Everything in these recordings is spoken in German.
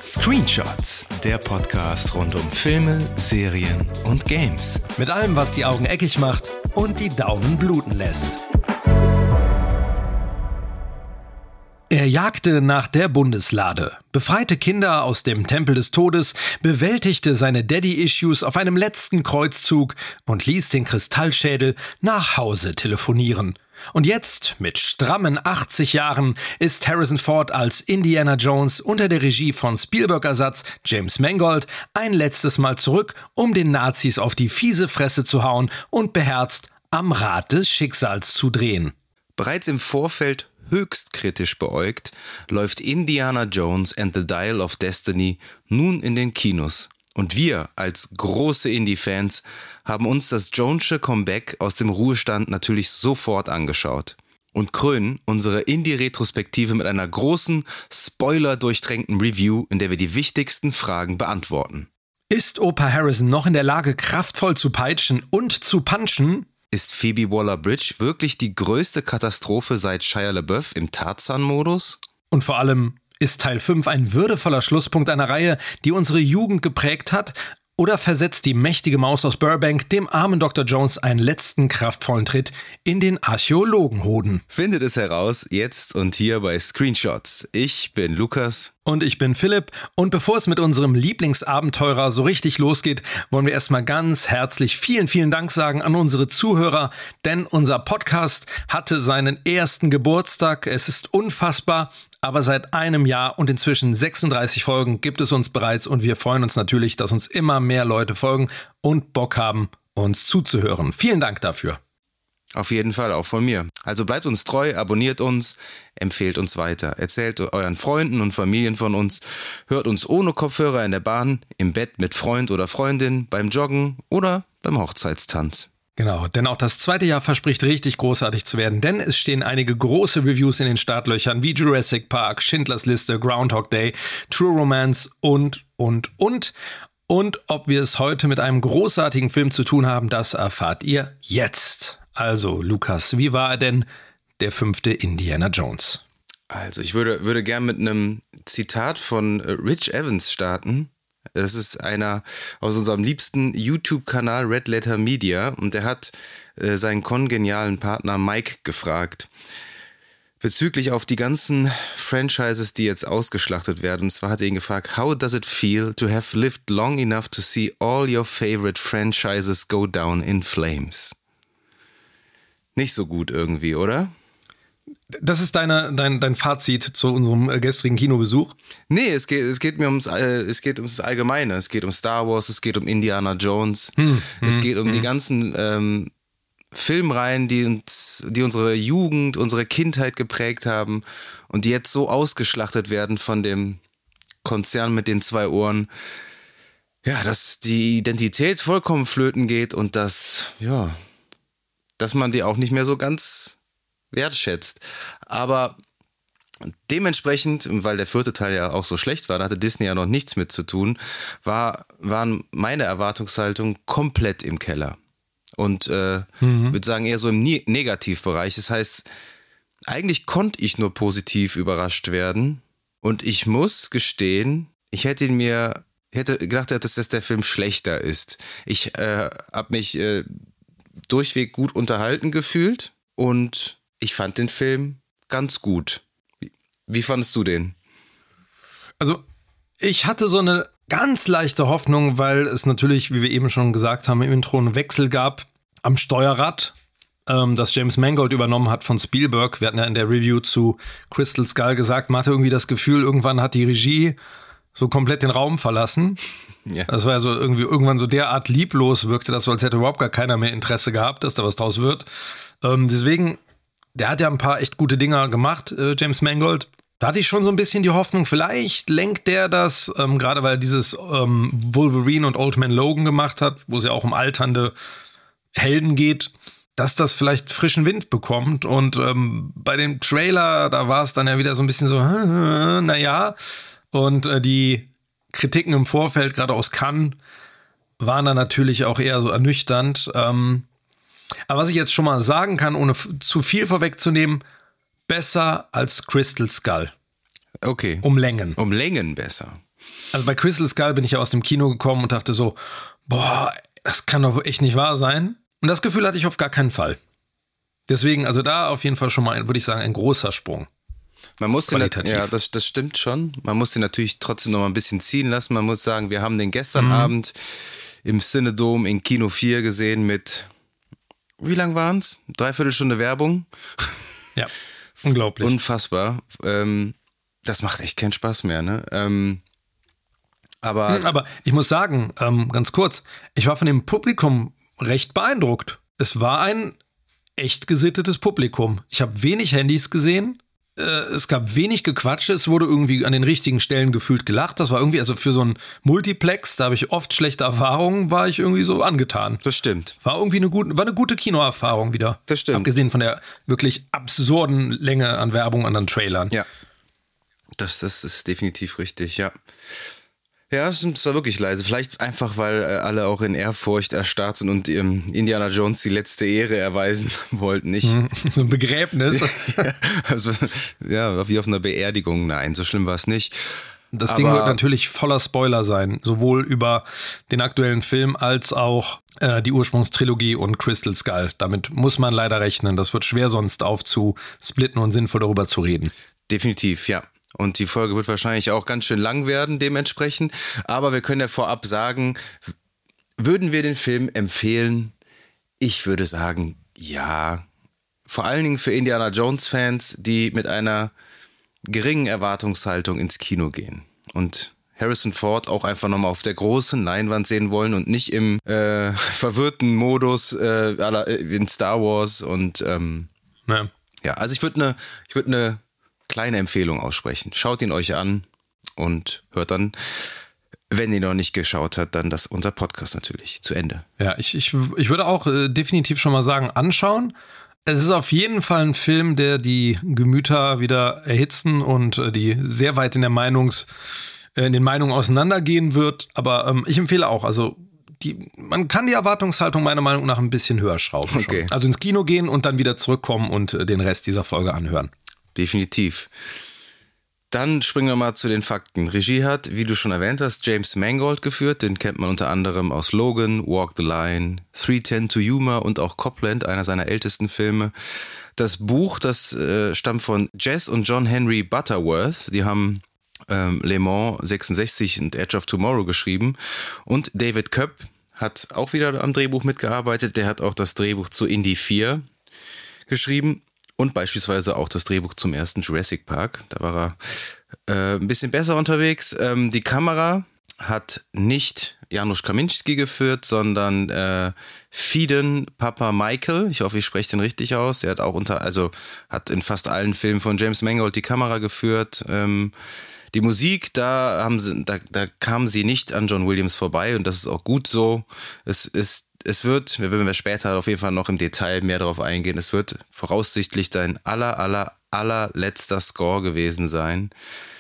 Screenshots, der Podcast rund um Filme, Serien und Games. Mit allem, was die Augen eckig macht und die Daumen bluten lässt. Er jagte nach der Bundeslade, befreite Kinder aus dem Tempel des Todes, bewältigte seine Daddy-Issues auf einem letzten Kreuzzug und ließ den Kristallschädel nach Hause telefonieren. Und jetzt, mit strammen 80 Jahren, ist Harrison Ford als Indiana Jones unter der Regie von Spielberg-Ersatz James Mangold ein letztes Mal zurück, um den Nazis auf die fiese Fresse zu hauen und beherzt am Rad des Schicksals zu drehen. Bereits im Vorfeld höchst kritisch beäugt, läuft Indiana Jones and the Dial of Destiny nun in den Kinos. Und wir als große Indie-Fans haben uns das Jones'sche Comeback aus dem Ruhestand natürlich sofort angeschaut. Und krönen unsere Indie-Retrospektive mit einer großen, spoiler-durchtränkten Review, in der wir die wichtigsten Fragen beantworten. Ist Opa Harrison noch in der Lage, kraftvoll zu peitschen und zu punchen? Ist Phoebe Waller-Bridge wirklich die größte Katastrophe seit Shia LaBeouf im Tarzan-Modus? Und vor allem, ist Teil 5 ein würdevoller Schlusspunkt einer Reihe, die unsere Jugend geprägt hat? Oder versetzt die mächtige Maus aus Burbank dem armen Dr. Jones einen letzten kraftvollen Tritt in den Archäologenhoden? Findet es heraus, jetzt und hier bei Screenshots. Ich bin Lukas. Und ich bin Philipp. Und bevor es mit unserem Lieblingsabenteurer so richtig losgeht, wollen wir erstmal ganz herzlich vielen Dank sagen an unsere Zuhörer, denn unser Podcast hatte seinen ersten Geburtstag. Es ist unfassbar. Aber seit einem Jahr und inzwischen 36 Folgen gibt es uns bereits und wir freuen uns natürlich, dass uns immer mehr Leute folgen und Bock haben, uns zuzuhören. Vielen Dank dafür. Auf jeden Fall, auch von mir. Also bleibt uns treu, abonniert uns, empfehlt uns weiter. Erzählt euren Freunden und Familien von uns. Hört uns ohne Kopfhörer in der Bahn, im Bett mit Freund oder Freundin, beim Joggen oder beim Hochzeitstanz. Genau, denn auch das zweite Jahr verspricht richtig großartig zu werden, denn es stehen einige große Reviews in den Startlöchern wie Jurassic Park, Schindlers Liste, Groundhog Day, True Romance und. Und ob wir es heute mit einem großartigen Film zu tun haben, das erfahrt ihr jetzt. Also, Lukas, wie war denn der 5. Indiana Jones? Also, ich würde gern mit einem Zitat von Rich Evans starten. Das ist einer aus unserem liebsten YouTube-Kanal Red Letter Media und der hat seinen kongenialen Partner Mike gefragt bezüglich auf die ganzen Franchises, die jetzt ausgeschlachtet werden. Und zwar hat er ihn gefragt, how does it feel to have lived long enough to see all your favorite franchises go down in flames? Nicht so gut irgendwie, oder? Das ist dein Fazit zu unserem gestrigen Kinobesuch? Nee, es geht ums Allgemeine. Es geht um Star Wars, es geht um Indiana Jones, es geht um die ganzen Filmreihen, die unsere Jugend, unsere Kindheit geprägt haben und die jetzt so ausgeschlachtet werden von dem Konzern mit den 2 Ohren. Ja, dass die Identität vollkommen flöten geht und dass man die auch nicht mehr so ganz wertschätzt. Aber dementsprechend, weil der 4. Teil ja auch so schlecht war, da hatte Disney ja noch nichts mit zu tun, waren meine Erwartungshaltungen komplett im Keller. Und würde sagen, eher so im Negativbereich. Das heißt, eigentlich konnte ich nur positiv überrascht werden. Und ich muss gestehen, ich hätte gedacht, dass der Film schlechter ist. Ich habe mich durchweg gut unterhalten gefühlt und ich fand den Film ganz gut. Wie fandest du den? Also, ich hatte so eine ganz leichte Hoffnung, weil es natürlich, wie wir eben schon gesagt haben, im Intro einen Wechsel gab am Steuerrad, das James Mangold übernommen hat von Spielberg. Wir hatten ja in der Review zu Crystal Skull gesagt, man hatte irgendwie das Gefühl, irgendwann hat die Regie so komplett den Raum verlassen. Ja. Das war ja so irgendwann so derart lieblos wirkte das so, als hätte überhaupt gar keiner mehr Interesse gehabt, dass da was draus wird. Deswegen, der hat ja ein paar echt gute Dinger gemacht, James Mangold. Da hatte ich schon so ein bisschen die Hoffnung, vielleicht lenkt der das, gerade weil er dieses Wolverine und Old Man Logan gemacht hat, wo es ja auch um alternde Helden geht, dass das vielleicht frischen Wind bekommt. Und bei dem Trailer, da war es dann ja wieder so ein bisschen so, naja. Und die Kritiken im Vorfeld, gerade aus Cannes, waren dann natürlich auch eher so ernüchternd. Aber was ich jetzt schon mal sagen kann, ohne zu viel vorwegzunehmen, besser als Crystal Skull. Okay. Um Längen. Um Längen besser. Also bei Crystal Skull bin ich ja aus dem Kino gekommen und dachte so, boah, das kann doch echt nicht wahr sein. Und das Gefühl hatte ich auf gar keinen Fall. Deswegen, also da auf jeden Fall schon mal, würde ich sagen, ein großer Sprung. Man muss das stimmt schon. Man muss den natürlich trotzdem noch mal ein bisschen ziehen lassen. Man muss sagen, wir haben den gestern Abend im Cinedom in Kino 4 gesehen mit, wie lang waren es? 3/4 Stunde Werbung. Ja, unglaublich. Unfassbar. Das macht echt keinen Spaß mehr, ne? Aber ich muss sagen, ganz kurz, ich war von dem Publikum recht beeindruckt. Es war ein echt gesittetes Publikum. Ich habe wenig Handys gesehen. Es gab wenig Gequatsche, es wurde irgendwie an den richtigen Stellen gefühlt gelacht. Das war irgendwie, also für so ein Multiplex, da habe ich oft schlechte Erfahrungen, war ich irgendwie so angetan. Das stimmt. War irgendwie eine gute Kinoerfahrung wieder. Das stimmt. Abgesehen von der wirklich absurden Länge an Werbung an den Trailern. Ja, das ist definitiv richtig, ja. Ja, es war wirklich leise. Vielleicht einfach, weil alle auch in Ehrfurcht erstarrt sind und Indiana Jones die letzte Ehre erweisen wollten. So ein Begräbnis. Ja, wie auf einer Beerdigung. Nein, so schlimm war es nicht. Das Ding wird natürlich voller Spoiler sein. Sowohl über den aktuellen Film als auch die Ursprungstrilogie und Crystal Skull. Damit muss man leider rechnen. Das wird schwer sonst aufzusplitten und sinnvoll darüber zu reden. Definitiv, ja. Und die Folge wird wahrscheinlich auch ganz schön lang werden dementsprechend. Aber wir können ja vorab sagen, würden wir den Film empfehlen? Ich würde sagen, ja. Vor allen Dingen für Indiana Jones-Fans, die mit einer geringen Erwartungshaltung ins Kino gehen. Und Harrison Ford auch einfach nochmal auf der großen Leinwand sehen wollen und nicht im verwirrten Modus in Star Wars. Und ja, also ich würde eine kleine Empfehlung aussprechen. Schaut ihn euch an und hört dann, wenn ihr noch nicht geschaut habt, dann unser Podcast natürlich zu Ende. Ja, ich würde auch definitiv schon mal sagen, anschauen. Es ist auf jeden Fall ein Film, der die Gemüter wieder erhitzen und die sehr weit in den Meinungen auseinandergehen wird. Aber ich empfehle auch, also man kann die Erwartungshaltung meiner Meinung nach ein bisschen höher schrauben. Okay. Schon. Also ins Kino gehen und dann wieder zurückkommen und den Rest dieser Folge anhören. Definitiv. Dann springen wir mal zu den Fakten. Regie hat, wie du schon erwähnt hast, James Mangold geführt. Den kennt man unter anderem aus Logan, Walk the Line, 3:10 to Yuma und auch Copland, einer seiner ältesten Filme. Das Buch, das stammt von Jess und John Henry Butterworth. Die haben Le Mans 66 und Edge of Tomorrow geschrieben. Und David Koepp hat auch wieder am Drehbuch mitgearbeitet. Der hat auch das Drehbuch zu Indy 4 geschrieben. Und beispielsweise auch das Drehbuch zum ersten Jurassic Park. Da war er ein bisschen besser unterwegs. Die Kamera hat nicht Janusz Kaminski geführt, sondern Fiden Papa Michael. Ich hoffe, ich spreche den richtig aus. Er hat auch hat in fast allen Filmen von James Mangold die Kamera geführt. Die Musik, da kamen sie nicht an John Williams vorbei und das ist auch gut so. Es wird, wenn wir später auf jeden Fall noch im Detail mehr darauf eingehen, es wird voraussichtlich dein allerletzter Score gewesen sein.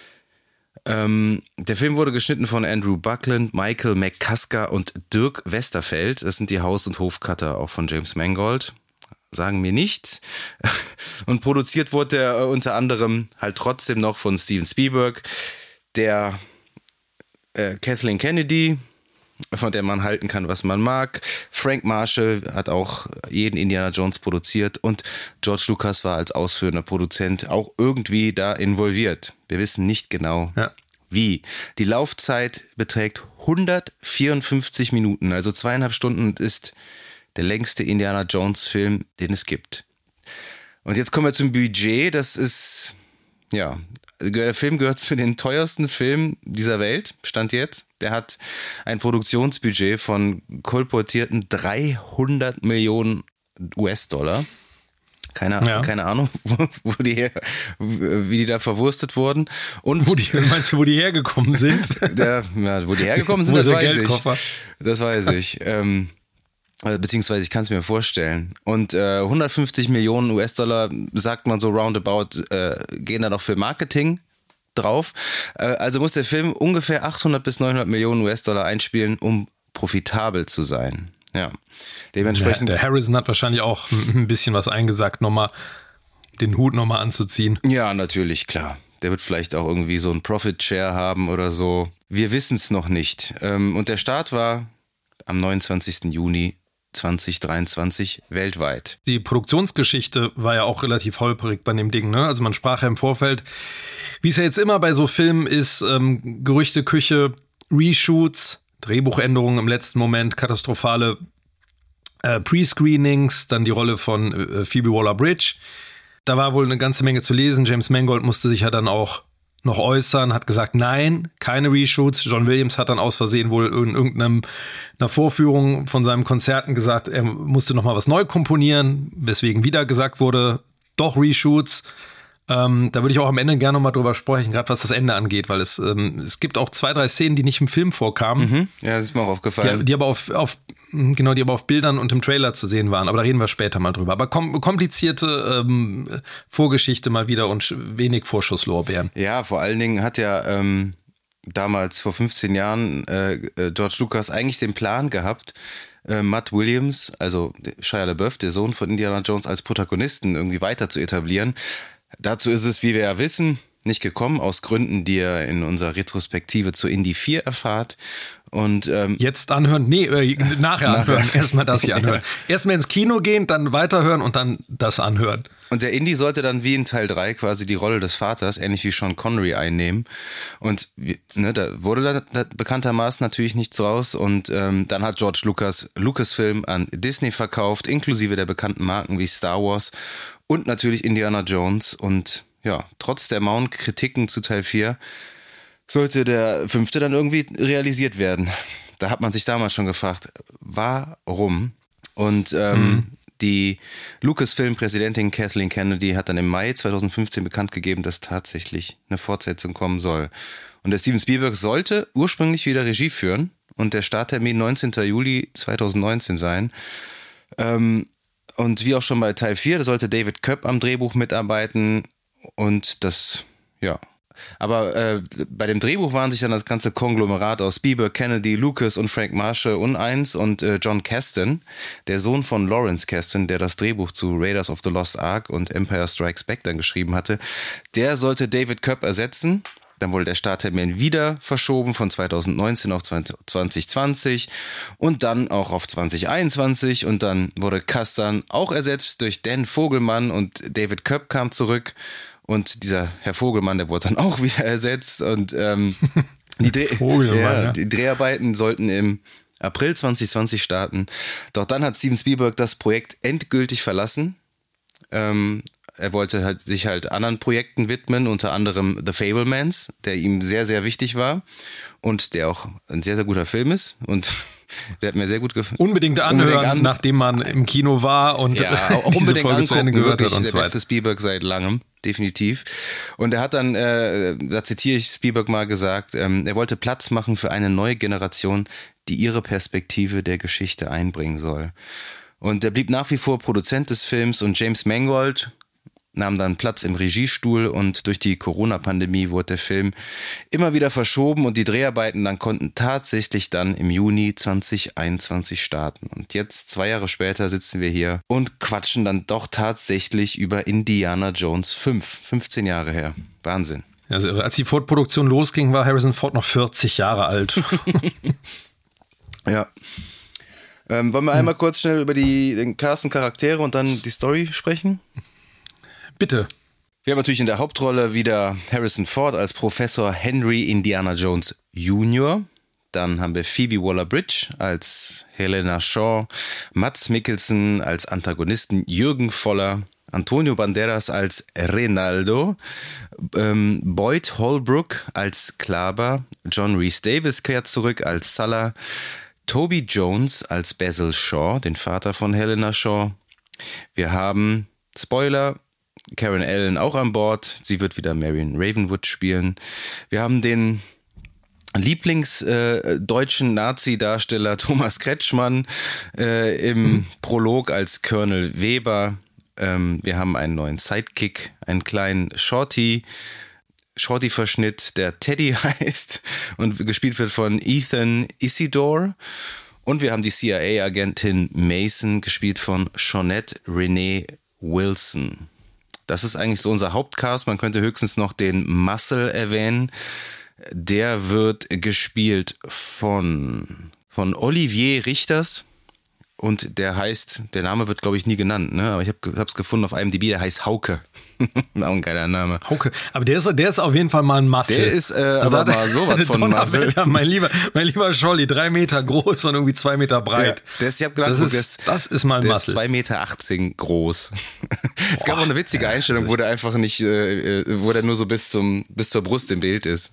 Der Film wurde geschnitten von Andrew Buckland, Michael McCusker und Dirk Westerfeld. Das sind die Haus- und Hofcutter auch von James Mangold. Sagen mir nichts. Und produziert wurde er unter anderem halt trotzdem noch von Steven Spielberg, der Kathleen Kennedy, von der man halten kann, was man mag. Frank Marshall hat auch jeden Indiana Jones produziert und George Lucas war als ausführender Produzent auch irgendwie da involviert. Wir wissen nicht genau, wie. Die Laufzeit beträgt 154 Minuten, also 2,5 Stunden und ist der längste Indiana Jones Film, den es gibt. Und jetzt kommen wir zum Budget. Das ist, der Film gehört zu den teuersten Filmen dieser Welt, Stand jetzt. Der hat ein Produktionsbudget von kolportierten 300 Millionen US-Dollar. Keine Ahnung, wie die da verwurstet wurden. Und meinst du, wo die hergekommen sind? Wo die hergekommen sind, das weiß ich. Das weiß ich. Beziehungsweise ich kann es mir vorstellen. Und 150 Millionen US-Dollar, sagt man so roundabout, gehen da noch für Marketing drauf. Also muss der Film ungefähr 800 bis 900 Millionen US-Dollar einspielen, um profitabel zu sein. Ja, dementsprechend. Der Harrison hat wahrscheinlich auch ein bisschen was eingesagt, nochmal den Hut nochmal anzuziehen. Ja, natürlich, klar. Der wird vielleicht auch irgendwie so ein Profit-Share haben oder so. Wir wissen es noch nicht. Und der Start war am 29. Juni 2023 weltweit. Die Produktionsgeschichte war ja auch relativ holprig bei dem Ding, ne? Also man sprach ja im Vorfeld, wie es ja jetzt immer bei so Filmen ist, Gerüchteküche, Reshoots, Drehbuchänderungen im letzten Moment, katastrophale Pre-Screenings, dann die Rolle von Phoebe Waller-Bridge. Da war wohl eine ganze Menge zu lesen. James Mangold musste sich ja dann auch noch äußern, hat gesagt, nein, keine Reshoots. John Williams hat dann aus Versehen wohl in irgendeiner Vorführung von seinen Konzerten gesagt, er musste noch mal was neu komponieren, weswegen wieder gesagt wurde, doch Reshoots. Da würde ich auch am Ende gerne noch mal drüber sprechen, gerade was das Ende angeht, weil es gibt auch 2, 3 Szenen, die nicht im Film vorkamen. Mhm. Ja, das ist mir auch aufgefallen. Die aber auf Bildern und im Trailer zu sehen waren. Aber da reden wir später mal drüber. Aber komplizierte Vorgeschichte mal wieder und wenig Vorschusslorbeeren. Ja, vor allen Dingen hat ja damals vor 15 Jahren George Lucas eigentlich den Plan gehabt, Matt Williams, also Shia LaBeouf, der Sohn von Indiana Jones, als Protagonisten irgendwie weiter zu etablieren. Dazu ist es, wie wir ja wissen, nicht gekommen, aus Gründen, die ihr in unserer Retrospektive zu Indy 4 erfahrt. Und jetzt anhören? Nee, nachher anhören. Erstmal das hier anhören. Erstmal ins Kino gehen, dann weiterhören und dann das anhören. Und der Indy sollte dann wie in Teil 3 quasi die Rolle des Vaters, ähnlich wie Sean Connery, einnehmen. Und da wurde da bekanntermaßen natürlich nichts draus. Und dann hat George Lucas Lucasfilm an Disney verkauft, inklusive der bekannten Marken wie Star Wars und natürlich Indiana Jones. Und ja, trotz der mauen Kritiken zu Teil 4 sollte der 5. dann irgendwie realisiert werden. Da hat man sich damals schon gefragt, warum? Und die Lucasfilm-Präsidentin Kathleen Kennedy hat dann im Mai 2015 bekannt gegeben, dass tatsächlich eine Fortsetzung kommen soll. Und der Steven Spielberg sollte ursprünglich wieder Regie führen und der Starttermin 19. Juli 2019 sein. Und wie auch schon bei Teil 4, da sollte David Koepp am Drehbuch mitarbeiten und das, ja. Aber bei dem Drehbuch waren sich dann das ganze Konglomerat aus Spielberg, Kennedy, Lucas und Frank Marshall uneins und John Kasdan, der Sohn von Lawrence Kasdan, der das Drehbuch zu Raiders of the Lost Ark und Empire Strikes Back dann geschrieben hatte, der sollte David Koepp ersetzen. Dann wurde der Starttermin wieder verschoben von 2019 auf 2020 und dann auch auf 2021 und dann wurde Kasdan auch ersetzt durch Dan Vogelmann und David Koepp kam zurück. Und dieser Herr Vogelmann, der wurde dann auch wieder ersetzt. Und die Dreharbeiten sollten im April 2020 starten. Doch dann hat Steven Spielberg das Projekt endgültig verlassen. Er wollte sich anderen Projekten widmen, unter anderem The Fabelmans, der ihm sehr, sehr wichtig war und der auch ein sehr, sehr guter Film ist. Und der hat mir sehr gut gefallen. Unbedingt anhören, nachdem man im Kino war und ja, auch unbedingt angucken, wirklich der beste Spielberg seit langem, definitiv. Und er hat dann, da zitiere ich Spielberg mal gesagt, er wollte Platz machen für eine neue Generation, die ihre Perspektive der Geschichte einbringen soll. Und er blieb nach wie vor Produzent des Films und James Mangold nahm dann Platz im Regiestuhl und durch die Corona-Pandemie wurde der Film immer wieder verschoben und die Dreharbeiten dann konnten tatsächlich dann im Juni 2021 starten. Und jetzt, 2 Jahre später, sitzen wir hier und quatschen dann doch tatsächlich über Indiana Jones 5. 15 Jahre her. Wahnsinn. Also, als die Ford-Produktion losging, war Harrison Ford noch 40 Jahre alt. Ja. Wollen wir einmal kurz schnell über den Cast und Charaktere und dann die Story sprechen? Bitte. Wir haben natürlich in der Hauptrolle wieder Harrison Ford als Professor Henry Indiana Jones Jr. Dann haben wir Phoebe Waller-Bridge als Helena Shaw, Mads Mikkelsen als Antagonisten Jürgen Voller, Antonio Banderas als Renaldo, Boyd Holbrook als Klaber, John Rhys-Davies kehrt zurück als Sulla, Toby Jones als Basil Shaw, den Vater von Helena Shaw. Wir haben, Spoiler, Karen Allen auch an Bord. Sie wird wieder Marion Ravenwood spielen. Wir haben den Lieblingsdeutschen Nazi-Darsteller Thomas Kretschmann im Prolog als Colonel Weber. Wir haben einen neuen Sidekick, einen kleinen Shorty-Verschnitt, der Teddy heißt und gespielt wird von Ethan Isidore. Und wir haben die CIA-Agentin Mason, gespielt von Shawnette Renee Wilson. Das ist eigentlich so unser Hauptcast. Man könnte höchstens noch den Muscle erwähnen. Der wird gespielt von Olivier Richters. Und der Name wird, glaube ich, nie genannt, ne? Aber ich habe es gefunden auf IMDb, der heißt Hauke. Auch ein geiler Name. Hauke, aber der ist auf jeden Fall mal ein Muscle. Der ist aber mal sowas von Muscle. Mein lieber Scholli, 3 Meter groß und irgendwie 2 Meter breit. Ja, ich habe gedacht, das ist mal ein Muscle. Der ist 2,18 Meter groß. Es gab auch eine witzige Einstellung, wo der einfach nicht, wo der nur so bis zur Brust im Bild ist.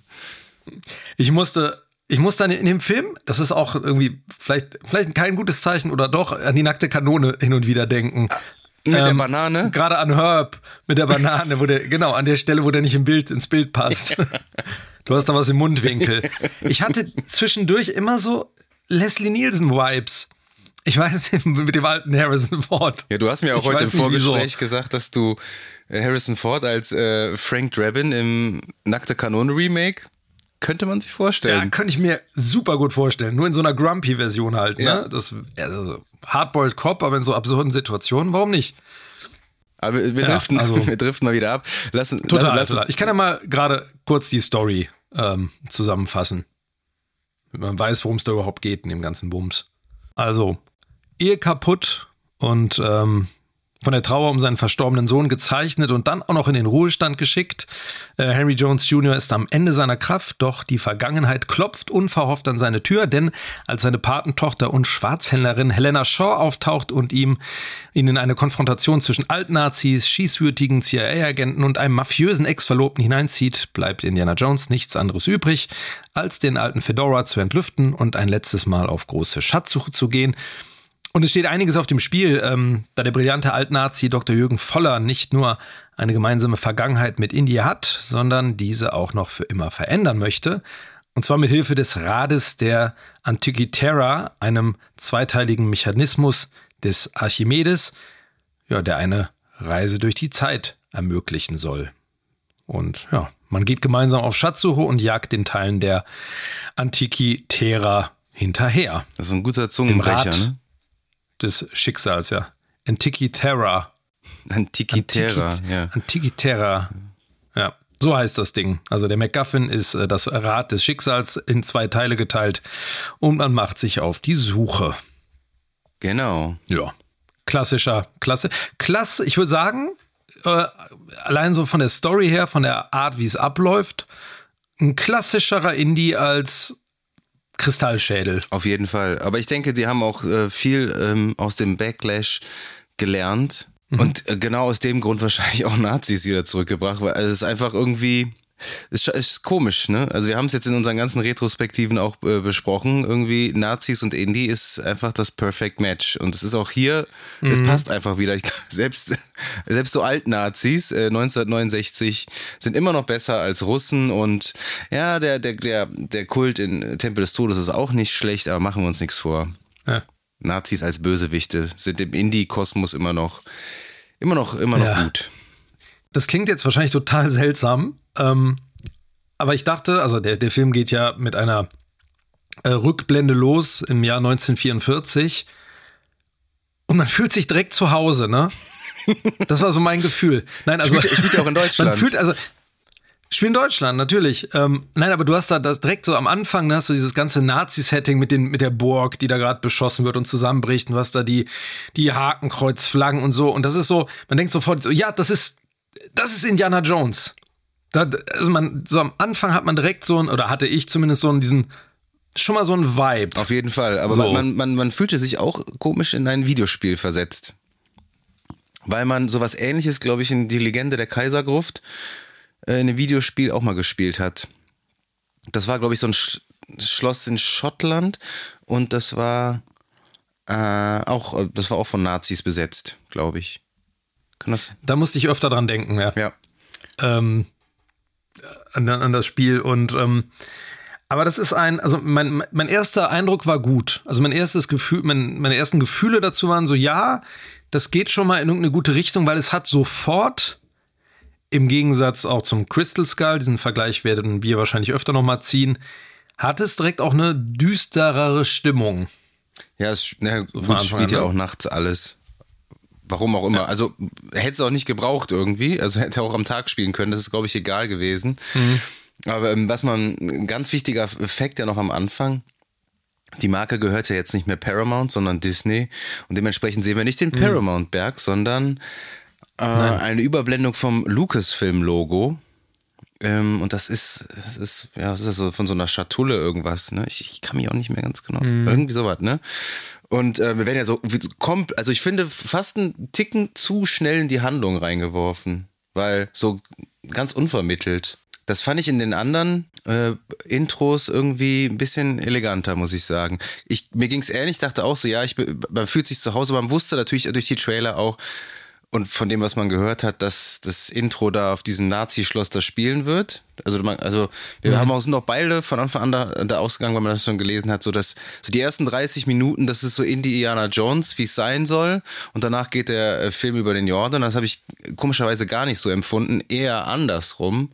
Ich musste dann in dem Film, das ist auch irgendwie vielleicht kein gutes Zeichen oder doch, an die nackte Kanone hin und wieder denken. Mit der Banane? Gerade an Herb mit der Banane, an der Stelle, wo der nicht ins Bild passt. Du hast da was im Mundwinkel. Ich hatte zwischendurch immer so Leslie Nielsen-Vibes. Ich weiß nicht, mit dem alten Harrison Ford. Ja, du hast mir auch heute im Vorgespräch gesagt, dass du Harrison Ford als Frank Drabin im Nackte Kanone Remake könnte man sich vorstellen. Ja, könnte ich mir super gut vorstellen. Nur in so einer Grumpy-Version halt. Ja. Ne? Das, also Hardboiled Cop, aber in so absurden Situationen, warum nicht? Aber wir driften mal wieder ab. Total. Ich kann ja mal gerade kurz die Story zusammenfassen. Damit man weiß, worum es da überhaupt geht in dem ganzen Bums. Also, Ehe kaputt und von der Trauer um seinen verstorbenen Sohn gezeichnet und dann auch noch in den Ruhestand geschickt. Henry Jones Jr. ist am Ende seiner Kraft, doch die Vergangenheit klopft unverhofft an seine Tür, denn als seine Patentochter und Schwarzhändlerin Helena Shaw auftaucht und ihn in eine Konfrontation zwischen Altnazis, schießwürdigen CIA-Agenten und einem mafiösen Ex-Verlobten hineinzieht, bleibt Indiana Jones nichts anderes übrig, als den alten Fedora zu entlüften und ein letztes Mal auf große Schatzsuche zu gehen. Und es steht einiges auf dem Spiel, da der brillante Altnazi Dr. Jürgen Voller nicht nur eine gemeinsame Vergangenheit mit Indy hat, sondern diese auch noch für immer verändern möchte. Und zwar mit Hilfe des Rades der Antikythera, einem zweiteiligen Mechanismus des Archimedes, ja, der eine Reise durch die Zeit ermöglichen soll. Und ja, man geht gemeinsam auf Schatzsuche und jagt den Teilen der Antikythera hinterher. Das ist ein guter Zungenbrecher, ne? Des Schicksals, ja. Antikythera, ja. Antikythera. Ja, so heißt das Ding. Also der MacGuffin ist das Rad des Schicksals in 2 Teile geteilt und man macht sich auf die Suche. Genau. Ja, klasse. Ich würde sagen, allein so von der Story her, von der Art, wie es abläuft, ein klassischerer Indie als Kristallschädel. Auf jeden Fall. Aber ich denke, die haben auch viel aus dem Backlash gelernt und genau aus dem Grund wahrscheinlich auch Nazis wieder zurückgebracht, weil es ist einfach irgendwie, es ist komisch, ne? Also wir haben es jetzt in unseren ganzen Retrospektiven auch besprochen, irgendwie Nazis und Indie ist einfach das Perfect Match und es ist auch hier, es passt einfach wieder. Selbst so Altnazis 1969 sind immer noch besser als Russen und ja, der Kult in Tempel des Todes ist auch nicht schlecht, aber machen wir uns nichts vor. Ja. Nazis als Bösewichte sind im Indie-Kosmos immer noch gut. Das klingt jetzt wahrscheinlich total seltsam, aber ich dachte, also der Film geht ja mit einer Rückblende los im Jahr 1944 und man fühlt sich direkt zu Hause, ne? Das war so mein Gefühl. Nein, also spielt ja auch in Deutschland. Spiel in Deutschland, natürlich. Nein, aber du hast da das direkt so am Anfang, da hast du dieses ganze Nazi-Setting mit der Burg, die da gerade beschossen wird und zusammenbricht und du hast da die Hakenkreuzflaggen und so und das ist so, man denkt sofort so, ja, das ist Indiana Jones. So am Anfang hat man direkt hatte ich zumindest schon mal so einen Vibe. Auf jeden Fall, aber so. man fühlte sich auch komisch in ein Videospiel versetzt. Weil man sowas Ähnliches, glaube ich, in Die Legende der Kaisergruft in einem Videospiel auch mal gespielt hat. Das war, glaube ich, so ein Schloss in Schottland und das war auch von Nazis besetzt, glaube ich. Da musste ich öfter dran denken, ja. An das Spiel und aber das ist also mein erster Eindruck war gut. Also meine ersten Gefühle dazu waren so, ja, das geht schon mal in irgendeine gute Richtung, weil es hat sofort, im Gegensatz auch zum Crystal Skull, diesen Vergleich werden wir wahrscheinlich öfter noch mal ziehen, hat es direkt auch eine düsterere Stimmung. Ja, es spielt ja auch nachts alles. Warum auch immer. Also hätte es auch nicht gebraucht irgendwie. Also hätte auch am Tag spielen können. Das ist, glaube ich, egal gewesen. Aber ein ganz wichtiger Effekt ja noch am Anfang. Die Marke gehört ja jetzt nicht mehr Paramount, sondern Disney. Und dementsprechend sehen wir nicht den Paramount-Berg, sondern eine Überblendung vom Lucasfilm-Logo. Und das ist so von so einer Schatulle irgendwas, ne? Ich kann mich auch nicht mehr ganz genau. Irgendwie sowas, ne? Und wir werden ja so, also ich finde fast einen Ticken zu schnell in die Handlung reingeworfen, weil so ganz unvermittelt. Das fand ich in den anderen Intros irgendwie ein bisschen eleganter, muss ich sagen. Mir ging's ähnlich, ich dachte auch so, ja, man fühlt sich zu Hause, man wusste natürlich durch die Trailer auch, und von dem, was man gehört hat, dass das Intro da auf diesem Nazi-Schloss da spielen wird. Also wir sind auch beide von Anfang an da ausgegangen, weil man das schon gelesen hat, so dass so die ersten 30 Minuten, das ist so Indiana Jones, wie es sein soll. Und danach geht der Film über den Jordan. Das habe ich komischerweise gar nicht so empfunden, eher andersrum.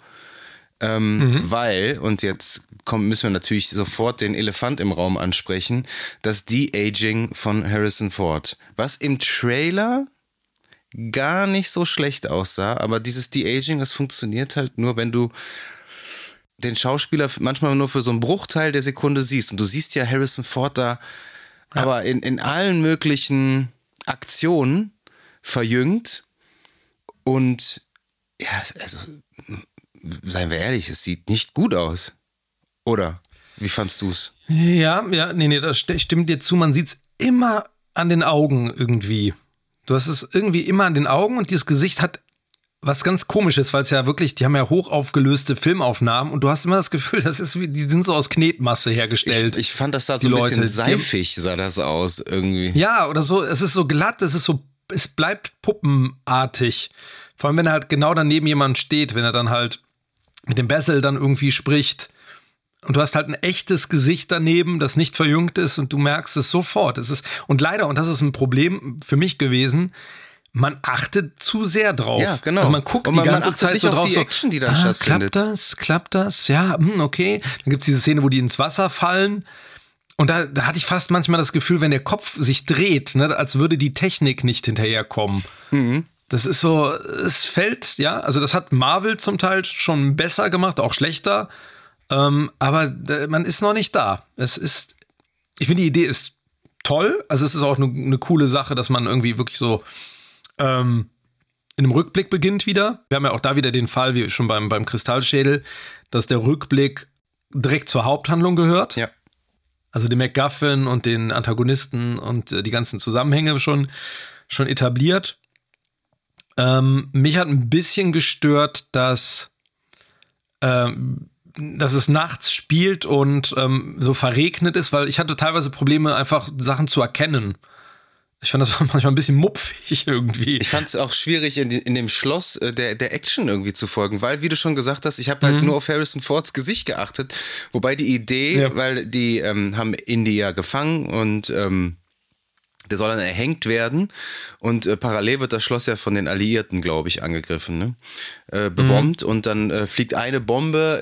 Weil, und jetzt müssen wir natürlich sofort den Elefant im Raum ansprechen, das De-Aging von Harrison Ford. Was im Trailer gar nicht so schlecht aussah, aber dieses De-Aging, das funktioniert halt nur, wenn du den Schauspieler manchmal nur für so einen Bruchteil der Sekunde siehst. Und du siehst ja Harrison Ford da, aber in allen möglichen Aktionen verjüngt. Und ja, also seien wir ehrlich, es sieht nicht gut aus. Oder? Wie fandst du's? Ja, nee, das stimmt dir zu. Man sieht's immer an den Augen irgendwie. Du hast es irgendwie immer an den Augen und dieses Gesicht hat was ganz Komisches, weil es ja wirklich, die haben ja hoch aufgelöste Filmaufnahmen und du hast immer das Gefühl, die sind so aus Knetmasse hergestellt. Ich fand, das sah so ein bisschen seifig, sah das aus irgendwie. Ja, oder so, es ist so glatt, es bleibt puppenartig. Vor allem, wenn er halt genau daneben jemand steht, wenn er dann halt mit dem Bessel dann irgendwie spricht. Und du hast halt ein echtes Gesicht daneben, das nicht verjüngt ist und du merkst es sofort. Und leider, und das ist ein Problem für mich gewesen, man achtet zu sehr drauf. Ja, genau. Also man guckt und man die ganze achtet Zeit nicht so auf drauf. die Action, die dann stattfindet. Klappt das? Ja, okay. Dann gibt es diese Szene, wo die ins Wasser fallen. Und da hatte ich fast manchmal das Gefühl, wenn der Kopf sich dreht, ne, als würde die Technik nicht hinterherkommen. Das ist so, es fällt, ja, also das hat Marvel zum Teil schon besser gemacht, auch schlechter. Aber man ist noch nicht da. Ich finde, die Idee ist toll. Also es ist auch eine coole Sache, dass man irgendwie wirklich so in einem Rückblick beginnt wieder. Wir haben ja auch da wieder den Fall, wie schon beim Kristallschädel, dass der Rückblick direkt zur Haupthandlung gehört. Ja. Also den MacGuffin und den Antagonisten und die ganzen Zusammenhänge schon etabliert. Mich hat ein bisschen gestört, dass es nachts spielt und so verregnet ist, weil ich hatte teilweise Probleme, einfach Sachen zu erkennen. Ich fand das manchmal ein bisschen mupfig irgendwie. Ich fand es auch schwierig, in dem Schloss der Action irgendwie zu folgen, weil, wie du schon gesagt hast, ich habe halt nur auf Harrison Fords Gesicht geachtet, wobei die Idee, weil die haben Indy ja gefangen und der soll dann erhängt werden und parallel wird das Schloss ja von den Alliierten, glaube ich, angegriffen, ne? Bebombt und dann fliegt eine Bombe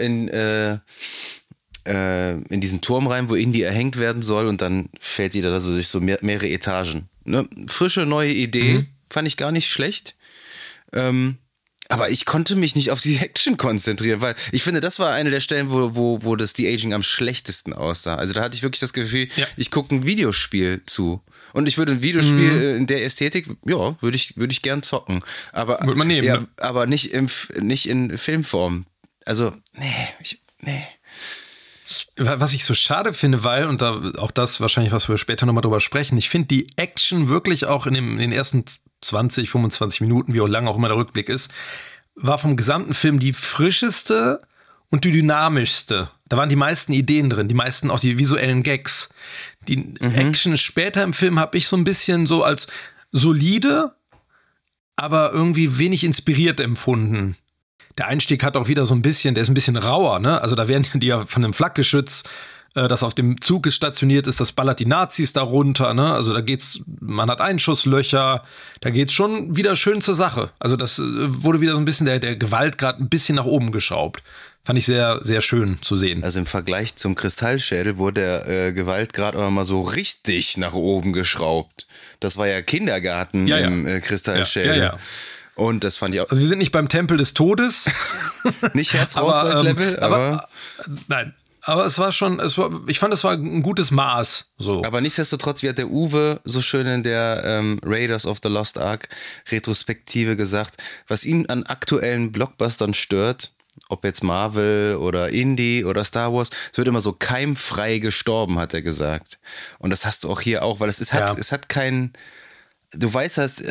in diesen Turm rein, wo Indy erhängt werden soll und dann fällt die da so durch so mehrere Etagen. Ne? Frische, neue Idee, fand ich gar nicht schlecht. Aber ich konnte mich nicht auf die Action konzentrieren, weil ich finde, das war eine der Stellen, wo das De-Aging am schlechtesten aussah. Also da hatte ich wirklich das Gefühl, ich gucke ein Videospiel zu. Und ich würde ein Videospiel in der Ästhetik, ja, würde ich gern zocken. Aber, würde man nehmen, ne? Aber nicht in Filmform. Also, nee. Was ich so schade finde, weil, und da auch das wahrscheinlich, was wir später nochmal drüber sprechen, ich finde die Action wirklich auch in den ersten 20, 25 Minuten, wie auch lang auch immer der Rückblick ist, war vom gesamten Film die frischeste und die dynamischste. Da waren die meisten Ideen drin, die meisten auch die visuellen Gags. Die Action später im Film habe ich so ein bisschen so als solide, aber irgendwie wenig inspiriert empfunden. Der Einstieg hat auch wieder so ein bisschen, der ist ein bisschen rauer, ne? Also da werden die ja von einem Flakgeschütz, das auf dem Zug stationiert ist, das ballert die Nazis da runter, ne? Also man hat Einschusslöcher, da geht's schon wieder schön zur Sache. Also das wurde wieder so ein bisschen der Gewaltgrad ein bisschen nach oben geschraubt. Fand ich sehr, sehr schön zu sehen. Also im Vergleich zum Kristallschädel wurde der Gewaltgrad aber mal so richtig nach oben geschraubt. Das war ja Kindergarten im Kristallschädel. Ja. Und das fand ich auch. Also wir sind nicht beim Tempel des Todes. Nicht Herz-Raus-Level, aber. Nein. Aber ich fand, es war ein gutes Maß. So. Aber nichtsdestotrotz, wie hat der Uwe so schön in der Raiders of the Lost Ark Retrospektive gesagt, was ihn an aktuellen Blockbustern stört, ob jetzt Marvel oder Indie oder Star Wars, es wird immer so keimfrei gestorben, hat er gesagt. Und das hast du auch hier auch, weil es hat kein, du weißt, dass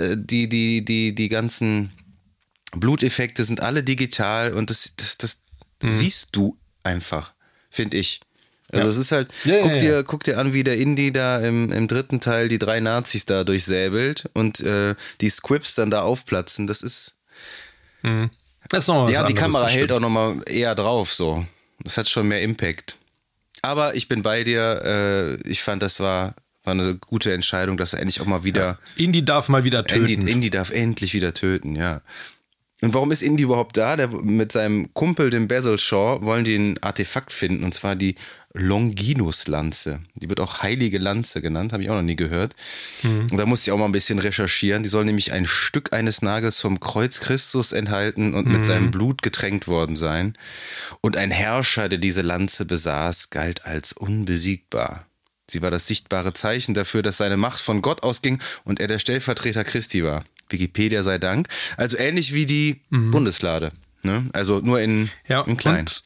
die ganzen Bluteffekte sind alle digital und das siehst du einfach, finde ich. Also es ist halt, guck dir an, wie der Indie da im dritten Teil die 3 Nazis da durchsäbelt und die Squibs dann da aufplatzen, das ist... Das ist noch was die anderes, Kamera hält auch nochmal eher drauf, so. Das hat schon mehr Impact. Aber ich bin bei dir, ich fand, das war eine gute Entscheidung, dass er endlich auch mal wieder... Indy darf mal wieder töten. Indy darf endlich wieder töten, ja. Und warum ist Indy überhaupt da? Mit seinem Kumpel, dem Basil Shaw, wollen die ein Artefakt finden, und zwar die Longinus-Lanze. Die wird auch Heilige Lanze genannt, habe ich auch noch nie gehört. Und da musste ich auch mal ein bisschen recherchieren. Die soll nämlich ein Stück eines Nagels vom Kreuz Christus enthalten und mit seinem Blut getränkt worden sein. Und ein Herrscher, der diese Lanze besaß, galt als unbesiegbar. Sie war das sichtbare Zeichen dafür, dass seine Macht von Gott ausging und er der Stellvertreter Christi war. Wikipedia sei Dank. Also ähnlich wie die Bundeslade. Ne? Also nur in klein. Und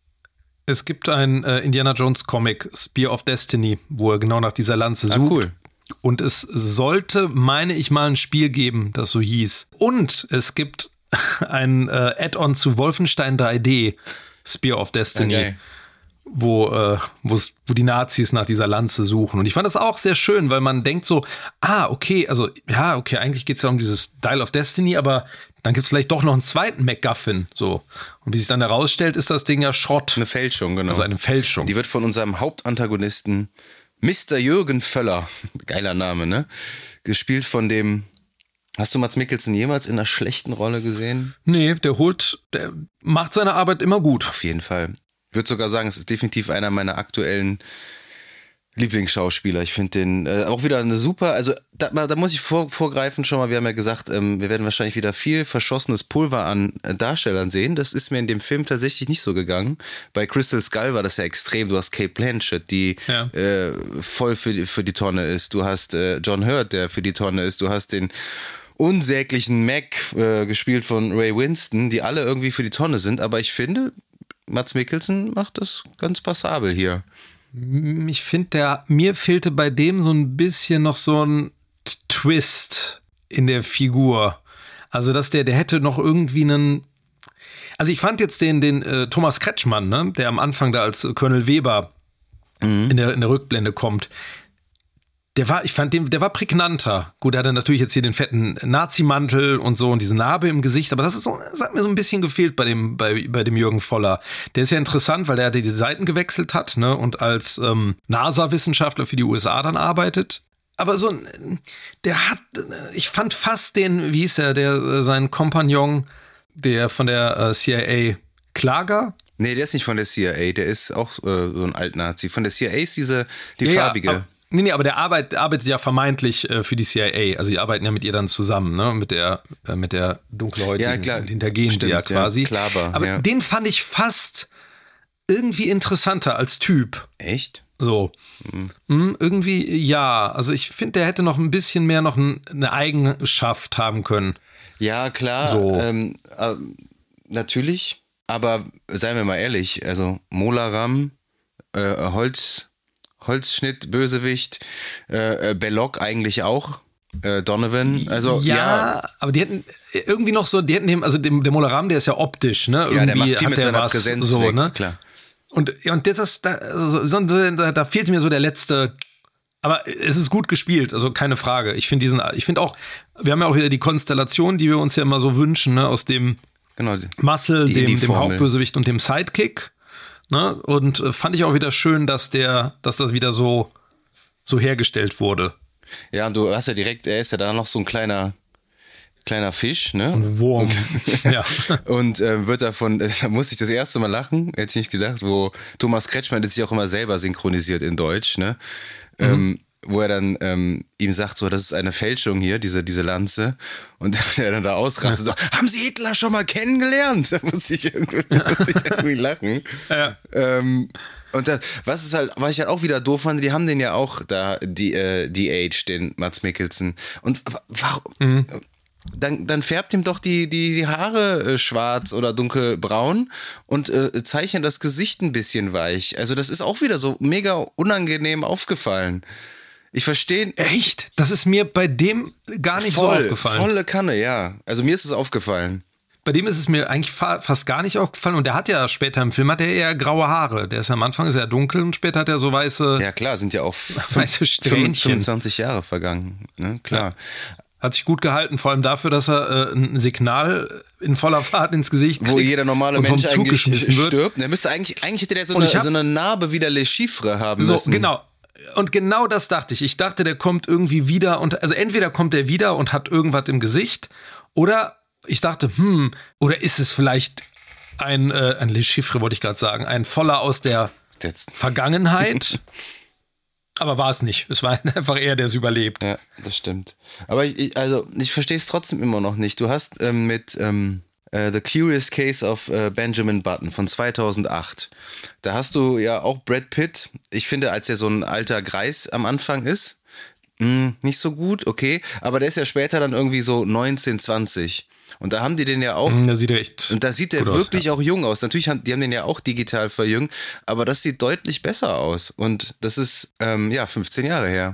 es gibt ein Indiana Jones Comic, Spear of Destiny, wo er genau nach dieser Lanze sucht. Cool. Und es sollte, meine ich mal, ein Spiel geben, das so hieß. Und es gibt ein Add-on zu Wolfenstein 3D, Spear of Destiny. Okay. Wo die Nazis nach dieser Lanze suchen. Und ich fand das auch sehr schön, weil man denkt so, okay, eigentlich geht es ja um dieses Dial of Destiny, aber dann gibt es vielleicht doch noch einen zweiten MacGuffin. So. Und wie sich dann herausstellt, ist das Ding ja Schrott. Eine Fälschung, genau. Also eine Fälschung. Die wird von unserem Hauptantagonisten Mr. Jürgen Völler, geiler Name, ne? Gespielt von dem... Hast du Mads Mikkelsen jemals in einer schlechten Rolle gesehen? Nee, der macht seine Arbeit immer gut. Auf jeden Fall. Ich würde sogar sagen, es ist definitiv einer meiner aktuellen Lieblingsschauspieler. Ich finde den auch wieder eine super, also da muss ich vorgreifen schon mal, wir haben ja gesagt, wir werden wahrscheinlich wieder viel verschossenes Pulver an Darstellern sehen. Das ist mir in dem Film tatsächlich nicht so gegangen. Bei Crystal Skull war das ja extrem. Du hast Cate Blanchett, die voll für die Tonne ist. Du hast John Hurt, der für die Tonne ist. Du hast den unsäglichen Mac, gespielt von Ray Winston, die alle irgendwie für die Tonne sind. Aber ich finde... Mads Mikkelsen macht das ganz passabel hier. Ich finde, mir fehlte bei dem so ein bisschen noch so ein Twist in der Figur. Also, dass der hätte noch irgendwie einen. Also, ich fand jetzt den Thomas Kretschmann, ne, der am Anfang da als Colonel Weber in der Rückblende kommt. Der war prägnanter. Gut, er hatte natürlich jetzt hier den fetten Nazi-Mantel und so und diese Narbe im Gesicht, aber das hat mir so ein bisschen gefehlt bei dem Jürgen Voller. Der ist ja interessant, weil der die Seiten gewechselt hat, ne, und als NASA-Wissenschaftler für die USA dann arbeitet. Aber ich fand fast den, wie hieß sein Kompagnon, der von der CIA, Klager? Nee, der ist nicht von der CIA, der ist auch so ein Alt-Nazi. Von der CIA ist die farbige. Ja, Nee, aber der arbeitet ja vermeintlich für die CIA. Also die arbeiten ja mit ihr dann zusammen, ne? Mit der dunkelhäutigen, ja, klar. Und hintergehen sie ja quasi. Ja, Klaber, aber den fand ich fast irgendwie interessanter als Typ. Echt? So. Irgendwie ja. Also ich finde, der hätte noch ein bisschen mehr noch eine Eigenschaft haben können. Ja, klar. So. Natürlich. Aber seien wir mal ehrlich, also Molaram, Holzschnitt, Bösewicht, Belloc eigentlich auch, Donovan, also ja. Aber die hätten irgendwie noch so, der Mola Ram, der ist ja optisch, ne? Irgendwie der macht viel mit seiner Präsenz so, weg, ne? Klar. Und da fehlte mir so der letzte, aber es ist gut gespielt, also keine Frage. Ich finde auch, wir haben ja auch wieder die Konstellation, die wir uns ja immer so wünschen, ne? Aus dem Muscle, dem Hauptbösewicht und dem Sidekick. Ne? Und fand ich auch wieder schön, dass das wieder so hergestellt wurde. Ja, und du hast ja direkt, er ist ja da noch so ein kleiner kleiner Fisch, ne? Wurm. Ja. Und wird davon, da musste ich das erste Mal lachen, hätte ich nicht gedacht, wo Thomas Kretschmann das sich auch immer selber synchronisiert in Deutsch, ne? Wo er dann ihm sagt, so, das ist eine Fälschung hier, diese Lanze. Und er dann da ausrastet, so, haben Sie Hitler schon mal kennengelernt? Da muss ich irgendwie lachen. Ja. Und das, was ich halt auch wieder doof fand, die haben den ja auch da, die Age, den Mads Mikkelsen. Und warum? Dann färbt ihm doch die Haare schwarz oder dunkelbraun und zeichnet das Gesicht ein bisschen weich. Also das ist auch wieder so mega unangenehm aufgefallen. Ich verstehe. Echt? Das ist mir bei dem gar nicht so aufgefallen. Volle Kanne, ja. Also mir ist es aufgefallen. Bei dem ist es mir eigentlich fast gar nicht aufgefallen. Und der hat ja später im Film eher graue Haare. Der ist am Anfang ist er dunkel und später hat er so weiße. Ja klar, sind ja auch weiße Strähnchen. 25 Jahre vergangen. Ne? Klar. Ja. Hat sich gut gehalten, vor allem dafür, dass er ein Signal in voller Fahrt ins Gesicht kriegt. Wo jeder normale Mensch eigentlich stirbt. Der müsste eigentlich hätte der so eine Narbe wie der Le Chiffre haben müssen. Genau. Und genau das dachte ich. Ich dachte, der kommt irgendwie wieder und also entweder kommt er wieder und hat irgendwas im Gesicht oder ich dachte, oder ist es vielleicht ein Le Chiffre, wollte ich gerade sagen, ein Voller aus der Vergangenheit? Aber war es nicht. Es war einfach er, der es überlebt. Ja, das stimmt. Aber ich verstehe es trotzdem immer noch nicht. Du hast mit The Curious Case of Benjamin Button von 2008. Da hast du ja auch Brad Pitt. Ich finde, als er so ein alter Greis am Anfang ist, nicht so gut, okay. Aber der ist ja später dann irgendwie so 19, 20. Und da haben die den ja auch. Da sieht er echt. Und da sieht er wirklich auch jung aus. Natürlich die haben den ja auch digital verjüngt, aber das sieht deutlich besser aus. Und das ist 15 Jahre her.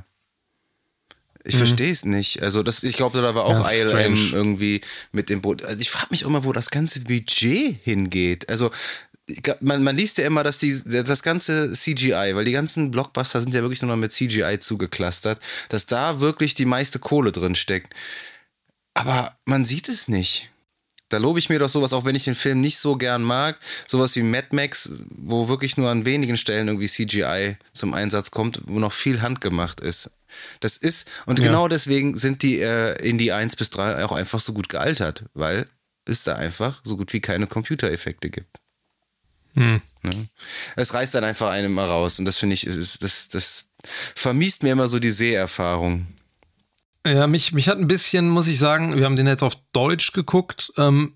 Ich verstehe es nicht. Also ich glaube, da war auch ILM irgendwie mit dem Boot. Also ich frage mich immer, wo das ganze Budget hingeht. Also man liest ja immer, dass das ganze CGI, weil die ganzen Blockbuster sind ja wirklich nur noch mit CGI zugeklustert, dass da wirklich die meiste Kohle drin steckt. Aber man sieht es nicht. Da lobe ich mir doch sowas, auch wenn ich den Film nicht so gern mag, sowas wie Mad Max, wo wirklich nur an wenigen Stellen irgendwie CGI zum Einsatz kommt, wo noch viel handgemacht ist. Das ist, und genau deswegen sind die in die 1 bis 3 auch einfach so gut gealtert, weil es da einfach so gut wie keine Computereffekte gibt. Ja. Es reißt dann einfach einem mal raus und das finde ich, das vermiest mir immer so die Seherfahrung. Ja, mich hat ein bisschen, muss ich sagen, wir haben den jetzt auf Deutsch geguckt,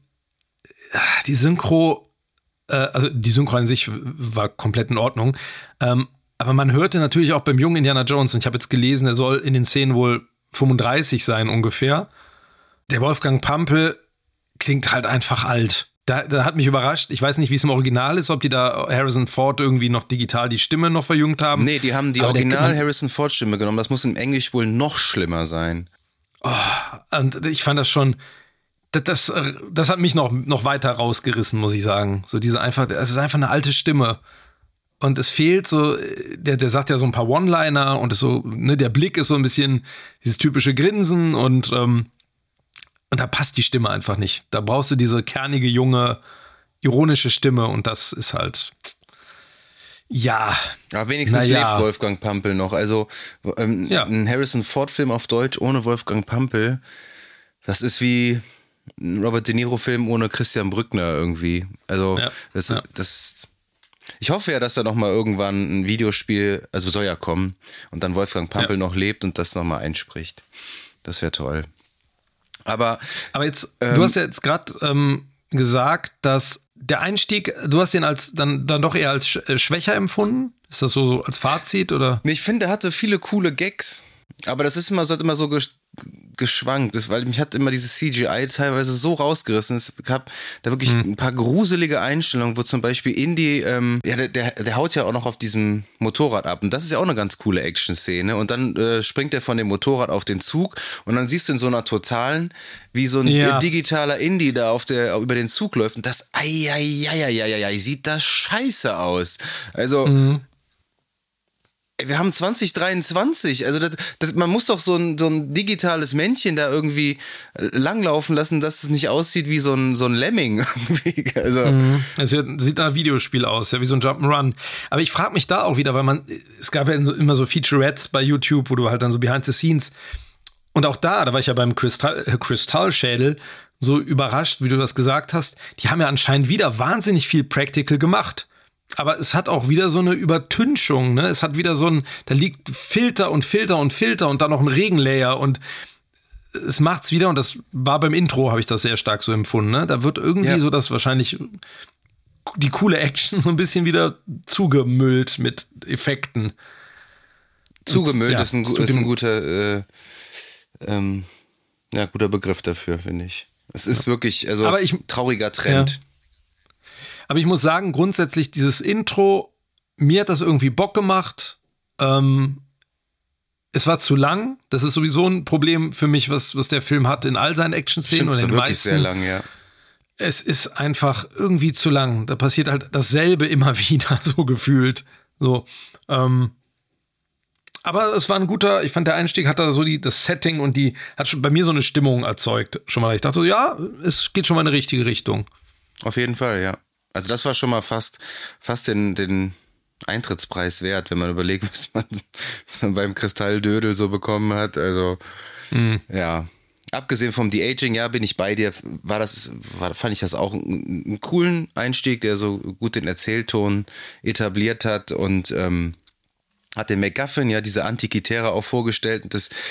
die Synchro an sich war komplett in Ordnung, aber man hörte natürlich auch beim jungen Indiana Jones, und ich habe jetzt gelesen, er soll in den Szenen wohl 35 sein ungefähr. Der Wolfgang Pampel klingt halt einfach alt. Da hat mich überrascht, ich weiß nicht, wie es im Original ist, ob die da Harrison Ford irgendwie noch digital die Stimme noch verjüngt haben. Nee, die haben die Original Harrison Ford Stimme genommen, das muss im Englisch wohl noch schlimmer sein. Oh, und ich fand das schon, das hat mich noch weiter rausgerissen, muss ich sagen. So es ist einfach eine alte Stimme. Und es fehlt so, der sagt ja so ein paar One-Liner und ist so, ne, der Blick ist so ein bisschen dieses typische Grinsen und da passt die Stimme einfach nicht. Da brauchst du diese kernige, junge, ironische Stimme und das ist halt, ja. Aber wenigstens lebt Wolfgang Pampel noch. Also ein Harrison Ford-Film auf Deutsch ohne Wolfgang Pampel, das ist wie ein Robert De Niro-Film ohne Christian Brückner irgendwie. Also ich hoffe ja, dass da noch mal irgendwann ein Videospiel, also soll ja kommen, und dann Wolfgang Pampel noch lebt und das noch mal einspricht. Das wäre toll. Aber jetzt, du hast ja jetzt gerade gesagt, dass der Einstieg, du hast ihn dann doch eher als schwächer empfunden? Ist das so als Fazit, oder? Nee, ich finde, er hatte viele coole Gags, aber das ist hat immer so geschwankt, weil mich hat immer dieses CGI teilweise so rausgerissen. Es gab da wirklich ein paar gruselige Einstellungen, wo zum Beispiel Indy, der haut ja auch noch auf diesem Motorrad ab und das ist ja auch eine ganz coole Action-Szene und dann springt er von dem Motorrad auf den Zug und dann siehst du in so einer Totalen, wie so ein digitaler Indy da über den Zug läuft und das sieht das scheiße aus. Also wir haben 2023, also man muss doch so ein digitales Männchen da irgendwie langlaufen lassen, dass es nicht aussieht wie so ein Lemming. Also. Es sieht nach Videospiel aus, ja, wie so ein Jump'n'Run. Aber ich frage mich da auch wieder, weil es gab ja immer so Featurettes bei YouTube, wo du halt dann so Behind the Scenes, Und auch da war ich ja beim Kristallschädel so überrascht, wie du das gesagt hast. Die haben ja anscheinend wieder wahnsinnig viel Practical gemacht. Aber es hat auch wieder so eine Übertünchung, ne? Es hat wieder da liegt Filter und Filter und Filter und dann noch ein Regenlayer und es macht's wieder, und das war beim Intro, habe ich das sehr stark so empfunden, ne? Da wird irgendwie so das wahrscheinlich die coole Action so ein bisschen wieder zugemüllt mit Effekten. Zugemüllt ist ein guter guter Begriff dafür, finde ich. Es ist wirklich, trauriger Trend. Ja. Aber ich muss sagen, grundsätzlich dieses Intro, mir hat das irgendwie Bock gemacht. Es war zu lang. Das ist sowieso ein Problem für mich, was der Film hat in all seinen Action-Szenen. Stimmt, und in den wirklich meisten. Sehr lang, ja. Es ist einfach irgendwie zu lang. Da passiert halt dasselbe immer wieder, so gefühlt. So, aber es war ich fand der Einstieg hat da so das Setting und hat schon bei mir so eine Stimmung erzeugt. Schon mal, ich dachte so, ja, es geht schon mal in eine richtige Richtung. Auf jeden Fall, ja. Also das war schon mal fast den Eintrittspreis wert, wenn man überlegt, was man beim Kristalldödel so bekommen hat. Also, ja. Abgesehen vom De-Aging, ja, bin ich bei dir, fand ich das auch einen coolen Einstieg, der so gut den Erzählton etabliert hat und hat den MacGuffin, ja, diese Antikythera auch vorgestellt. Und das,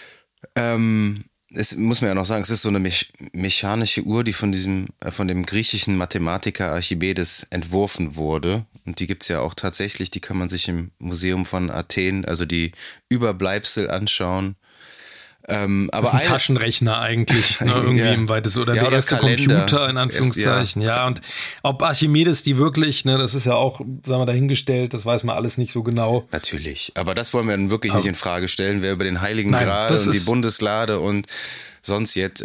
es muss man ja noch sagen, es ist so eine mechanische Uhr, die von dem griechischen Mathematiker Archimedes entworfen wurde. Und die gibt es ja auch tatsächlich, die kann man sich im Museum von Athen, also die Überbleibsel anschauen. Aber das ist ein Taschenrechner eigentlich, ne, irgendwie im weitesten, oder der erste Kalender. Computer in Anführungszeichen. Ja, und ob Archimedes die wirklich, ne, das ist ja auch, sagen wir, dahingestellt, das weiß man alles nicht so genau. Natürlich, aber das wollen wir dann wirklich nicht in Frage stellen, wer über den Heiligen Gral und die Bundeslade und sonst jetzt.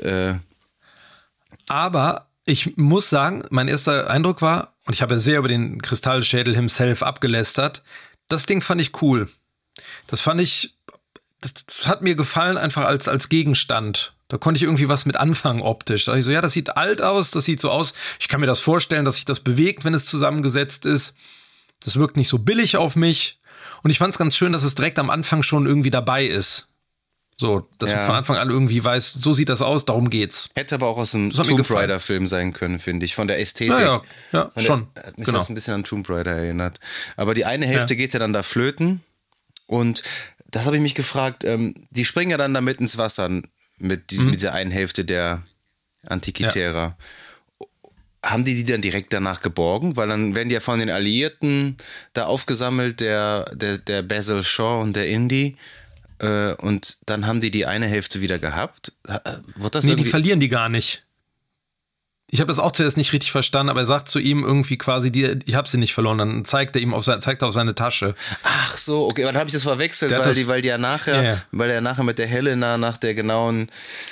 Aber ich muss sagen, mein erster Eindruck war, und ich habe ja sehr über den Kristallschädel himself abgelästert, das Ding fand ich cool. Das hat mir gefallen, einfach als Gegenstand. Da konnte ich irgendwie was mit anfangen optisch. Da dachte ich so, ja, das sieht alt aus, das sieht so aus. Ich kann mir das vorstellen, dass sich das bewegt, wenn es zusammengesetzt ist. Das wirkt nicht so billig auf mich. Und ich fand es ganz schön, dass es direkt am Anfang schon irgendwie dabei ist. So, dass man von Anfang an irgendwie weiß, so sieht das aus, darum geht's. Hätte aber auch aus einem Tomb Raider-Film sein können, finde ich, von der Ästhetik. Ja, schon. Hat mich das ein bisschen an Tomb Raider erinnert. Aber die eine Hälfte geht ja dann da flöten und das habe ich mich gefragt, die springen ja dann damit ins Wasser mit dieser einen Hälfte der Antikythera. Ja. Haben die dann direkt danach geborgen? Weil dann werden die ja von den Alliierten da aufgesammelt, der Basil Shaw und der Indy. Und dann haben die eine Hälfte wieder gehabt. Die verlieren die gar nicht. Ich habe das auch zuerst nicht richtig verstanden, aber er sagt zu ihm irgendwie quasi, ich habe sie nicht verloren. Dann zeigt er ihm auf seine Tasche. Ach so, okay, dann habe ich das verwechselt, weil er nachher mit der Helena nach der genauen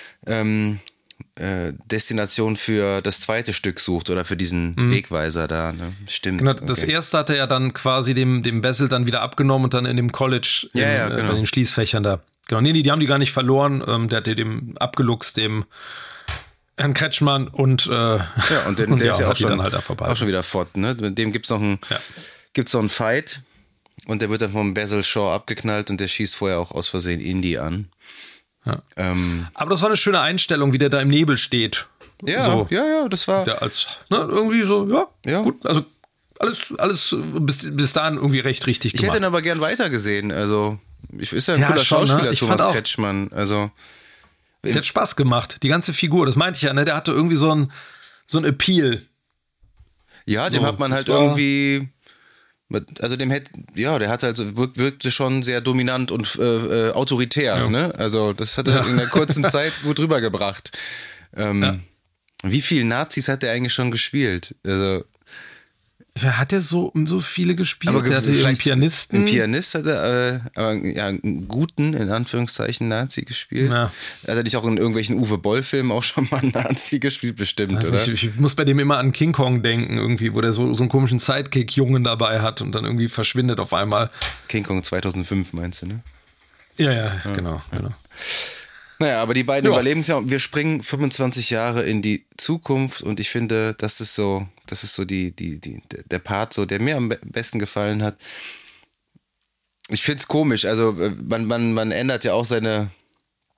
Destination für das zweite Stück sucht oder für diesen Wegweiser da. Ne? Stimmt. Genau, das erste hat er ja dann quasi dem Basil dann wieder abgenommen und dann in dem College bei den Schließfächern da. Genau, nee, die haben die gar nicht verloren. Der hat dem abgeluchst, dem Herrn Kretschmann und der ist ja auch schon, halt auch schon wieder fort. Ne? Mit dem gibt's noch einen Fight und der wird dann vom Basil Shaw abgeknallt und der schießt vorher auch aus Versehen Indy an. Ja. Aber das war eine schöne Einstellung, wie der da im Nebel steht. Ja, so. ja, das war. Irgendwie so, ja. Gut, also alles bis dahin irgendwie recht richtig gemacht. Ich hätte ihn aber gern weitergesehen. Also, ist ja ein cooler Schauspieler, ne? Thomas Kretschmann. Also. Der hat Spaß gemacht, die ganze Figur, das meinte ich ja, ne? Der hatte irgendwie so ein Appeal. Ja, dem hat man halt irgendwie, also der hat halt, wirkte schon sehr dominant und autoritär, ne? Also das hat er in einer kurzen Zeit gut rübergebracht. Wie viele Nazis hat er eigentlich schon gespielt? Also hat er so viele gespielt? Aber der hatte einen Pianisten. Ein Pianist hat er, einen guten, in Anführungszeichen, Nazi gespielt. Ja. Hat er nicht auch in irgendwelchen Uwe Boll-Filmen auch schon mal einen Nazi gespielt? Bestimmt, oder? Ich muss bei dem immer an King Kong denken, irgendwie, wo der so einen komischen Sidekick-Jungen dabei hat und dann irgendwie verschwindet auf einmal. King Kong 2005 meinst du, ne? Ja, genau. Naja, aber die beiden überleben es ja. Wir springen 25 Jahre in die Zukunft und ich finde, das ist so der Part, so, der mir am besten gefallen hat. Ich finde es komisch, also man ändert ja auch seine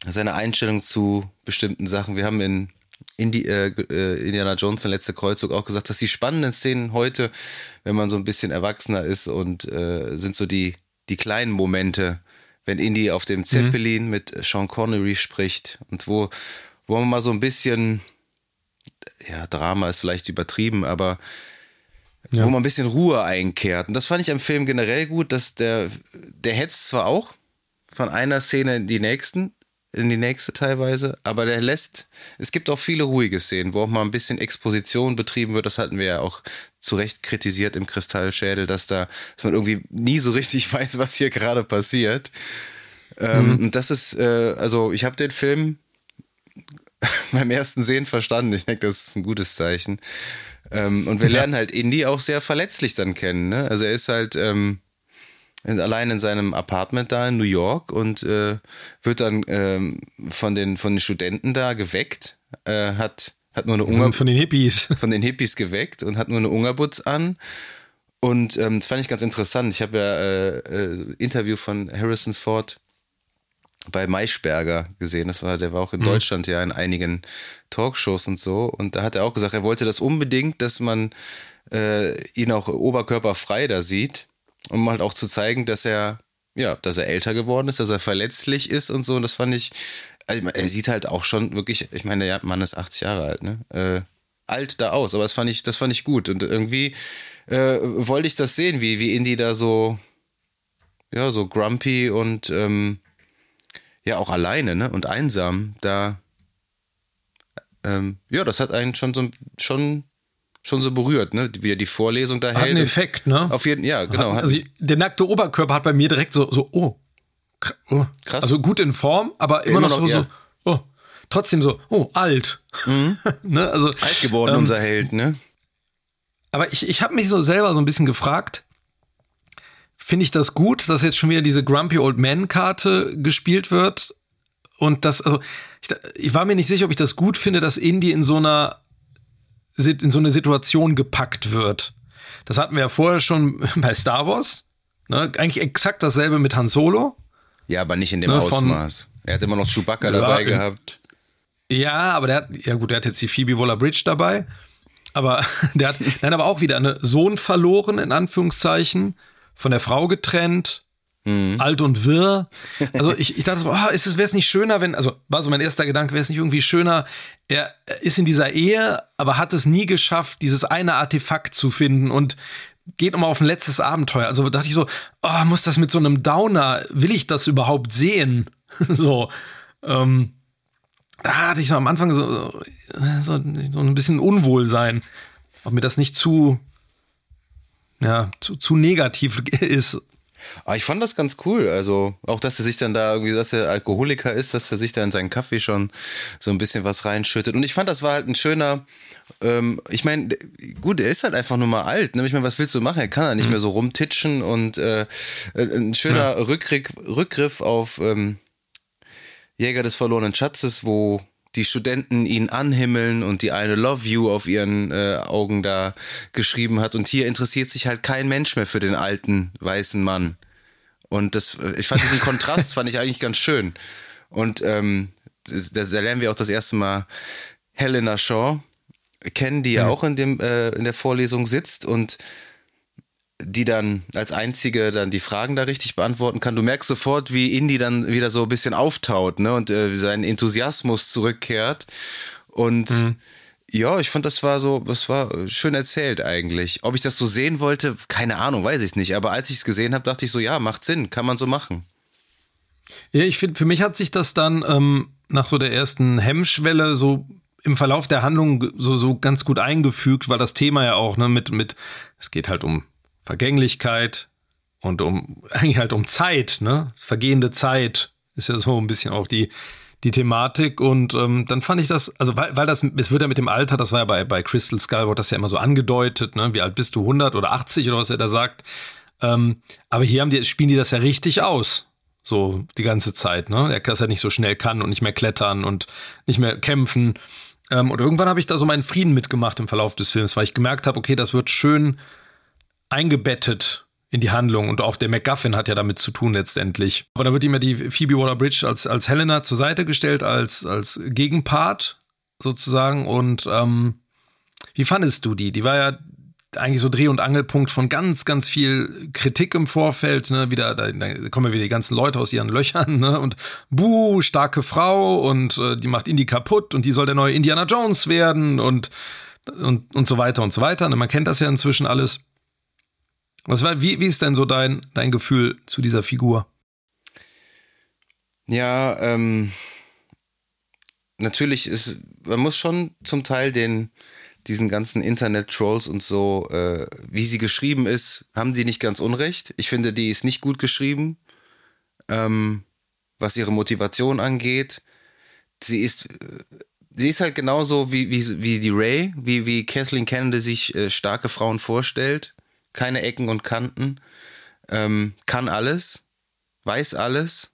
seine Einstellung zu bestimmten Sachen. Wir haben in Indiana Jones, der letzte Kreuzzug, auch gesagt, dass die spannenden Szenen heute, wenn man so ein bisschen erwachsener ist und sind so die kleinen Momente, wenn Indy auf dem Zeppelin mit Sean Connery spricht und wo man mal so ein bisschen, ja, Drama ist vielleicht übertrieben, aber wo man ein bisschen Ruhe einkehrt. Und das fand ich am Film generell gut, dass der hetzt zwar auch von einer Szene in die nächste teilweise, aber es gibt auch viele ruhige Szenen, wo auch mal ein bisschen Exposition betrieben wird. Das hatten wir ja auch zu Recht kritisiert im Kristallschädel, dass man irgendwie nie so richtig weiß, was hier gerade passiert. Und das ist, also ich habe den Film beim ersten Sehen verstanden. Ich denke, das ist ein gutes Zeichen. Und wir lernen halt Indy auch sehr verletzlich dann kennen. Ne? Also er ist halt allein in seinem Apartment da in New York und wird dann von den Studenten da geweckt, hat nur eine von den Hippies. Von den Hippies geweckt und hat nur eine Ungerbutz an. Und das fand ich ganz interessant. Ich habe ja Interview von Harrison Ford bei Maischberger gesehen. Der war auch in Deutschland ja in einigen Talkshows und so. Und da hat er auch gesagt, er wollte das unbedingt, dass man ihn auch oberkörperfrei da sieht, um halt auch zu zeigen, dass er älter geworden ist, dass er verletzlich ist und so. Und das fand ich, also er sieht halt auch schon wirklich, ich meine, der Mann ist 80 Jahre alt, ne? Alt da aus, aber das fand ich gut. Und irgendwie wollte ich das sehen, wie Indy da so grumpy und auch alleine, ne? Und einsam da. Das hat einen schon so berührt, ne? Wie er die Vorlesung da hält. Hat einen Effekt, ne? Auf jeden, ja, genau. Also der nackte Oberkörper hat bei mir direkt oh, krass. Also gut in Form, aber immer noch so, trotzdem so, alt. Ne? Also, alt geworden, unser Held, ne? Aber ich habe mich so selber so ein bisschen gefragt, finde ich das gut, dass jetzt schon wieder diese Grumpy Old Man-Karte gespielt wird? Und ich war mir nicht sicher, ob ich das gut finde, dass Indy in so eine Situation gepackt wird. Das hatten wir ja vorher schon bei Star Wars. Ne? Eigentlich exakt dasselbe mit Han Solo. Ja, aber nicht in dem Ausmaß. Er hat immer noch Chewbacca dabei gehabt. Ja, aber der hat jetzt die Phoebe Waller-Bridge dabei. Aber der hat aber auch wieder einen Sohn verloren, in Anführungszeichen, von der Frau getrennt, alt und wirr. Also ich dachte so, wäre es nicht schöner, war so mein erster Gedanke, wäre es nicht irgendwie schöner, er ist in dieser Ehe, aber hat es nie geschafft, dieses eine Artefakt zu finden und geht nochmal auf ein letztes Abenteuer. Also dachte ich so, muss das mit so einem Downer, will ich das überhaupt sehen? So, da hatte ich so am Anfang so ein bisschen Unwohlsein, ob mir das nicht zu negativ ist. Aber ich fand das ganz cool, also auch, dass er sich dann da irgendwie, dass er Alkoholiker ist, dass er sich da in seinen Kaffee schon so ein bisschen was reinschüttet. Und ich fand, das war halt ein schöner, ich meine, gut, er ist halt einfach nur mal alt, ne? Ich meine, was willst du machen? Er kann ja nicht mehr so rumtitschen und ein schöner Rückgriff auf Jäger des verlorenen Schatzes, wo die Studenten ihn anhimmeln und die I love you auf ihren Augen da geschrieben hat. Und hier interessiert sich halt kein Mensch mehr für den alten, weißen Mann. Und ich fand diesen Kontrast, fand ich eigentlich ganz schön. Und da lernen wir auch das erste Mal Helena Shaw kennen, die ja auch in der Vorlesung sitzt und die dann als einzige dann die Fragen da richtig beantworten kann. Du merkst sofort, wie Indy dann wieder so ein bisschen auftaut, ne, und sein Enthusiasmus zurückkehrt. Und ich fand, das war schön erzählt eigentlich. Ob ich das so sehen wollte, keine Ahnung, weiß ich nicht. Aber als ich es gesehen habe, dachte ich so, ja, macht Sinn, kann man so machen. Ja, ich finde, für mich hat sich das dann nach so der ersten Hemmschwelle so im Verlauf der Handlung so ganz gut eingefügt, weil das Thema ja auch, ne, es geht halt um Vergänglichkeit und eigentlich halt um Zeit, ne? Vergehende Zeit ist ja so ein bisschen auch die Thematik. Und dann fand ich das, also weil es wird ja mit dem Alter, das war ja bei Crystal Skull, wurde das ja immer so angedeutet, ne? Wie alt bist du, 100 oder 80 oder was er da sagt. Aber hier spielen die das ja richtig aus, so die ganze Zeit, ne? Dass er nicht so schnell kann und nicht mehr klettern und nicht mehr kämpfen. Und irgendwann habe ich da so meinen Frieden mitgemacht im Verlauf des Films, weil ich gemerkt habe, okay, das wird schön eingebettet in die Handlung. Und auch der MacGuffin hat ja damit zu tun letztendlich. Aber da wird ihm ja die Phoebe Waller-Bridge als Helena zur Seite gestellt, als Gegenpart sozusagen. Und wie fandest du die? Die war ja eigentlich so Dreh- und Angelpunkt von ganz, ganz viel Kritik im Vorfeld. Ne? Da kommen ja wieder die ganzen Leute aus ihren Löchern. Ne? Und starke Frau und die macht Indy kaputt und die soll der neue Indiana Jones werden und so weiter und so weiter. Ne? Man kennt das ja inzwischen alles. Wie ist denn so dein Gefühl zu dieser Figur? Ja, natürlich man muss schon zum Teil diesen ganzen Internet-Trolls und so, wie sie geschrieben ist, haben die nicht ganz unrecht. Ich finde, die ist nicht gut geschrieben, was ihre Motivation angeht. Sie ist halt genauso wie die Rey, wie Kathleen Kennedy sich starke Frauen vorstellt. Keine Ecken und Kanten, kann alles, weiß alles.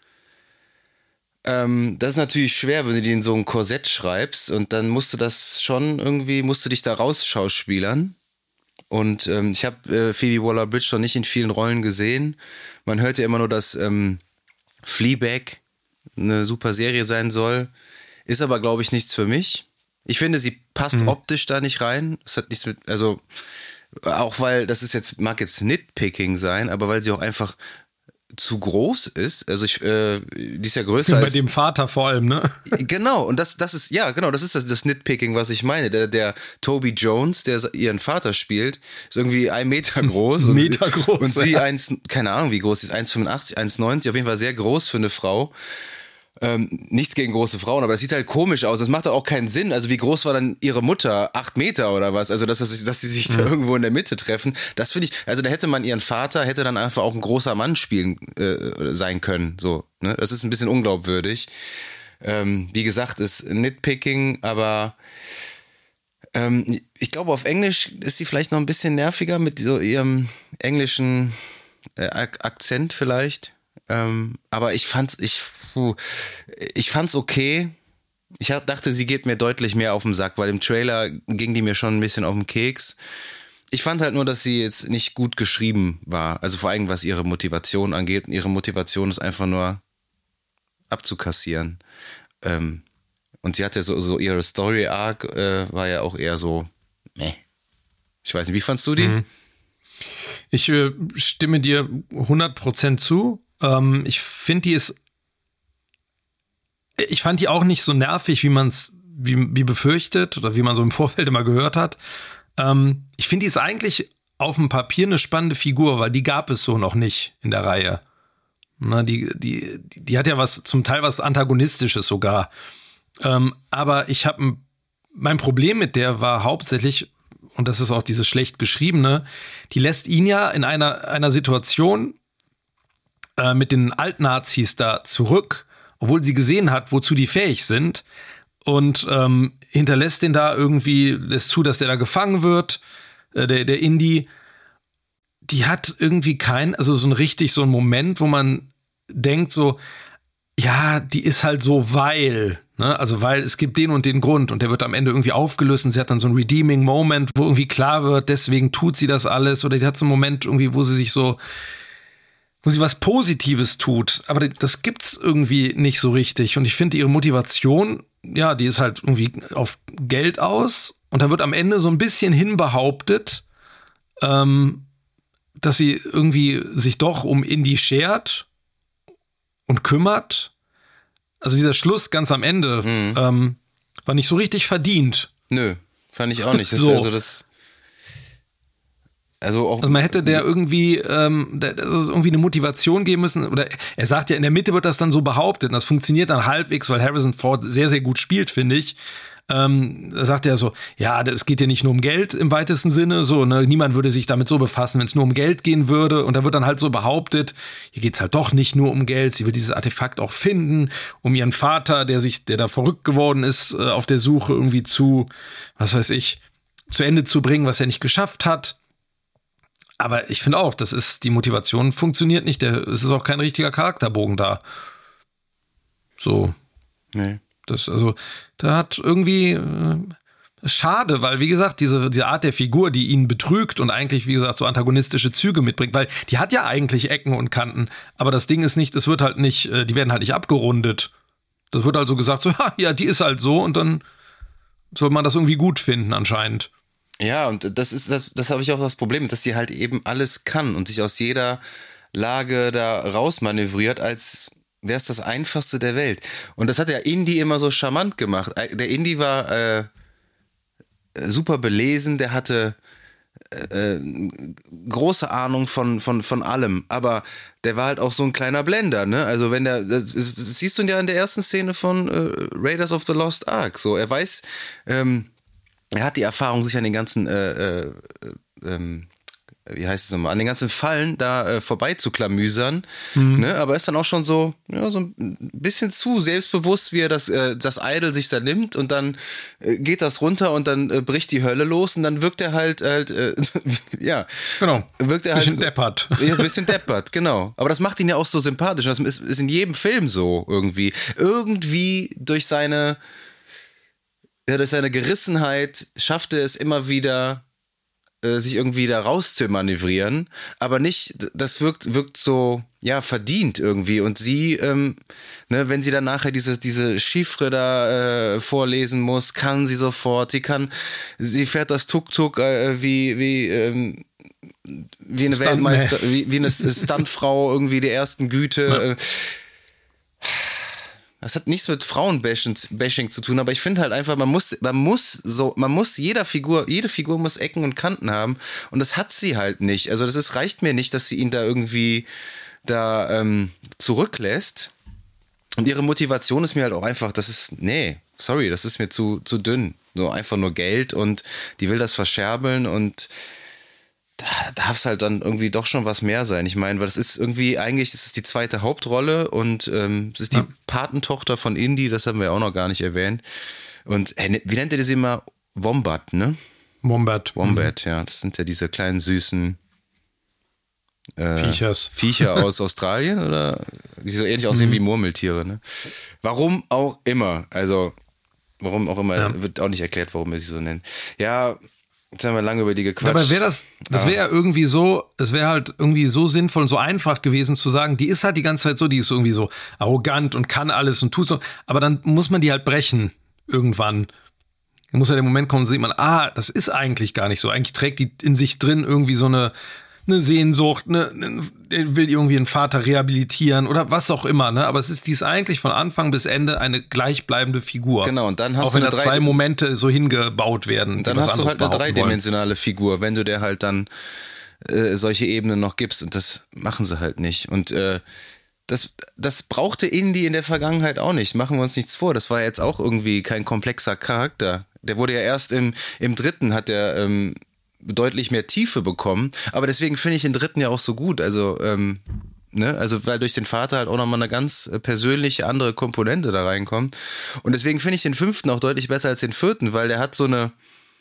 Das ist natürlich schwer, wenn du die in so ein Korsett schreibst und dann musst du dich da rausschauspielern. Und ich habe Phoebe Waller-Bridge noch nicht in vielen Rollen gesehen. Man hört ja immer nur, dass Fleabag eine super Serie sein soll. Ist aber, glaube ich, nichts für mich. Ich finde, sie passt optisch da nicht rein. Das hat nichts mit, auch weil, mag jetzt Nitpicking sein, aber weil sie auch einfach zu groß ist. Also die ist ja größer als... Bei dem Vater vor allem, ne? Genau, und das ist das Nitpicking, was ich meine. Der Toby Jones, der ihren Vater spielt, ist irgendwie 1 Meter groß. Und sie keine Ahnung wie groß sie ist, 1,85, 1,90, auf jeden Fall sehr groß für eine Frau. Nichts gegen große Frauen, aber es sieht halt komisch aus. Das macht doch auch keinen Sinn. Also wie groß war dann ihre Mutter? 8 Meter oder was? Also dass sie sich da irgendwo in der Mitte treffen. Das finde ich, also da hätte man ihren Vater, hätte dann einfach auch ein großer Mann sein können. So, ne? Das ist ein bisschen unglaubwürdig. Wie gesagt, ist Nitpicking, aber ich glaube, auf Englisch ist sie vielleicht noch ein bisschen nerviger mit so ihrem englischen Akzent vielleicht. Aber ich fand's okay. Ich dachte, sie geht mir deutlich mehr auf den Sack, weil im Trailer ging die mir schon ein bisschen auf den Keks. Ich fand halt nur, dass sie jetzt nicht gut geschrieben war. Also vor allem, was ihre Motivation angeht. Und ihre Motivation ist einfach nur abzukassieren. Und sie hatte so ihre Story-Arc war ja auch eher so, meh. Ich weiß nicht, wie fandst du die? Ich stimme dir 100% zu. Ich finde, ich fand die auch nicht so nervig, wie befürchtet oder wie man so im Vorfeld immer gehört hat. Ich finde, die ist eigentlich auf dem Papier eine spannende Figur, weil die gab es so noch nicht in der Reihe. Na, die hat ja zum Teil was Antagonistisches sogar. Aber mein Problem mit der war hauptsächlich, und das ist auch dieses schlecht geschriebene, die lässt ihn ja in einer Situation mit den Altnazis da zurück, obwohl sie gesehen hat, wozu die fähig sind, und hinterlässt den da irgendwie, lässt zu, dass der da gefangen wird, der Indy. Die hat irgendwie so einen Moment, wo man denkt so, ja, die ist halt so, weil, ne? Also weil es gibt den und den Grund und der wird am Ende irgendwie aufgelöst und sie hat dann so einen Redeeming Moment, wo irgendwie klar wird, deswegen tut sie das alles, oder die hat so einen Moment irgendwie, wo sie was Positives tut, aber das gibt's irgendwie nicht so richtig. Und ich finde, ihre Motivation, ja, die ist halt irgendwie auf Geld aus. Und da wird am Ende so ein bisschen hinbehauptet, dass sie irgendwie sich doch um Indy schert und kümmert. Also dieser Schluss ganz am Ende war nicht so richtig verdient. Nö, fand ich auch nicht. Also man hätte der irgendwie eine Motivation geben müssen. Oder er sagt ja, in der Mitte wird das dann so behauptet. Und das funktioniert dann halbwegs, weil Harrison Ford sehr, sehr gut spielt, finde ich. Da sagt er so, ja, es geht ja nicht nur um Geld im weitesten Sinne. So, ne? Niemand würde sich damit so befassen, wenn es nur um Geld gehen würde. Und da wird dann halt so behauptet, hier geht es halt doch nicht nur um Geld. Sie will dieses Artefakt auch finden, um ihren Vater, der da verrückt geworden ist, auf der Suche irgendwie zu Ende zu bringen, was er nicht geschafft hat. Aber ich finde auch, die Motivation funktioniert nicht. Es ist auch kein richtiger Charakterbogen da. So. Nee. Da hat irgendwie, schade, weil, wie gesagt, diese Art der Figur, die ihn betrügt und eigentlich, wie gesagt, so antagonistische Züge mitbringt, weil die hat ja eigentlich Ecken und Kanten, aber das Ding ist nicht, es wird halt nicht, die werden halt nicht abgerundet. Das wird also gesagt, so, ja, die ist halt so und dann soll man das irgendwie gut finden anscheinend. Ja, und das habe ich auch das Problem, dass die halt eben alles kann und sich aus jeder Lage da rausmanövriert, als wäre es das Einfachste der Welt. Und das hat der Indy immer so charmant gemacht. Der Indy war super belesen, der hatte große Ahnung von allem, aber der war halt auch so ein kleiner Blender, ne? Also das siehst du ja in der ersten Szene von Raiders of the Lost Ark, so, er weiß, er hat die Erfahrung, sich an den ganzen wie heißt es nochmal, an den ganzen Fallen da vorbei zu klamüsern, ne? Aber ist dann auch schon so, ja, so ein bisschen zu selbstbewusst, wie er das Idol sich da nimmt und dann geht das runter und dann bricht die Hölle los und dann wirkt er halt ja. Genau. Wirkt er bisschen halt deppert. Ja, ein bisschen deppert, genau. Aber das macht ihn ja auch so sympathisch. Das ist in jedem Film so irgendwie. Irgendwie durch seine Gerissenheit schafft er es immer wieder, sich irgendwie da raus zu manövrieren, aber nicht, das wirkt so, ja, verdient irgendwie. Und sie, ne, wenn sie dann nachher diese Chiffre da vorlesen muss, kann sie sofort, sie fährt das Tuk-Tuk wie eine Weltmeister, wie eine Stuntfrau irgendwie der ersten Güte. Ja. Das hat nichts mit Frauenbashing zu tun, aber ich finde halt einfach, jede Figur muss Ecken und Kanten haben und das hat sie halt nicht. Also reicht mir nicht, dass sie ihn da irgendwie zurücklässt. Und ihre Motivation ist mir halt auch einfach, das ist mir zu dünn. Einfach nur Geld und die will das verscherbeln und da darf es halt dann irgendwie doch schon was mehr sein. Ich meine, weil das ist irgendwie, eigentlich ist es die zweite Hauptrolle und es ist die Patentochter von Indy, das haben wir ja auch noch gar nicht erwähnt. Und wie nennt ihr das immer? Wombat, ne? Wombat, ja. Das sind ja diese kleinen süßen Viecher aus Australien oder die so ähnlich aussehen wie Murmeltiere, ne? Warum auch immer. Wird auch nicht erklärt, warum wir sie so nennen. Ja, jetzt haben wir lange über die gequatscht. Dabei wäre das wäre ja irgendwie so, es wäre halt irgendwie so sinnvoll und so einfach gewesen zu sagen, die ist halt die ganze Zeit so, die ist irgendwie so arrogant und kann alles und tut so, aber dann muss man die halt brechen irgendwann. Dann muss ja der Moment kommen, sieht man, das ist eigentlich gar nicht so. Eigentlich trägt die in sich drin irgendwie so eine Sehnsucht, der will irgendwie einen Vater rehabilitieren oder was auch immer, ne? Aber die ist eigentlich von Anfang bis Ende eine gleichbleibende Figur. Genau, und dann hast auch wenn da zwei Momente so hingebaut werden. Und dann hast du halt eine dreidimensionale Figur, wenn du der halt dann solche Ebenen noch gibst und das machen sie halt nicht. Und das brauchte Indy in der Vergangenheit auch nicht, machen wir uns nichts vor. Das war jetzt auch irgendwie kein komplexer Charakter. Der wurde ja erst im dritten hat der deutlich mehr Tiefe bekommen, aber deswegen finde ich den dritten ja auch so gut, also weil durch den Vater halt auch nochmal eine ganz persönliche andere Komponente da reinkommt und deswegen finde ich den fünften auch deutlich besser als den vierten, weil der hat so eine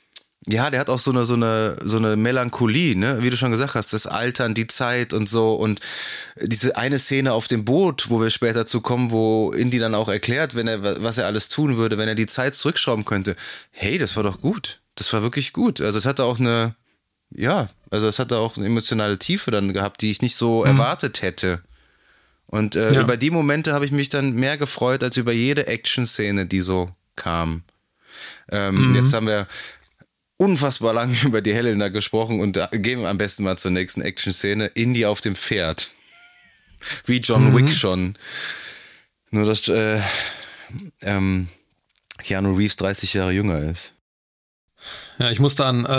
Melancholie, ne, wie du schon gesagt hast, das Altern, die Zeit und so und diese eine Szene auf dem Boot, wo wir später zu kommen, wo Indy dann auch erklärt, was er alles tun würde, wenn er die Zeit zurückschrauben könnte. Hey, das war doch gut. Das war wirklich gut. Also es hatte auch eine emotionale Tiefe dann gehabt, die ich nicht so erwartet hätte. Und über die Momente habe ich mich dann mehr gefreut, als über jede Action-Szene, die so kam. Jetzt haben wir unfassbar lange über die Helena gesprochen und gehen wir am besten mal zur nächsten Action-Szene. Indy auf dem Pferd. Wie John Wick schon. Nur, dass Keanu Reeves 30 Jahre jünger ist. Ja, ich musste an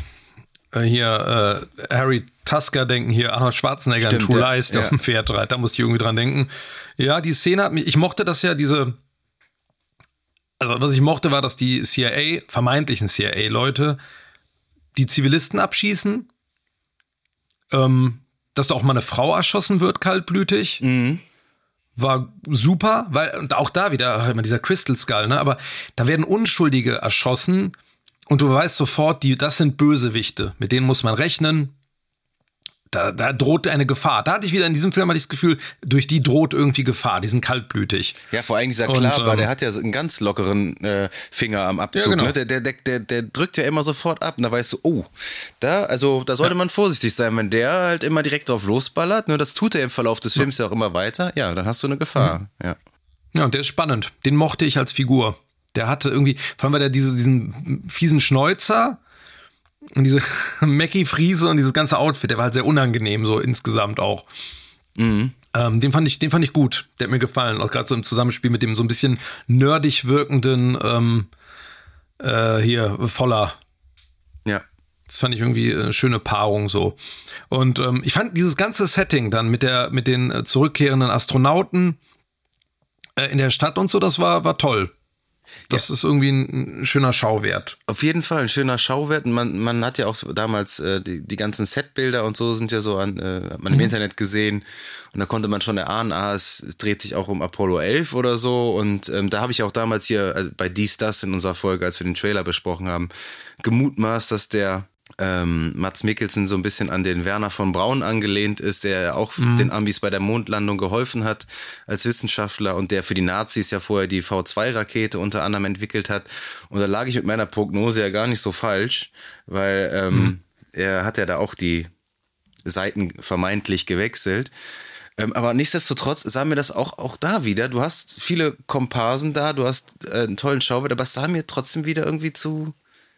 Harry Tusker denken, hier Arnold Schwarzenegger in True Lies, der auf dem Pferd reitet. Da musste ich irgendwie dran denken. Ja, die Szene hat mich, ich mochte das ja, was ich mochte, war, dass die vermeintlichen CIA-Leute, die Zivilisten abschießen, dass da auch mal eine Frau erschossen wird, kaltblütig. War super, weil, und auch da wieder, immer dieser Crystal Skull, ne, aber da werden Unschuldige erschossen und du weißt sofort, das sind Bösewichte, mit denen muss man rechnen. Da droht eine Gefahr. Da hatte ich wieder in diesem Film das Gefühl, durch die droht irgendwie Gefahr. Die sind kaltblütig. Ja, vor allem dieser Klaper, der hat ja einen ganz lockeren Finger am Abzug. Ja, genau. Ne? Der drückt ja immer sofort ab. Und da weißt du, oh, da sollte man vorsichtig sein, wenn der halt immer direkt drauf losballert. Ne? Das tut er im Verlauf des Films ja auch immer weiter. Ja, dann hast du eine Gefahr. Ja, und der ist spannend. Den mochte ich als Figur. Der hatte irgendwie, vor allem weil der diesen fiesen Schnäuzer und diese Mackie-Friese und dieses ganze Outfit, der war halt sehr unangenehm, so insgesamt auch. Mhm. Den fand ich gut. Der hat mir gefallen. Auch gerade so im Zusammenspiel mit dem so ein bisschen nerdig wirkenden Voller. Ja. Das fand ich irgendwie eine schöne Paarung so. Und ich fand dieses ganze Setting dann mit den zurückkehrenden Astronauten in der Stadt und so, das war toll. Das ist irgendwie ein schöner Schauwert. Auf jeden Fall ein schöner Schauwert. Und man hat ja auch damals die ganzen Setbilder und so sind ja so hat man im Internet gesehen. Und da konnte man schon erahnen, es dreht sich auch um Apollo 11 oder so. Und da habe ich auch damals hier bei Dies, Das in unserer Folge, als wir den Trailer besprochen haben, gemutmaßt, dass der Mads Mikkelsen so ein bisschen an den Werner von Braun angelehnt ist, der auch den Ambis bei der Mondlandung geholfen hat als Wissenschaftler und der für die Nazis ja vorher die V2-Rakete unter anderem entwickelt hat. Und da lag ich mit meiner Prognose ja gar nicht so falsch, weil er hat ja da auch die Seiten vermeintlich gewechselt. Aber nichtsdestotrotz sah mir das auch da wieder. Du hast viele Komparsen da, du hast einen tollen Schauwert, aber es sah mir trotzdem wieder irgendwie zu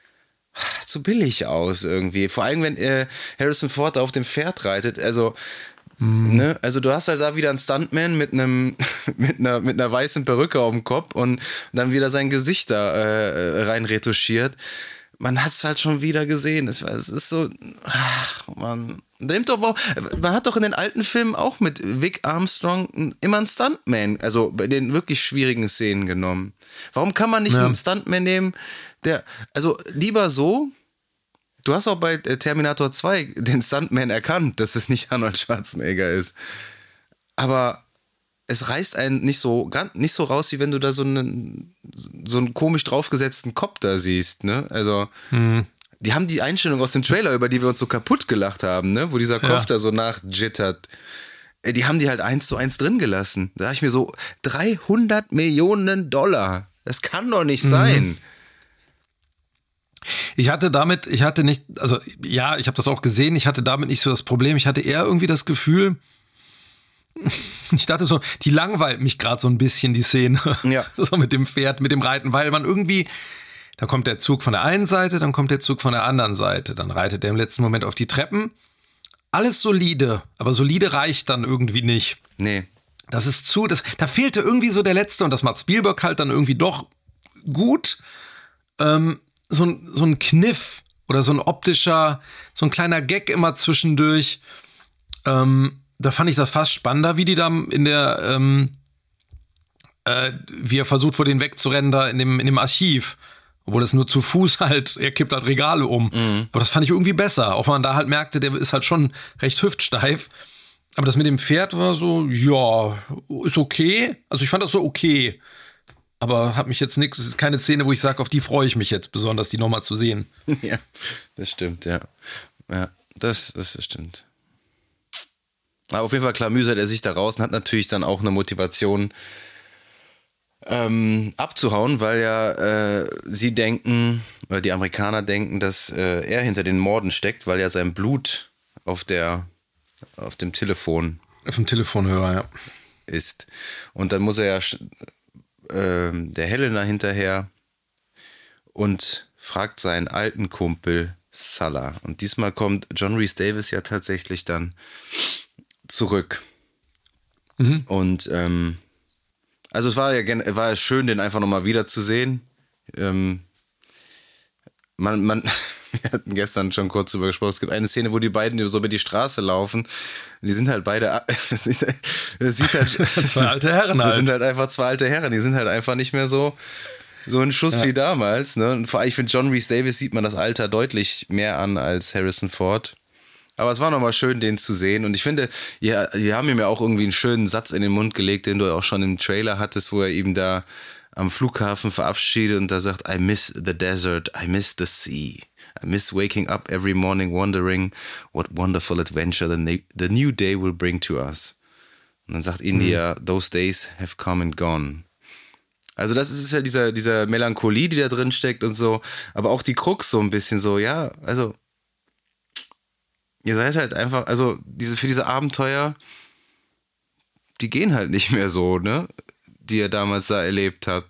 billig aus irgendwie. Vor allem, wenn Harrison Ford da auf dem Pferd reitet. Also, ne? Also du hast halt da wieder einen Stuntman mit einer weißen Perücke auf dem Kopf und dann wieder sein Gesicht da rein retuschiert. Man hat es halt schon wieder gesehen. Es ist so, man hat doch in den alten Filmen auch mit Vic Armstrong immer einen Stuntman, also bei den wirklich schwierigen Szenen genommen. Warum kann man nicht einen Stuntman nehmen, also lieber so, du hast auch bei Terminator 2 den Stuntman erkannt, dass es nicht Arnold Schwarzenegger ist. Aber es reißt einen nicht so raus, wie wenn du da so einen komisch draufgesetzten Kopf da siehst, ne? Also, die haben die Einstellung aus dem Trailer, über die wir uns so kaputt gelacht haben, ne? Wo dieser Kopf da so nachjittert. Die haben die halt 1:1 drin gelassen. Da dachte ich mir so, $300 Millionen. Das kann doch nicht sein. Ich hatte nicht, also ja, ich habe das auch gesehen, ich hatte damit nicht so das Problem. Ich hatte eher irgendwie das Gefühl, ich dachte so, die langweilt mich gerade so ein bisschen, die Szene. Ja. So mit dem Pferd, mit dem Reiten, weil man irgendwie, da kommt der Zug von der einen Seite, dann kommt der Zug von der anderen Seite, dann reitet er im letzten Moment auf die Treppen. Alles solide, aber solide reicht dann irgendwie nicht. Nee. Das ist da fehlte irgendwie so der letzte und das macht Spielberg halt dann irgendwie doch gut. So ein Kniff oder so ein kleiner Gag immer zwischendurch. Da fand ich das fast spannender, wie die da in der, wie er versucht, vor denen wegzurennen, da in dem Archiv. Obwohl das nur zu Fuß halt, er kippt halt Regale um. Aber das fand ich irgendwie besser. Auch wenn man da halt merkte, der ist halt schon recht hüftsteif. Aber das mit dem Pferd war so, ja, ist okay. Also ich fand das so okay. Aber hat mich jetzt nichts, es ist keine Szene, wo ich sage, auf die freue ich mich jetzt besonders, die nochmal zu sehen. Ja, das stimmt, ja. Ja, das stimmt. Aber auf jeden Fall klamüsert er sich da raus und hat natürlich dann auch eine Motivation abzuhauen, weil ja sie denken, oder die Amerikaner denken, dass er hinter den Morden steckt, weil ja sein Blut auf dem Telefon. Auf dem Telefonhörer, ja. Ist. Und dann muss er ja der Helena hinterher und fragt seinen alten Kumpel Salah. Und diesmal kommt John Rhys Davies ja tatsächlich dann zurück. Und also es war ja schön, den einfach nochmal wiederzusehen. Wir hatten gestern schon kurz drüber gesprochen. Es gibt eine Szene, wo die beiden so über die Straße laufen. Die sind halt beide. Das sieht halt. Zwei alte Herren halt. Das sind halt einfach zwei alte Herren. Die sind halt einfach nicht mehr so ein Schuss wie damals. Ne? Und vor allem, ich finde, John Rhys Davies sieht man das Alter deutlich mehr an als Harrison Ford. Aber es war nochmal schön, den zu sehen. Und ich finde, ja, wir haben ihm ja auch irgendwie einen schönen Satz in den Mund gelegt, den du auch schon im Trailer hattest, wo er ihm da am Flughafen verabschiedet und da sagt, I miss the desert, I miss the sea. I miss waking up every morning wondering what wonderful adventure the new day will bring to us. Und dann sagt India, those days have come and gone. Also das ist ja dieser Melancholie, die da drin steckt und so, aber auch die Krux so ein bisschen so, ja, also ihr seid halt einfach, also für diese Abenteuer, die gehen halt nicht mehr so, ne, die ihr damals da erlebt habt.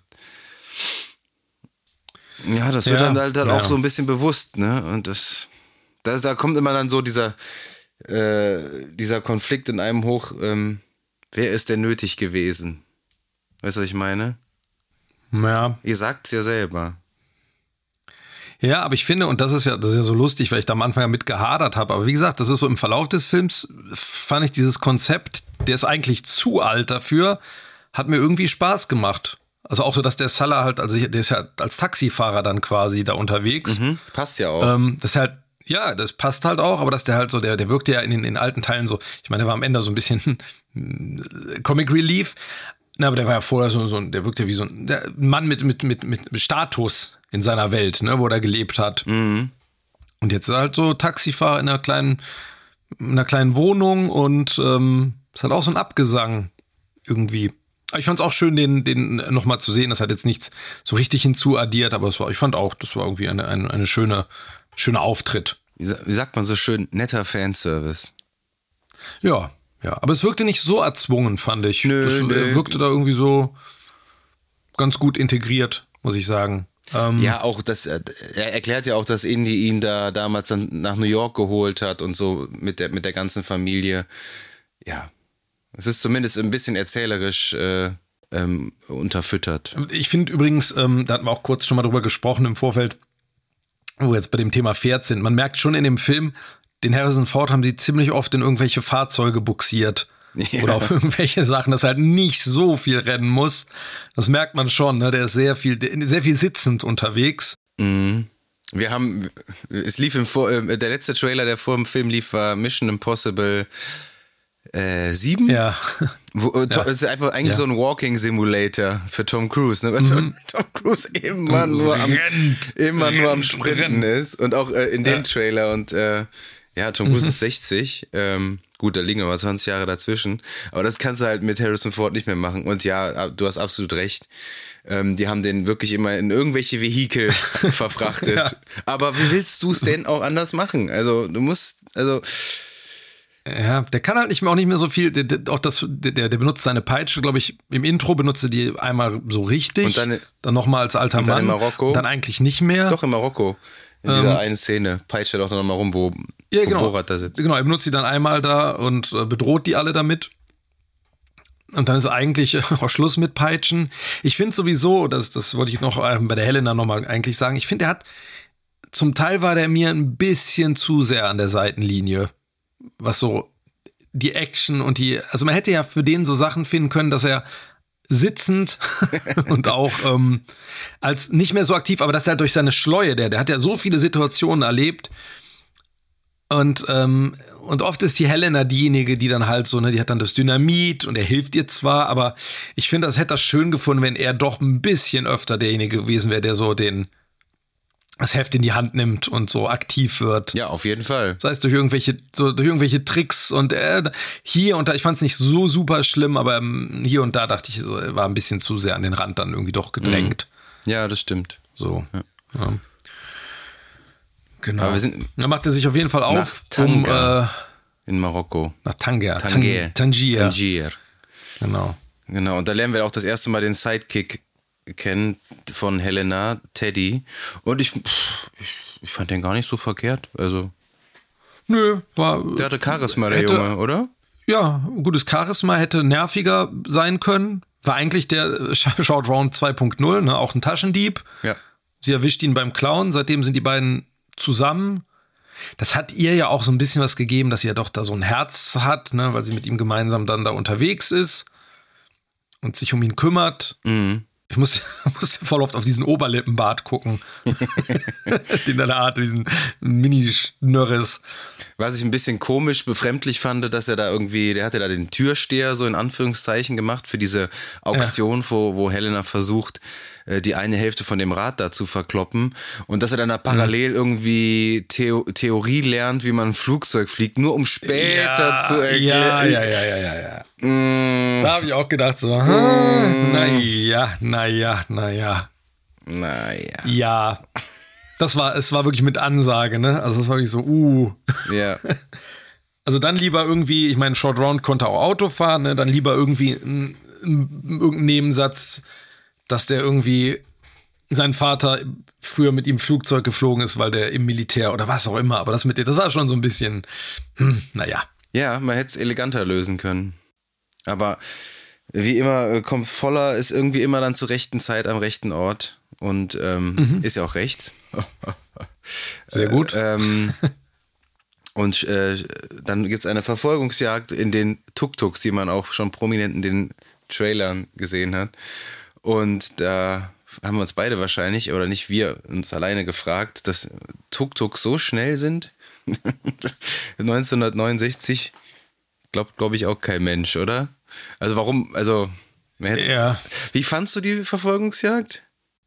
Ja, das wird dann halt auch so ein bisschen bewusst, ne, und da kommt immer dann so dieser Konflikt in einem hoch, wer ist denn nötig gewesen? Weißt du, was ich meine? Ja. Ihr sagt's ja selber. Ja, aber ich finde, und das ist ja so lustig, weil ich da am Anfang mit gehadert habe, aber wie gesagt, das ist so im Verlauf des Films, fand ich dieses Konzept, der ist eigentlich zu alt dafür, hat mir irgendwie Spaß gemacht. Also auch so, dass der Salah halt, also der ist ja als Taxifahrer dann quasi da unterwegs. Passt ja auch. Das ist halt, ja, das passt halt auch, aber dass der halt so, der wirkte ja in den alten Teilen so, ich meine, der war am Ende so ein bisschen Comic Relief, na, aber der war ja vorher der wirkte wie so ein Mann mit Status in seiner Welt, ne, wo er gelebt hat. Und jetzt ist er halt so Taxifahrer in einer kleinen Wohnung und ist halt auch so ein Abgesang irgendwie. Aber ich fand es auch schön, den nochmal zu sehen. Das hat jetzt nichts so richtig hinzuaddiert, aber ich fand auch, das war irgendwie eine schöne Auftritt. Wie sagt man so schön, netter Fanservice. Ja, aber es wirkte nicht so erzwungen, fand ich. Nö. Wirkte da irgendwie so ganz gut integriert, muss ich sagen. Ja, auch er erklärt ja auch, dass Indy ihn da damals dann nach New York geholt hat und so mit der ganzen Familie. Ja, es ist zumindest ein bisschen erzählerisch unterfüttert. Ich finde übrigens, da hatten wir auch kurz schon mal drüber gesprochen im Vorfeld, wo wir jetzt bei dem Thema Pferd sind. Man merkt schon in dem Film, den Harrison Ford haben sie ziemlich oft in irgendwelche Fahrzeuge buxiert. Ja. Oder auf irgendwelche Sachen, dass halt nicht so viel rennen muss. Das merkt man schon, ne? Der ist sehr viel sitzend unterwegs. Es lief der letzte Trailer, der vor dem Film lief, war Mission Impossible 7. Ja. Es ist einfach eigentlich so ein Walking Simulator für Tom Cruise, ne? Weil Tom Cruise immer nur am Sprinten ist. Und auch in dem Trailer. Und Tom Cruise ist 60. Gut, da liegen aber 20 Jahre dazwischen. Aber das kannst du halt mit Harrison Ford nicht mehr machen. Und ja, du hast absolut recht. Die haben den wirklich immer in irgendwelche Vehikel verfrachtet. Ja. Aber wie willst du es denn auch anders machen? Also, Ja, der kann halt auch nicht mehr so viel. Der benutzt seine Peitsche, glaube ich, im Intro benutzt er die einmal so richtig. Und dann nochmal als alter Mann. In Marokko. Und dann eigentlich nicht mehr. Doch, in Marokko. In dieser einen Szene peitscht er doch noch mal rum, wo Borat da sitzt. Genau, er benutzt die dann einmal da und bedroht die alle damit. Und dann ist eigentlich auch Schluss mit Peitschen. Ich finde sowieso, das wollte ich noch bei der Helena nochmal eigentlich sagen, ich finde, zum Teil war der mir ein bisschen zu sehr an der Seitenlinie, was so die Action und also man hätte ja für den so Sachen finden können, dass er sitzend und auch als nicht mehr so aktiv, aber dass er halt durch seine Schleue, der hat ja so viele Situationen erlebt und oft ist die Helena diejenige, die dann halt so, ne, die hat dann das Dynamit und er hilft ihr zwar, aber ich finde, das hätte das schön gefunden, wenn er doch ein bisschen öfter derjenige gewesen wäre, der so das Heft in die Hand nimmt und so aktiv wird. Ja, auf jeden Fall. Das heißt, durch irgendwelche Tricks und hier und da, ich fand es nicht so super schlimm, aber hier und da dachte ich, er war ein bisschen zu sehr an den Rand dann irgendwie doch gedrängt. Ja, das stimmt. So. Ja. Genau. Aber da macht er sich auf jeden Fall auf, in Marokko. Nach Tangier. Genau. Und da lernen wir auch das erste Mal den Sidekick kennen von Helena, Teddy. Und ich fand den gar nicht so verkehrt. Also. Nö, der hatte Charisma, der Junge, oder? Ja, gutes Charisma, hätte nerviger sein können. War eigentlich der Short Round 2.0, ne? Auch ein Taschendieb. Ja. Sie erwischt ihn beim Klauen, seitdem sind die beiden zusammen. Das hat ihr ja auch so ein bisschen was gegeben, dass sie ja doch da so ein Herz hat, ne? Weil sie mit ihm gemeinsam dann da unterwegs ist und sich um ihn kümmert. Ich musste voll oft auf diesen Oberlippenbart gucken. Den der Art, diesen Mini-Schnörres. Was ich ein bisschen komisch, befremdlich fand, dass er da irgendwie, der hatte da den Türsteher so in Anführungszeichen gemacht für diese Auktion, wo Helena versucht, die eine Hälfte von dem Rad da zu verkloppen und dass er dann da parallel irgendwie Theorie lernt, wie man ein Flugzeug fliegt, nur um später zu erklären. Ja. Da habe ich auch gedacht so, naja. Ja, es war wirklich mit Ansage, ne? Also es war wirklich so, Ja. Also dann lieber irgendwie, ich meine, Short Round konnte auch Auto fahren, ne? Dann lieber irgendwie irgendein Nebensatz, dass der irgendwie sein Vater früher mit ihm Flugzeug geflogen ist, weil der im Militär oder was auch immer, aber das war schon so ein bisschen, naja. Ja, man hätte es eleganter lösen können. Aber wie immer, kommt Voller ist irgendwie immer dann zur rechten Zeit am rechten Ort und ist ja auch rechts. Sehr gut. Und dann gibt es eine Verfolgungsjagd in den Tuk-Tuks, die man auch schon prominent in den Trailern gesehen hat. Und da haben wir uns beide wahrscheinlich, oder nicht wir, uns alleine gefragt, dass Tuk-Tuks so schnell sind. 1969 glaub ich auch kein Mensch, oder? Also warum, Wie fandst du die Verfolgungsjagd?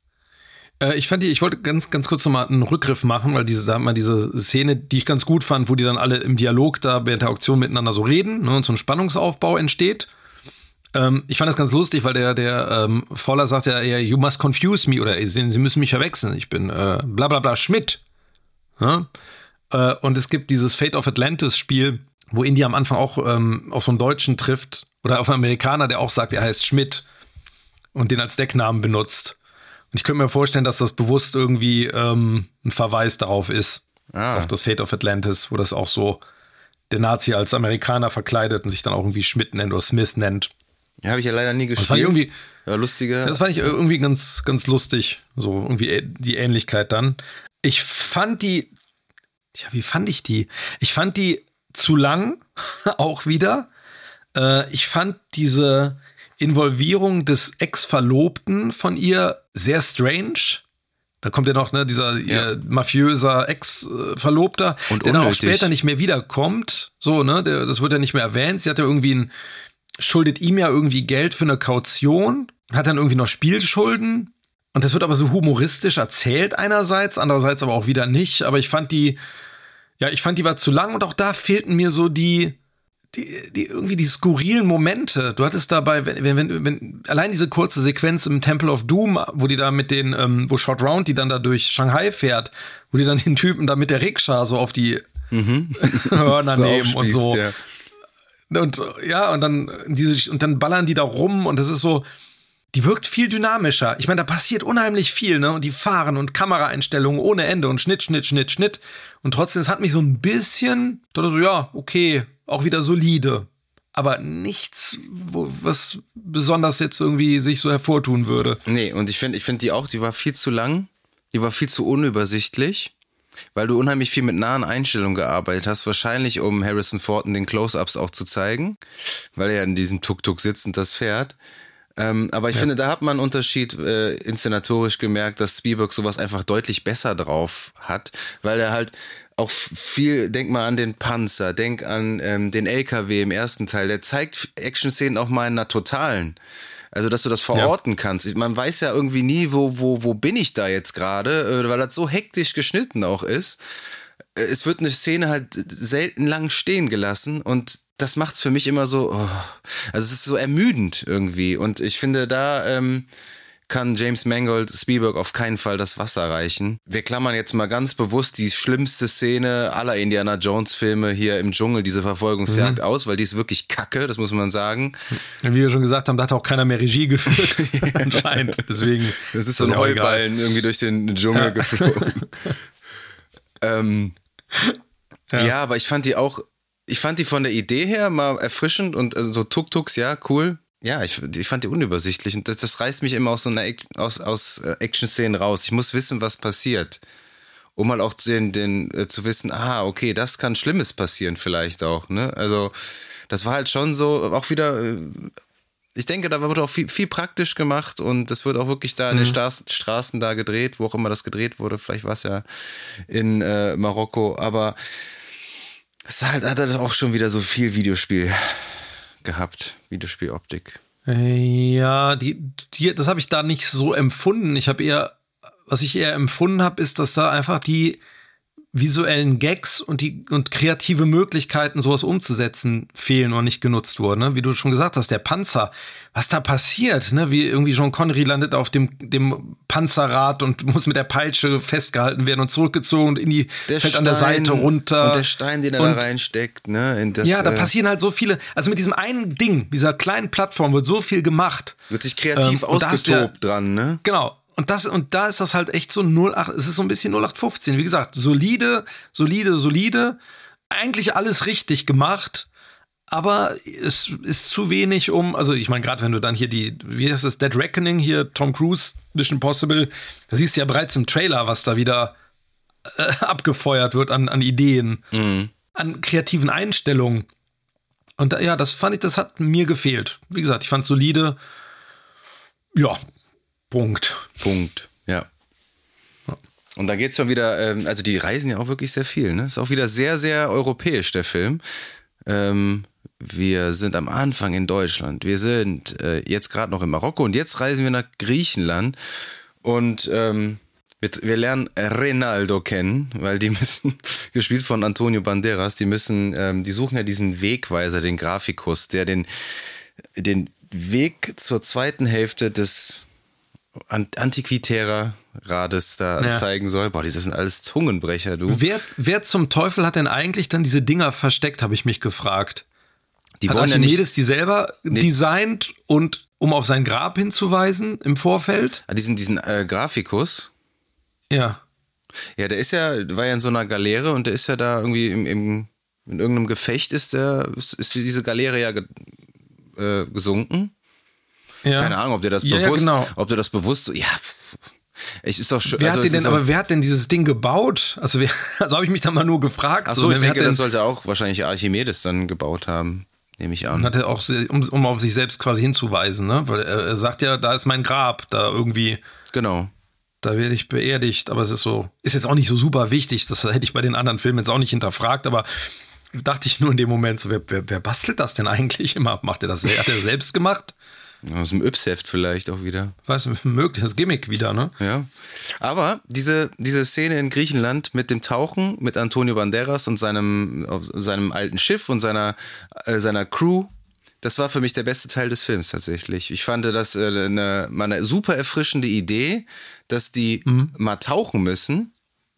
Ich wollte ganz kurz nochmal einen Rückgriff machen, weil da hat man diese Szene, die ich ganz gut fand, wo die dann alle im Dialog da während der Auktion miteinander so reden, ne, und so ein Spannungsaufbau entsteht. Ich fand das ganz lustig, weil der Voller sagt ja, you must confuse me, oder Sie müssen mich verwechseln, ich bin bla bla bla Schmidt. Ja? Und es gibt dieses Fate of Atlantis Spiel, wo Indy am Anfang auch auf so einen Deutschen trifft, oder auf einen Amerikaner, der auch sagt, er heißt Schmidt und den als Decknamen benutzt. Und ich könnte mir vorstellen, dass das bewusst irgendwie ein Verweis darauf ist, auf das Fate of Atlantis, wo das auch so der Nazi als Amerikaner verkleidet und sich dann auch irgendwie Schmidt nennt oder Smith nennt. Ja, habe ich ja leider nie gespielt. Das fand ich irgendwie, lustiger. Das fand ich irgendwie ganz, ganz lustig, so irgendwie die Ähnlichkeit dann. Ich fand die, wie fand ich die? Ich fand die zu lang, auch wieder. Ich fand diese Involvierung des Ex-Verlobten von ihr sehr strange. Da kommt ja noch dieser mafiöser Ex-Verlobter, der dann auch später nicht mehr wiederkommt. So, ne, das wird ja nicht mehr erwähnt. Sie hat ja irgendwie schuldet ihm ja irgendwie Geld für eine Kaution, hat dann irgendwie noch Spielschulden. Und das wird aber so humoristisch erzählt einerseits, andererseits aber auch wieder nicht. Aber ich fand die war zu lang und auch da fehlten mir so die irgendwie die skurrilen Momente. Du hattest dabei, wenn allein diese kurze Sequenz im Temple of Doom, wo die da mit den, wo Short Round die dann da durch Shanghai fährt, wo die dann den Typen da mit der Rikscha so auf die Hörner nehmen und so. Ja. Und dann ballern die da rum und das ist so, die wirkt viel dynamischer. Ich meine, da passiert unheimlich viel, ne? Und die fahren und Kameraeinstellungen ohne Ende und Schnitt. Und trotzdem, es hat mich so ein bisschen, okay, auch wieder solide. Aber nichts, was besonders jetzt irgendwie sich so hervortun würde. Nee, und ich finde die war viel zu lang, die war viel zu unübersichtlich. Weil du unheimlich viel mit nahen Einstellungen gearbeitet hast, wahrscheinlich um Harrison Ford in den Close-Ups auch zu zeigen, weil er in diesem Tuk-Tuk sitzt und das fährt. Aber ich finde, da hat man einen Unterschied inszenatorisch gemerkt, dass Spielberg sowas einfach deutlich besser drauf hat, weil er halt auch viel, denk mal an den Panzer, denk an den LKW im ersten Teil, der zeigt Action-Szenen auch mal in einer totalen. Also, dass du das verorten kannst. Man weiß ja irgendwie nie, wo bin ich da jetzt gerade, weil das so hektisch geschnitten auch ist. Es wird eine Szene halt selten lang stehen gelassen und das macht's für mich immer so, also es ist so ermüdend irgendwie. Und ich finde, da kann James Mangold Spielberg auf keinen Fall das Wasser reichen. Wir klammern jetzt mal ganz bewusst die schlimmste Szene aller Indiana Jones Filme hier im Dschungel, diese Verfolgungsjagd aus, weil die ist wirklich kacke, das muss man sagen. Wie wir schon gesagt haben, da hat auch keiner mehr Regie geführt, anscheinend. Deswegen das ist so ein Heuballen irgendwie durch den Dschungel geflogen. Ja, aber ich fand die von der Idee her mal erfrischend und so Tuk-Tuks, ja, cool. Ja, ich fand die unübersichtlich und das reißt mich immer aus so einer aus Action-Szenen raus. Ich muss wissen, was passiert, um halt auch zu wissen, okay, das kann Schlimmes passieren vielleicht auch, ne? Also das war halt schon so, auch wieder ich denke, da wird auch viel praktisch gemacht und das wird auch wirklich da in den Straßen da gedreht, wo auch immer das gedreht wurde. Vielleicht war es ja in Marokko, aber es hat halt auch schon wieder so viel Videospiel gehabt, Videospieloptik. Ja, das habe ich da nicht so empfunden. Was ich eher empfunden habe, ist, dass da einfach die visuellen Gags und kreative Möglichkeiten, sowas umzusetzen, fehlen oder nicht genutzt wurden. Ne? Wie du schon gesagt hast, der Panzer, was da passiert, ne? Wie irgendwie Sean Connery landet auf dem Panzerrad und muss mit der Peitsche festgehalten werden und zurückgezogen und fällt an der Seite runter. Und der Stein, den er da reinsteckt. Ne? Da passieren halt so viele, also mit diesem einen Ding, dieser kleinen Plattform wird so viel gemacht. Wird sich kreativ ausgetobt dran, ne? Genau. Und da ist das halt echt so es ist so ein bisschen 0815. Wie gesagt, solide. Eigentlich alles richtig gemacht, aber es ist zu wenig also ich meine, gerade wenn du dann hier wie heißt das, Dead Reckoning, hier Tom Cruise, Mission Impossible, da siehst du ja bereits im Trailer, was da wieder abgefeuert wird an Ideen, an kreativen Einstellungen. Und das fand ich, das hat mir gefehlt. Wie gesagt, ich fand es solide. Ja, Punkt, ja. Und da geht es schon wieder, also die reisen ja auch wirklich sehr viel, ne? Ist auch wieder sehr, sehr europäisch, der Film. Wir sind am Anfang in Deutschland, wir sind jetzt gerade noch in Marokko und jetzt reisen wir nach Griechenland und wir lernen Ronaldo kennen, weil die müssen, gespielt von Antonio Banderas, die suchen ja diesen Wegweiser, den Grafikus, der den Weg zur zweiten Hälfte des antiquitärer Rades da zeigen soll. Boah, das sind alles Zungenbrecher, du. Wer zum Teufel hat denn eigentlich dann diese Dinger versteckt, habe ich mich gefragt. Die hat wollen Archimedes die selber designt und um auf sein Grab hinzuweisen im Vorfeld? Diesen Grafikus? Ja. Ja, war ja in so einer Galeere und der ist ja da irgendwie in irgendeinem Gefecht ist diese Galeere ja gesunken. Ja. Keine Ahnung, ob der das bewusst so, es ist doch schön. Wer hat denn dieses Ding gebaut? Also habe ich mich dann mal nur gefragt. Achso, ich denke, das sollte auch wahrscheinlich Archimedes dann gebaut haben, nehme ich an. Und hat er auch, um auf sich selbst quasi hinzuweisen, ne? Weil er sagt ja, da ist mein Grab, da irgendwie. Genau. Da werde ich beerdigt, aber ist jetzt auch nicht so super wichtig, das hätte ich bei den anderen Filmen jetzt auch nicht hinterfragt, aber dachte ich nur in dem Moment so, wer bastelt das denn eigentlich immer? Hat er selbst gemacht? Aus dem Yps-Heft vielleicht auch wieder. Was, möglich, das Gimmick wieder, ne? Ja. Aber diese Szene in Griechenland mit dem Tauchen, mit Antonio Banderas und seinem alten Schiff und seiner Crew, das war für mich der beste Teil des Films tatsächlich. Ich fand das eine super erfrischende Idee, dass die mal tauchen müssen.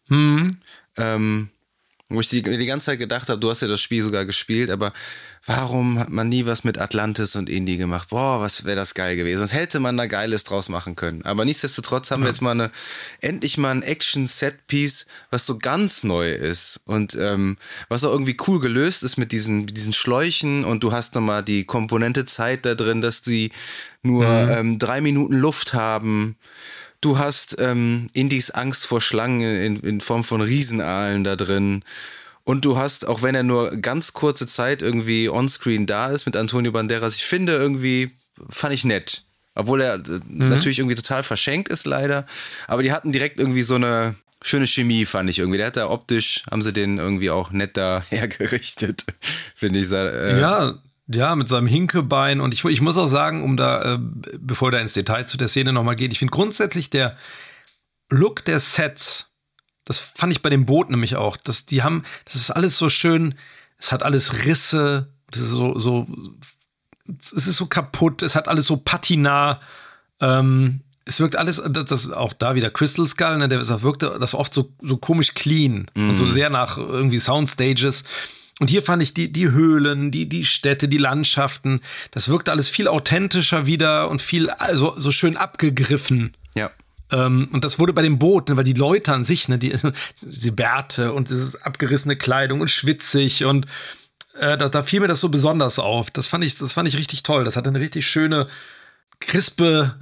Wo ich die ganze Zeit gedacht habe, du hast ja das Spiel sogar gespielt, aber warum hat man nie was mit Atlantis und Indy gemacht? Boah, was wäre das geil gewesen? Was hätte man da Geiles draus machen können? Aber nichtsdestotrotz haben wir jetzt endlich mal ein Action-Set-Piece, was so ganz neu ist und was auch irgendwie cool gelöst ist mit diesen Schläuchen und du hast nochmal die Komponente Zeit da drin, dass die nur 3 Minuten Luft haben. Du hast Indys Angst vor Schlangen in Form von Riesenaalen da drin. Und du hast, auch wenn er nur ganz kurze Zeit irgendwie onscreen da ist mit Antonio Banderas, ich finde fand ich nett. Obwohl er natürlich irgendwie total verschenkt ist leider. Aber die hatten direkt irgendwie so eine schöne Chemie, fand ich irgendwie. Der hat da optisch, haben sie den irgendwie auch nett da hergerichtet, finde ich. Ja, mit seinem Hinkebein. Und ich muss auch sagen, bevor er ins Detail zu der Szene nochmal geht, ich finde grundsätzlich der Look der Sets, das fand ich bei dem Boot nämlich auch, das ist alles so schön, es hat alles Risse, das ist es ist so kaputt, es hat alles so Patina, es wirkt alles, das auch da wieder Crystal Skull, ne, wirkte das oft so komisch clean und so sehr nach irgendwie Soundstages. Und hier fand ich die Höhlen, die Städte, die Landschaften, das wirkte alles viel authentischer wieder und viel so schön abgegriffen. Ja. Und das wurde bei dem Boot, ne, weil die Leute an sich, ne, die Bärte und dieses abgerissene Kleidung und schwitzig und da fiel mir das so besonders auf. Das fand ich richtig toll. Das hatte eine richtig schöne, crispen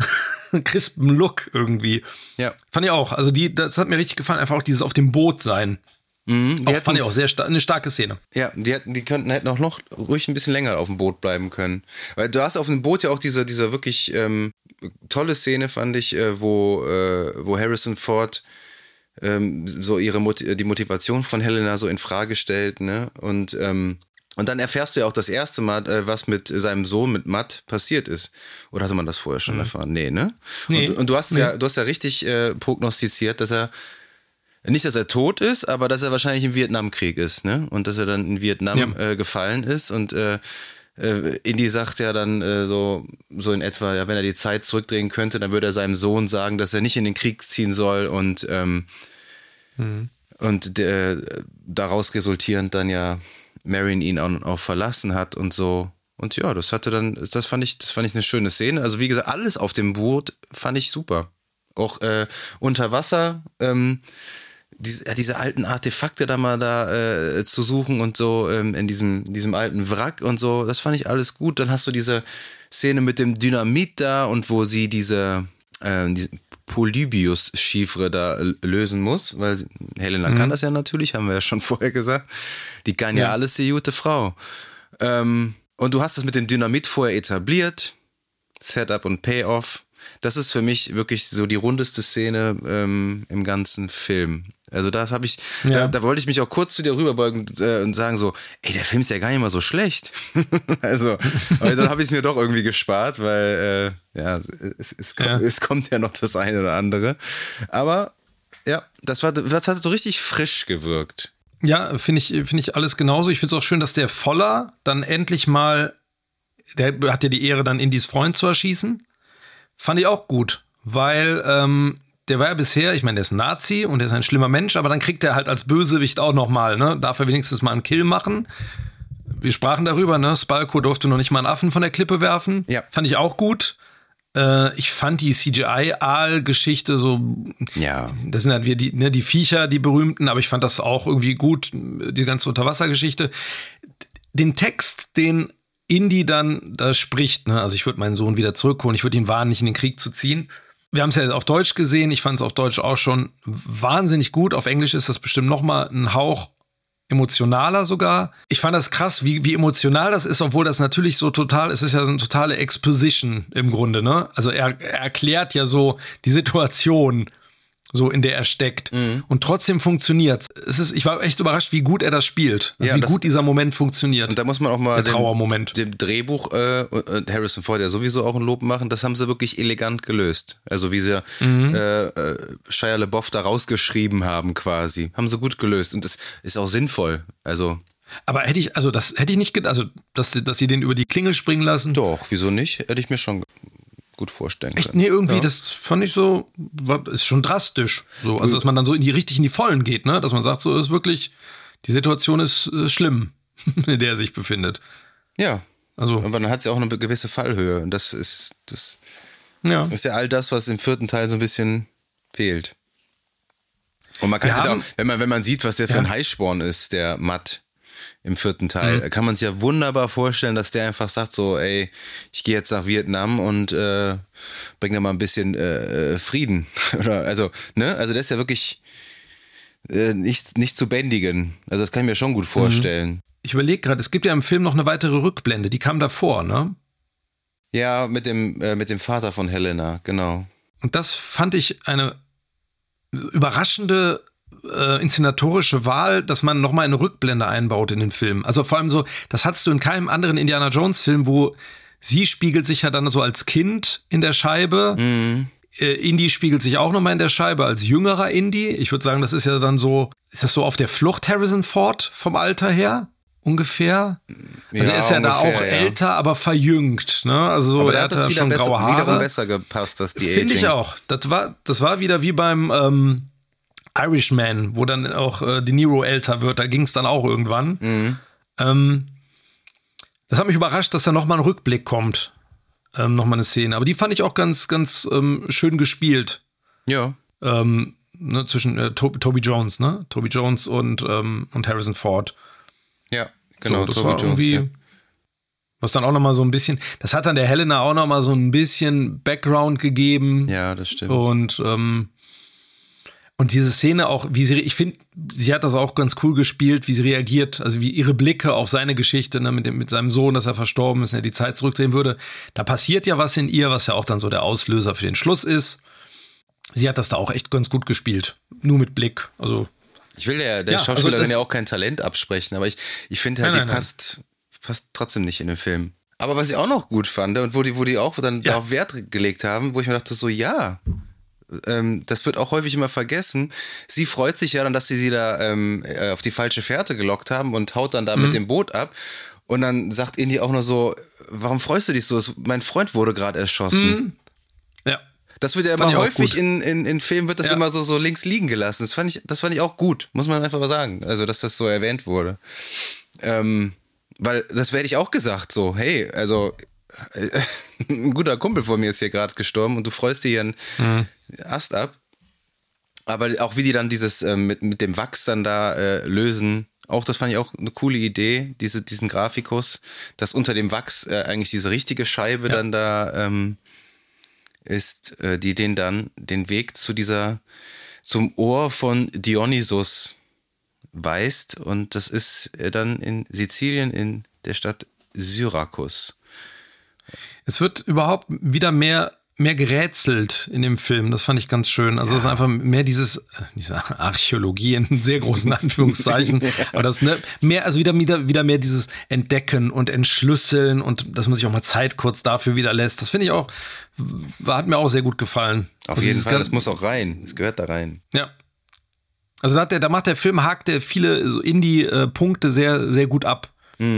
Look irgendwie. Ja. Fand ich auch. Also das hat mir richtig gefallen. Einfach auch dieses auf dem Boot sein. Fand ich auch eine starke Szene. Ja, die hätten auch noch ruhig ein bisschen länger auf dem Boot bleiben können. Weil du hast auf dem Boot ja auch diese wirklich tolle Szene, fand ich, wo Harrison Ford so die Motivation von Helena so in Frage stellt, ne? Und dann erfährst du ja auch das erste Mal, was mit seinem Sohn, mit Matt, passiert ist. Oder hatte man das vorher schon erfahren? Nee, ne? Nee. Und du hast ja richtig prognostiziert, dass er tot ist, aber dass er wahrscheinlich im Vietnamkrieg ist, ne? Und dass er dann in Vietnam gefallen ist. Und Indy sagt ja dann so in etwa, ja, wenn er die Zeit zurückdrehen könnte, dann würde er seinem Sohn sagen, dass er nicht in den Krieg ziehen soll und daraus resultierend dann ja Marion ihn auch verlassen hat und so. Und ja, das fand ich eine schöne Szene. Also wie gesagt, alles auf dem Boot fand ich super. Auch unter Wasser, diese alten Artefakte da mal zu suchen und so in diesem alten Wrack und so, das fand ich alles gut. Dann hast du diese Szene mit dem Dynamit da und wo sie diese Polybius-Chiffre da lösen muss, weil Helena kann das ja natürlich, haben wir ja schon vorher gesagt. Die kann ja alles, die gute Frau. Und du hast das mit dem Dynamit vorher etabliert, Setup und Payoff. Das ist für mich wirklich so die rundeste Szene im ganzen Film. Also da wollte ich mich auch kurz zu dir rüberbeugen und sagen so, ey, der Film ist ja gar nicht mal so schlecht. Also, aber dann habe ich es mir doch irgendwie gespart, weil es kommt ja noch das eine oder andere. Aber ja, das hat so richtig frisch gewirkt. Ja, finde ich alles genauso. Ich finde es auch schön, dass der Voller dann endlich mal, der hat ja die Ehre, dann Indys Freund zu erschießen. Fand ich auch gut, weil der war ja bisher, ich meine, der ist ein Nazi und der ist ein schlimmer Mensch, aber dann kriegt er halt als Bösewicht auch nochmal, ne? Darf er wenigstens mal einen Kill machen. Wir sprachen darüber, ne? Spalko durfte noch nicht mal einen Affen von der Klippe werfen. Ja. Fand ich auch gut. Ich fand die CGI-Aal-Geschichte so, ja, das sind halt die Viecher, die berühmten, aber ich fand das auch irgendwie gut, die ganze Unterwassergeschichte. Den Text, den Indy dann da spricht, ne? Also ich würde meinen Sohn wieder zurückholen, ich würde ihn warnen, nicht in den Krieg zu ziehen. Wir haben es ja auf Deutsch gesehen, ich fand es auf Deutsch auch schon wahnsinnig gut. Auf Englisch ist das bestimmt noch mal ein Hauch emotionaler sogar. Ich fand das krass, wie emotional das ist, obwohl das natürlich so total, es ist ja so eine totale Exposition im Grunde, ne? Also er erklärt ja so die Situation, so in der er steckt. Mhm. Und trotzdem funktioniert es. Ich war echt überrascht, wie gut er das spielt. Also wie gut dieser Moment funktioniert. Und da muss man auch mal der Trauermoment. Dem Drehbuch Harrison Ford ja sowieso auch ein Lob machen. Das haben sie wirklich elegant gelöst. Also wie sie Shia LaBeouf da rausgeschrieben haben quasi. Haben sie gut gelöst. Und das ist auch sinnvoll. Also... Aber hätte ich nicht gedacht, also dass sie den über die Klinge springen lassen. Doch, wieso nicht? Hätte ich mir schon gut vorstellen können. Echt? Nee, irgendwie, das fand ich so, ist schon drastisch. So, also, dass man dann so richtig in die Vollen geht, ne? Dass man sagt, so ist wirklich, die Situation ist schlimm, in der er sich befindet. Ja. Also. Aber dann hat es ja auch eine gewisse Fallhöhe. Und das ist ja all das, was im 4. Teil so ein bisschen fehlt. Und man kann es auch, wenn man sieht, was der für ein Heißsporn ist, der Matt im 4. Teil, kann man sich ja wunderbar vorstellen, dass der einfach sagt so, ey, ich gehe jetzt nach Vietnam und bring da mal ein bisschen Frieden. Also der ist ja wirklich nicht zu bändigen. Also das kann ich mir schon gut vorstellen. Ich überlege gerade, es gibt ja im Film noch eine weitere Rückblende, die kam davor, ne? Ja, mit dem Vater von Helena, genau. Und das fand ich eine überraschende inszenatorische Wahl, dass man nochmal eine Rückblende einbaut in den Film. Also vor allem so, das hattest du in keinem anderen Indiana Jones Film, wo sie spiegelt sich ja dann so als Kind in der Scheibe. Indy spiegelt sich auch nochmal in der Scheibe als jüngerer Indy. Ich würde sagen, das ist ja dann so, ist das so auf der Flucht Harrison Ford vom Alter her? Ungefähr. Also er ist ja ungefähr, da auch älter, aber verjüngt. Ne? Also so, aber da hat das schon graue Haare. Wiederum besser gepasst, dass die Aging. Finde ich auch. Das war wieder wie beim Irishman, wo dann auch De Niro älter wird. Da ging es dann auch irgendwann. Das hat mich überrascht, dass da nochmal ein Rückblick kommt. Nochmal eine Szene. Aber die fand ich auch ganz, ganz schön gespielt. Ja. Ne, zwischen Toby Jones, ne? Toby Jones und Harrison Ford. Ja, genau. So, das Toby war Jones, irgendwie, was dann auch nochmal so ein bisschen, das hat dann der Helena auch nochmal so ein bisschen Background gegeben. Ja, das stimmt. Und Und diese Szene auch, ich finde, sie hat das auch ganz cool gespielt, wie sie reagiert, also wie ihre Blicke auf seine Geschichte, ne, mit seinem Sohn, dass er verstorben ist, der die Zeit zurückdrehen würde. Da passiert ja was in ihr, was ja auch dann so der Auslöser für den Schluss ist. Sie hat das da auch echt ganz gut gespielt. Nur mit Blick. Also, ich will der Schauspielerin ja auch kein Talent absprechen, aber ich finde halt, die passt trotzdem nicht in den Film. Aber was ich auch noch gut fand und wo die auch dann darauf Wert gelegt haben, wo ich mir dachte, so das wird auch häufig immer vergessen. Sie freut sich ja dann, dass sie da auf die falsche Fährte gelockt haben und haut dann da mit dem Boot ab. Und dann sagt Indy auch nur so, warum freust du dich so? Mein Freund wurde gerade erschossen. Ja. Das wird ja immer häufig in Filmen wird das immer so links liegen gelassen. Das fand ich auch gut, muss man einfach mal sagen. Also, dass das so erwähnt wurde. Weil das werde ich auch gesagt, so, hey, also ein guter Kumpel von mir ist hier gerade gestorben und du freust dir einen Ast ab. Aber auch wie die dann dieses mit dem Wachs dann da lösen, auch das fand ich auch eine coole Idee, diesen Grafikus, dass unter dem Wachs eigentlich diese richtige Scheibe dann da ist, die denen dann den Weg zum Ohr von Dionysos weist. Und das ist dann in Sizilien in der Stadt Syrakus. Es wird überhaupt wieder mehr gerätselt in dem Film. Das fand ich ganz schön. Also es ist einfach mehr diese Archäologie in sehr großen Anführungszeichen. Aber das mehr, also wieder mehr dieses Entdecken und Entschlüsseln und dass man sich auch mal Zeit kurz dafür wieder lässt. Das finde ich auch, hat mir auch sehr gut gefallen. Auf jeden Fall, das muss auch rein. Das gehört da rein. Ja. Also da macht der Film, hakt der viele so Indie-Punkte sehr, sehr gut ab,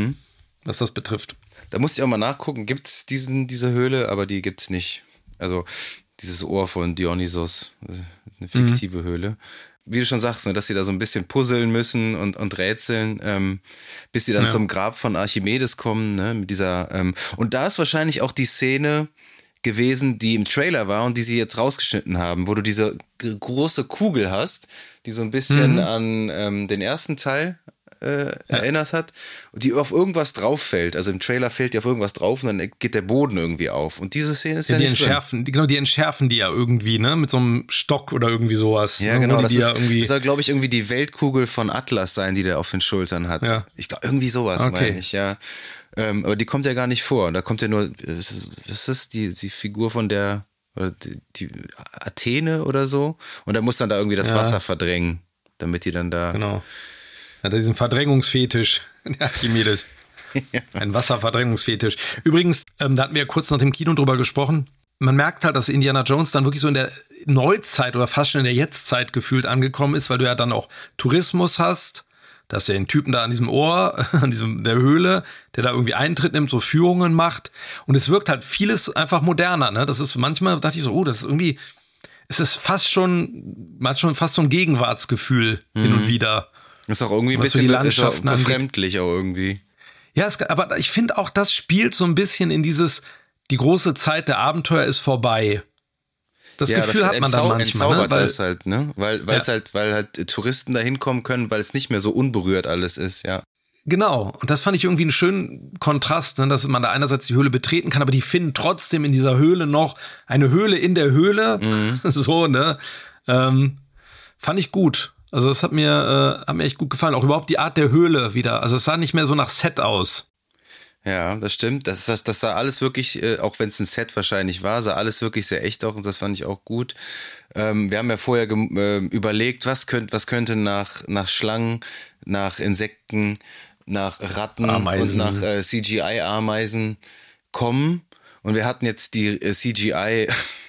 was das betrifft. Da musste ich auch mal nachgucken, gibt es diese Höhle, aber die gibt es nicht. Also dieses Ohr von Dionysos, eine fiktive Höhle. Wie du schon sagst, ne, dass sie da so ein bisschen puzzeln müssen und rätseln, bis sie dann zum Grab von Archimedes kommen. Ne, mit dieser, und da ist wahrscheinlich auch die Szene gewesen, die im Trailer war und die sie jetzt rausgeschnitten haben, wo du diese große Kugel hast, die so ein bisschen an den ersten Teil erinnert hat, die auf irgendwas drauf fällt. Also im Trailer fällt die auf irgendwas drauf und dann geht der Boden irgendwie auf. Und diese Szene ist ja nicht entschärfen, drin. Genau, die entschärfen die ja irgendwie, ne? Mit so einem Stock oder irgendwie sowas. Ja, genau. Das soll, glaube ich, irgendwie die Weltkugel von Atlas sein, die der auf den Schultern hat. Ja. Ich glaube, irgendwie sowas, meine ich, ja. Aber die kommt ja gar nicht vor. Da kommt ja nur, was ist die Figur von der, die Athene oder so? Und er muss dann da irgendwie das Wasser verdrängen, damit die dann da... Genau. Hat diesen Verdrängungsfetisch, der Archimedes. Ein Wasserverdrängungsfetisch. Übrigens, da hatten wir ja kurz nach dem Kino drüber gesprochen. Man merkt halt, dass Indiana Jones dann wirklich so in der Neuzeit oder fast schon in der Jetztzeit gefühlt angekommen ist, weil du ja dann auch Tourismus hast. Da hast du ja den Typen da an diesem Ohr, der Höhle, der da irgendwie Eintritt nimmt, so Führungen macht. Und es wirkt halt vieles einfach moderner. Ne? Das ist manchmal, dachte ich so, das ist irgendwie, es ist fast schon fast so ein Gegenwartsgefühl hin und wieder. Ist auch irgendwie ein bisschen befremdlich auch irgendwie. Ja, aber ich finde auch, das spielt so ein bisschen in die große Zeit der Abenteuer ist vorbei. Das Gefühl hat man dann manchmal. Entzaubert das halt, ne? Weil halt Touristen da hinkommen können, weil es nicht mehr so unberührt alles ist, ja. Genau. Und das fand ich irgendwie einen schönen Kontrast, ne? Dass man da einerseits die Höhle betreten kann, aber die finden trotzdem in dieser Höhle noch eine Höhle in der Höhle. So, ne? Fand ich gut. Also das hat mir echt gut gefallen. Auch überhaupt die Art der Höhle wieder. Also es sah nicht mehr so nach Set aus. Ja, das stimmt. Das sah alles wirklich, auch wenn es ein Set wahrscheinlich war, sah alles wirklich sehr echt aus und das fand ich auch gut. Wir haben ja vorher überlegt, was könnte nach Schlangen, nach Insekten, nach Ratten Ameisen. Und nach CGI-Ameisen kommen. Und wir hatten jetzt die CGI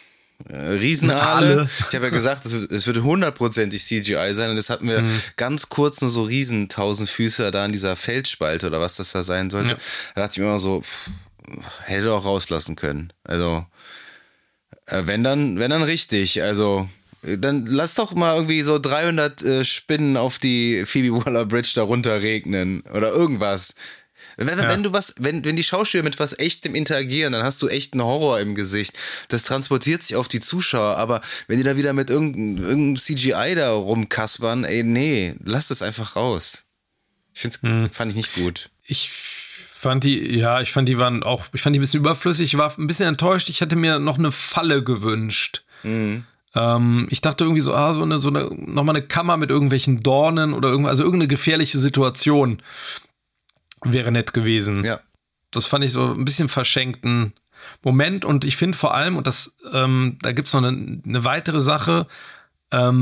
Riesenaale. Ich habe ja gesagt, es würde 100%ig CGI sein und das hatten wir ganz kurz nur so Riesentausendfüßer da in dieser Felsspalte oder was das da sein sollte. Ja. Da dachte ich mir immer so, hätte auch rauslassen können. Also wenn dann richtig. Also dann lass doch mal irgendwie so 300 Spinnen auf die Phoebe Waller-Bridge da runter regnen oder irgendwas. Wenn die Schauspieler mit was Echtem interagieren, dann hast du echten Horror im Gesicht. Das transportiert sich auf die Zuschauer, aber wenn die da wieder mit irgendeinem CGI da rumkaspern, nee, lass das einfach raus. Fand ich nicht gut. Ich fand die ein bisschen überflüssig, ich war ein bisschen enttäuscht, ich hätte mir noch eine Falle gewünscht. Ich dachte irgendwie so nochmal eine Kammer mit irgendwelchen Dornen oder also irgendeine gefährliche Situation wäre nett gewesen. Ja. Das fand ich so ein bisschen verschenkten Moment und ich finde vor allem, und das, da gibt es noch eine weitere Sache, der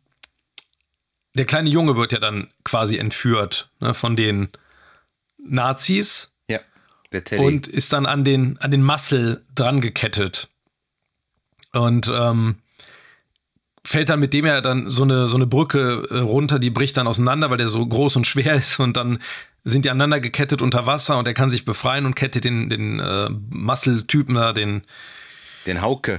kleine Junge wird ja dann quasi entführt, ne, von den Nazis. Ja, der Teddy. Und ist dann an den Muscle dran gekettet. Und fällt dann mit dem ja dann so eine Brücke runter, die bricht dann auseinander, weil der so groß und schwer ist und dann sind die aneinander gekettet unter Wasser und er kann sich befreien und kettet den Muscle-Typen da, den Hauke.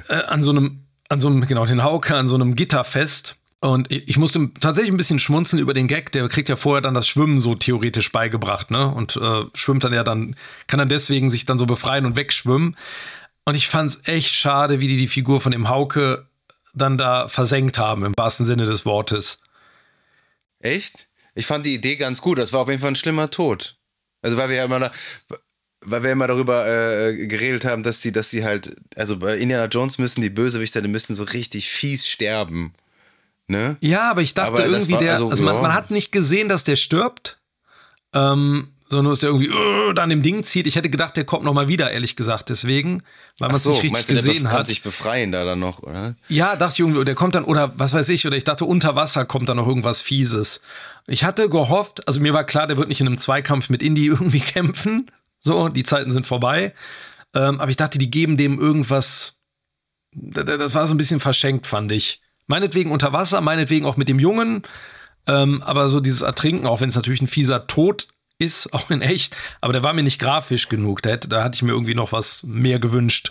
Den Hauke an so einem Gitter fest. Und ich musste tatsächlich ein bisschen schmunzeln über den Gag, der kriegt ja vorher dann das Schwimmen so theoretisch beigebracht, ne? Und schwimmt dann ja kann dann deswegen sich dann so befreien und wegschwimmen. Und ich fand's echt schade, wie die Figur von dem Hauke dann da versenkt haben, im wahrsten Sinne des Wortes. Echt? Ich fand die Idee ganz gut. Das war auf jeden Fall ein schlimmer Tod. Also weil wir immer darüber geredet haben, dass die halt, also bei Indiana Jones müssen die Bösewichter, die müssen so richtig fies sterben. Ne? Ja, aber ich dachte man hat nicht gesehen, dass der stirbt, sondern dass der irgendwie da an dem Ding zieht. Ich hätte gedacht, der kommt nochmal wieder, ehrlich gesagt, deswegen, weil man es nicht richtig gesehen hat. Der kann sich befreien da dann noch, oder? Ja, dachte ich irgendwie, der kommt dann, oder was weiß ich, oder ich dachte, unter Wasser kommt dann noch irgendwas Fieses. Ich hatte gehofft, also mir war klar, der wird nicht in einem Zweikampf mit Indy irgendwie kämpfen, so, die Zeiten sind vorbei, aber ich dachte, die geben dem irgendwas, das war so ein bisschen verschenkt, fand ich. Meinetwegen unter Wasser, meinetwegen auch mit dem Jungen, aber so dieses Ertrinken, auch wenn es natürlich ein fieser Tod ist, auch in echt, aber der war mir nicht grafisch genug. Da hatte ich mir irgendwie noch was mehr gewünscht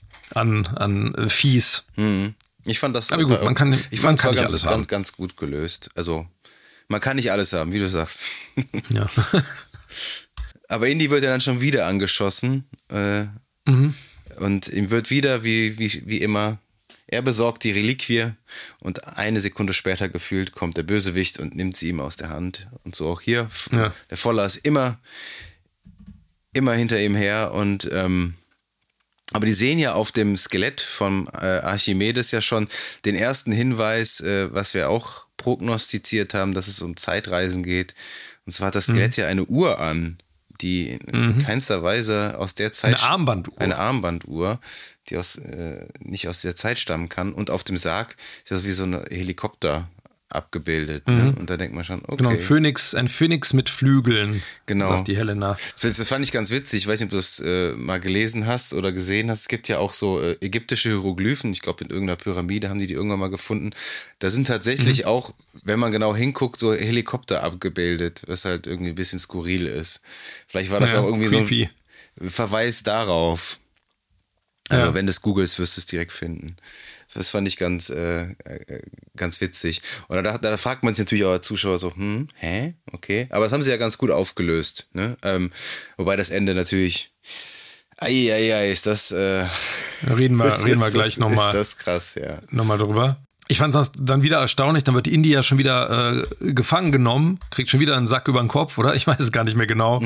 an Fies. Ich fand das aber gut, ich fand es ganz gut gelöst. Also man kann nicht alles haben, wie du sagst. Ja. Aber Indy wird ja dann schon wieder angeschossen und ihm wird wieder wie immer. Er besorgt die Reliquie und eine Sekunde später gefühlt kommt der Bösewicht und nimmt sie ihm aus der Hand. Und so auch hier. Ja. Der Voller ist immer hinter ihm her. Und aber die sehen ja auf dem Skelett vom Archimedes ja schon den ersten Hinweis, was wir auch prognostiziert haben, dass es um Zeitreisen geht. Und zwar hat das Skelett ja eine Uhr an, die in keinster Weise aus der Zeit... Eine Armbanduhr, die nicht aus der Zeit stammen kann. Und auf dem Sarg ist das wie so ein Helikopter abgebildet. Ne? Und da denkt man schon, okay. Genau, ein Phönix mit Flügeln, sagt die Helena. Das fand ich ganz witzig. Ich weiß nicht, ob du das mal gelesen hast oder gesehen hast. Es gibt ja auch so ägyptische Hieroglyphen. Ich glaube, in irgendeiner Pyramide haben die irgendwann mal gefunden. Da sind tatsächlich auch, wenn man genau hinguckt, so Helikopter abgebildet, was halt irgendwie ein bisschen skurril ist. Vielleicht war das auch irgendwie creepy. So ein Verweis darauf. Also wenn du es googelst, wirst du es direkt finden. Das fand ich ganz witzig. Und da fragt man sich natürlich auch als Zuschauer so, okay. Aber das haben sie ja ganz gut aufgelöst. Ne? Wobei das Ende natürlich, ist das... Reden wir gleich nochmal. Ist das krass, ja. Nochmal drüber. Ich fand es dann wieder erstaunlich, dann wird die Indy ja schon wieder gefangen genommen, kriegt schon wieder einen Sack über den Kopf, oder? Ich weiß es gar nicht mehr genau.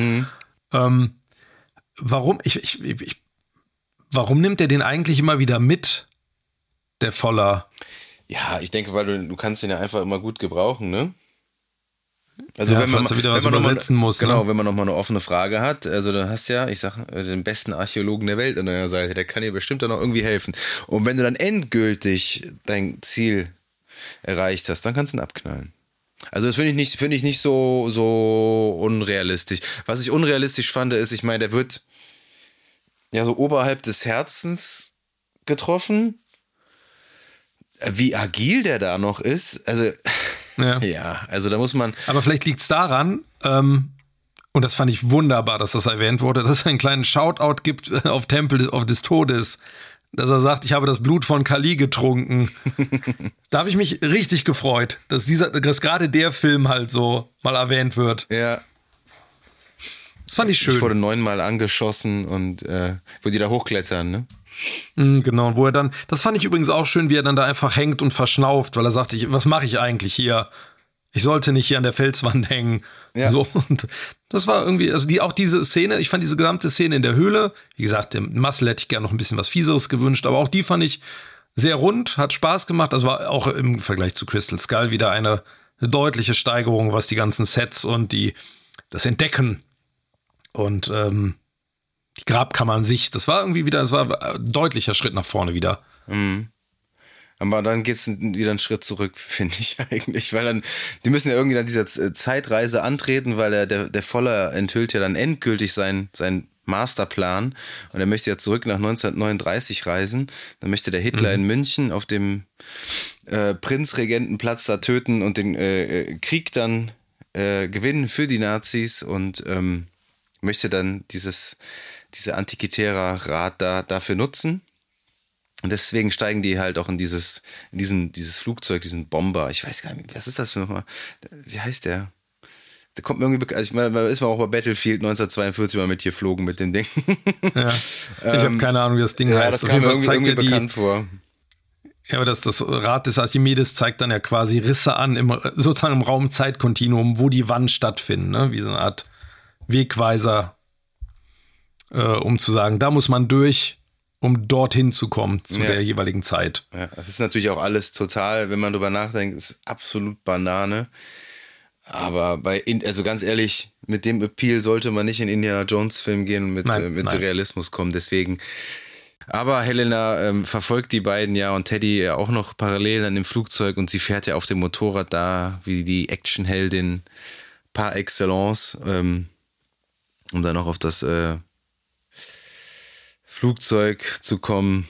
Warum? Warum nimmt er den eigentlich immer wieder mit, der Voller? Ja, ich denke, weil du kannst den ja einfach immer gut gebrauchen, ne? Also wenn man wieder was übersetzen muss. Genau, wenn man nochmal eine offene Frage hat. Also dann hast du ja, ich sag, den besten Archäologen der Welt an deiner Seite. Der kann dir bestimmt dann noch irgendwie helfen. Und wenn du dann endgültig dein Ziel erreicht hast, dann kannst du ihn abknallen. Also das finde ich nicht so unrealistisch. Was ich unrealistisch fand, ist, ich meine, der wird ja so oberhalb des Herzens getroffen. Wie agil der da noch ist, also also da muss man... Aber vielleicht liegt es daran, und das fand ich wunderbar, dass das erwähnt wurde, dass es einen kleinen Shoutout gibt auf Tempel des Todes, dass er sagt, ich habe das Blut von Kali getrunken. Da habe ich mich richtig gefreut, dass gerade der Film halt so mal erwähnt wird. Ja. Das fand ich schön. Ich wurde 9-mal angeschossen und wo die da hochklettern, ne? Genau, und wo er dann, das fand ich übrigens auch schön, wie er dann da einfach hängt und verschnauft, weil er sagt, was mache ich eigentlich hier? Ich sollte nicht hier an der Felswand hängen. Ja. So, und das war irgendwie, also auch diese Szene, ich fand diese gesamte Szene in der Höhle, wie gesagt, dem Muscle hätte ich gerne noch ein bisschen was Fieseres gewünscht, aber auch die fand ich sehr rund, hat Spaß gemacht. Das war auch im Vergleich zu Crystal Skull wieder eine deutliche Steigerung, was die ganzen Sets und das Entdecken und die Grabkammer an sich, das war ein deutlicher Schritt nach vorne wieder. Mhm. Aber dann geht es wieder einen Schritt zurück, finde ich eigentlich, weil dann, die müssen ja irgendwie dann dieser Zeitreise antreten, weil der Voller enthüllt ja dann endgültig sein Masterplan und er möchte ja zurück nach 1939 reisen. Dann möchte der Hitler in München auf dem Prinzregentenplatz da töten und den Krieg dann gewinnen für die Nazis und möchte dann diese Antikythera-Rat dafür nutzen. Und deswegen steigen die halt auch in dieses Flugzeug, diesen Bomber. Ich weiß gar nicht, was ist das für nochmal? Wie heißt der? Der kommt mir irgendwie also ich meine, da ist man auch bei Battlefield 1942 mal mit hier geflogen mit dem Ding. Ja, ich habe keine Ahnung, wie das Ding heißt. Ja, das kam mir irgendwie bekannt vor. Ja, aber das Rad des Archimedes zeigt dann ja quasi Risse an, sozusagen im Raum-Zeit-Kontinuum, wo die Wann stattfinden, ne? Wie so eine Art Wegweiser, um zu sagen, da muss man durch, um dorthin zu kommen, zu der jeweiligen Zeit. Ja, das ist natürlich auch alles total, wenn man drüber nachdenkt, ist absolut Banane. Aber also ganz ehrlich, mit dem Appeal sollte man nicht in Indiana Jones Film gehen und mit Realismus kommen, deswegen. Aber Helena verfolgt die beiden ja und Teddy ja auch noch parallel an dem Flugzeug und sie fährt ja auf dem Motorrad da, wie die Actionheldin par excellence, um dann noch auf das Flugzeug zu kommen.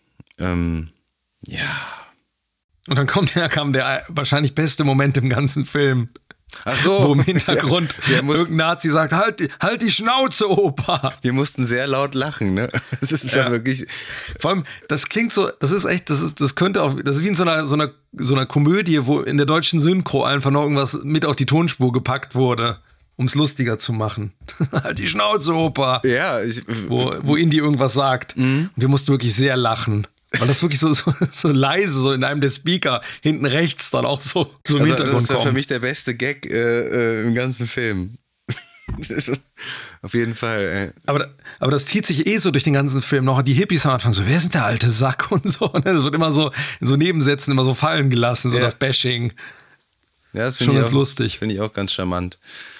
Ja. Und dann kam der wahrscheinlich beste Moment im ganzen Film. Ach so. Wo im Hintergrund irgendein Nazi sagt, halt die Schnauze, Opa. Wir mussten sehr laut lachen, ne? Das ist ja wirklich. Vor allem, das klingt so, das ist wie in so einer Komödie, wo in der deutschen Synchro einfach noch irgendwas mit auf die Tonspur gepackt wurde, um es lustiger zu machen. Halt die Schnauze, Opa. Ja. Wo Indy irgendwas sagt. Und wir mussten wirklich sehr lachen. Weil das wirklich so leise, so in einem der Speaker hinten rechts dann auch so im Hintergrund kommt. Das ist ja für mich der beste Gag im ganzen Film. Auf jeden Fall. Aber das zieht sich so durch den ganzen Film noch. Die Hippies am Anfang so, wer ist denn der alte Sack und so. Und es wird immer so in so Nebensätzen immer so fallen gelassen, so das Bashing. Ja, das finde ich auch lustig. Finde ich auch ganz charmant.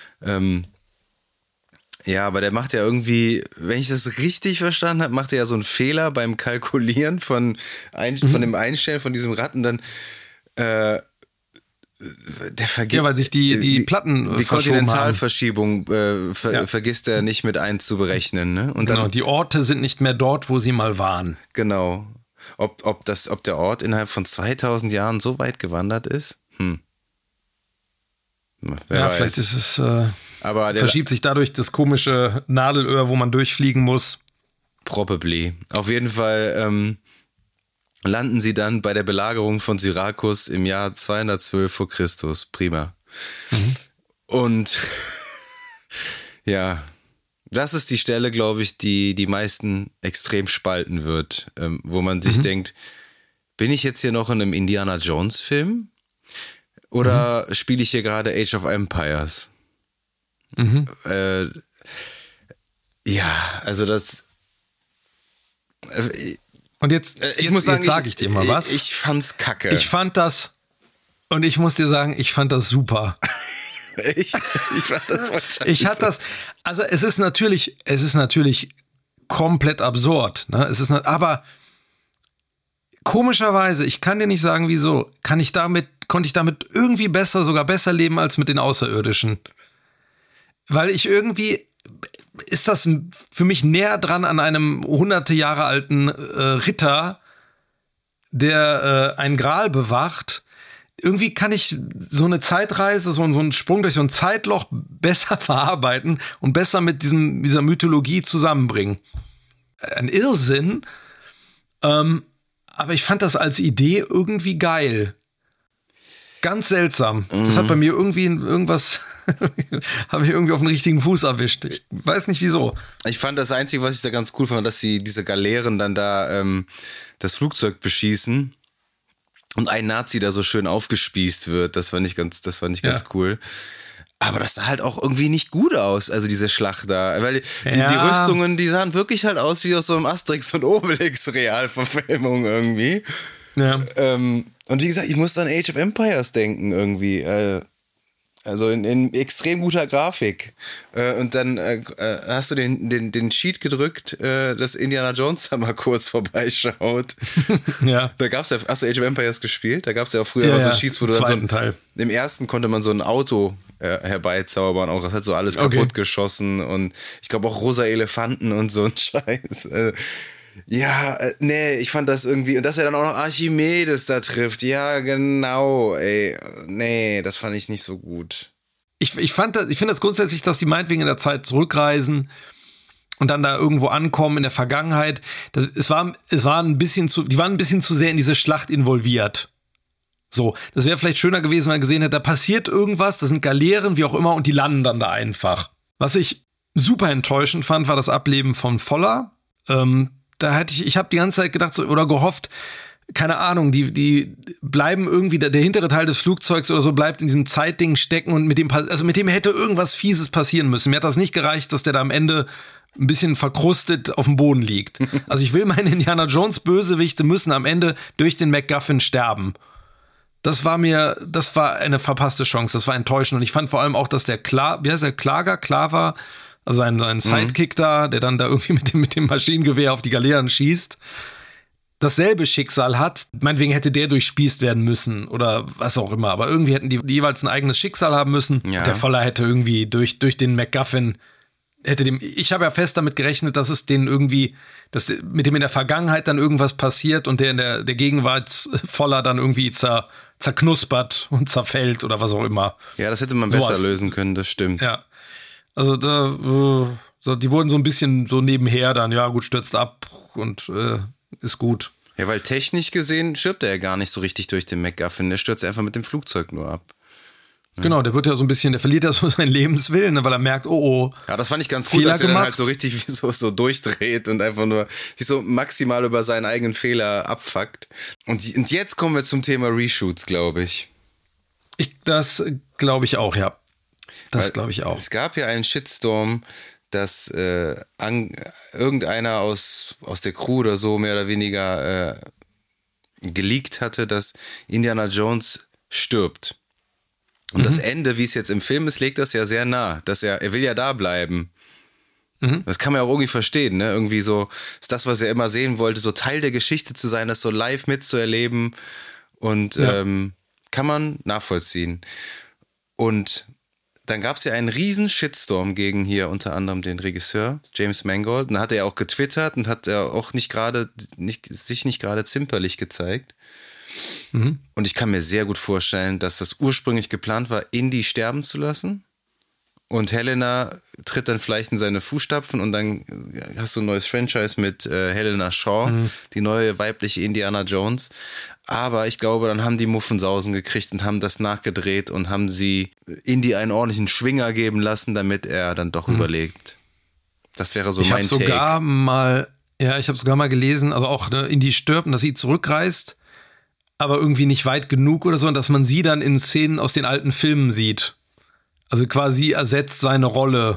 Ja, aber der macht ja irgendwie, wenn ich das richtig verstanden habe, macht er ja so einen Fehler beim Kalkulieren von dem Einstellen von diesem Ratten, dann der vergisst. Ja, weil sich die Platten die Kontinentalverschiebung vergisst er nicht mit einzuberechnen. Ne? Und genau, dann, die Orte sind nicht mehr dort, wo sie mal waren. Genau. Ob der Ort innerhalb von 2000 Jahren so weit gewandert ist? Wer weiß. Vielleicht ist es aber verschiebt sich dadurch das komische Nadelöhr, wo man durchfliegen muss. Probably. Auf jeden Fall landen sie dann bei der Belagerung von Syrakus im Jahr 212 vor Christus. Prima. Und ja, das ist die Stelle, glaube ich, die meisten extrem spalten wird, wo man sich denkt, bin ich jetzt hier noch in einem Indiana Jones Film oder spiele ich hier gerade Age of Empires? Ja, also das. Und jetzt sage ich dir mal was. Ich fand's kacke. Ich fand das, und ich muss dir sagen, ich fand das super. Echt? Ich fand das voll scheiße. Ich hatte das, also es ist natürlich komplett absurd, ne? Aber komischerweise, ich kann dir nicht sagen, wieso, konnte ich damit irgendwie sogar besser leben als mit den Außerirdischen. Weil ist das für mich näher dran an einem hunderte Jahre alten Ritter, der ein Gral bewacht. Irgendwie kann ich so eine Zeitreise, so einen Sprung durch so ein Zeitloch besser verarbeiten und besser mit dieser Mythologie zusammenbringen. Ein Irrsinn, aber ich fand das als Idee irgendwie geil. Ganz seltsam. Das hat bei mir irgendwas habe ich irgendwie auf den richtigen Fuß erwischt. Ich weiß nicht wieso. Ich fand das Einzige, was ich da ganz cool fand, dass diese Galeeren dann da das Flugzeug beschießen und ein Nazi da so schön aufgespießt wird. Das fand ich ganz cool. Aber das sah halt auch irgendwie nicht gut aus, also diese Schlacht da. Weil die Ja. Rüstungen, die sahen wirklich halt aus wie aus so einem Asterix und Obelix Realverfilmung irgendwie. Ja. Und wie gesagt, ich muss an Age of Empires denken irgendwie. Also in extrem guter Grafik. Und dann hast du den Cheat gedrückt, dass Indiana Jones da mal kurz vorbeischaut. Ja. Da gab's ja, hast du Age of Empires gespielt? Da gab es ja auch früher immer so Cheats, wo du dann so zweiten Teil. im ersten konnte man so ein Auto herbeizaubern, auch das hat so alles kaputt geschossen und ich glaube auch rosa Elefanten und so ein Scheiß. Nee, ich fand das irgendwie, und dass er dann auch noch Archimedes da trifft, ja genau, ey, nee, das fand ich nicht so gut. Ich finde das grundsätzlich, dass die meinetwegen in der Zeit zurückreisen und dann da irgendwo ankommen in der Vergangenheit. Die waren ein bisschen zu sehr in diese Schlacht involviert. So, das wäre vielleicht schöner gewesen, wenn man gesehen hätte, da passiert irgendwas, das sind Galeeren, wie auch immer, und die landen dann da einfach. Was ich super enttäuschend fand, war das Ableben von Voller. Ich habe die ganze Zeit gedacht oder gehofft, keine Ahnung, die bleiben irgendwie, der hintere Teil des Flugzeugs oder so bleibt in diesem Zeitding stecken und mit dem hätte irgendwas Fieses passieren müssen. Mir hat das nicht gereicht, dass der da am Ende ein bisschen verkrustet auf dem Boden liegt. Also ich will, meine Indiana Jones Bösewichte müssen am Ende durch den MacGuffin sterben. Das war eine verpasste Chance, das war enttäuschend. Und ich fand vor allem auch, dass der Klaver, also sein Sidekick da, der dann da irgendwie mit dem Maschinengewehr auf die Galeeren schießt, dasselbe Schicksal hat. Meinetwegen hätte der durchspießt werden müssen oder was auch immer. Aber irgendwie hätten die jeweils ein eigenes Schicksal haben müssen. Ja. Der Voller hätte irgendwie durch den MacGuffin ich habe ja fest damit gerechnet, dass es denen irgendwie, dass mit dem in der Vergangenheit dann irgendwas passiert und der in der Gegenwartsvoller dann irgendwie zerknuspert und zerfällt oder was auch immer. Ja, das hätte man besser lösen können, das stimmt. Ja. Also die wurden so ein bisschen so nebenher dann, ja gut, stürzt ab und ist gut. Ja, weil technisch gesehen stirbt er ja gar nicht so richtig durch den MacGuffin, der stürzt einfach mit dem Flugzeug nur ab. Genau, der verliert ja so seinen Lebenswillen, ne, weil er merkt, oh. Ja, das fand ich ganz gut, Fehler dass er dann gemacht. halt so richtig so durchdreht und einfach nur sich so maximal über seinen eigenen Fehler abfuckt. Und jetzt kommen wir zum Thema Reshoots, glaube ich. Das glaube ich auch, ja. Das glaube ich auch. Es gab ja einen Shitstorm, dass irgendeiner aus der Crew oder so mehr oder weniger geleakt hatte, dass Indiana Jones stirbt. Und das Ende, wie es jetzt im Film ist, legt das ja sehr nah, dass er will ja da bleiben. Das kann man ja auch irgendwie verstehen, ne? Irgendwie so ist das, was er immer sehen wollte, so Teil der Geschichte zu sein, das so live mitzuerleben und kann man nachvollziehen. Und dann gab es ja einen riesen Shitstorm gegen hier unter anderem den Regisseur James Mangold. Und dann hat er auch getwittert und hat er auch sich nicht gerade zimperlich gezeigt. Und ich kann mir sehr gut vorstellen, dass das ursprünglich geplant war, Indy sterben zu lassen. Und Helena tritt dann vielleicht in seine Fußstapfen und dann hast du ein neues Franchise mit Helena Shaw, die neue weibliche Indiana Jones. Aber ich glaube, dann haben die Muffensausen gekriegt und haben das nachgedreht und haben sie Indy einen ordentlichen Schwinger geben lassen, damit er dann doch überlegt. Das wäre so mein Take. Ich habe sogar mal gelesen, also auch Indy stirbt und dass sie zurückreist, aber irgendwie nicht weit genug oder so, und dass man sie dann in Szenen aus den alten Filmen sieht. Also quasi ersetzt seine Rolle.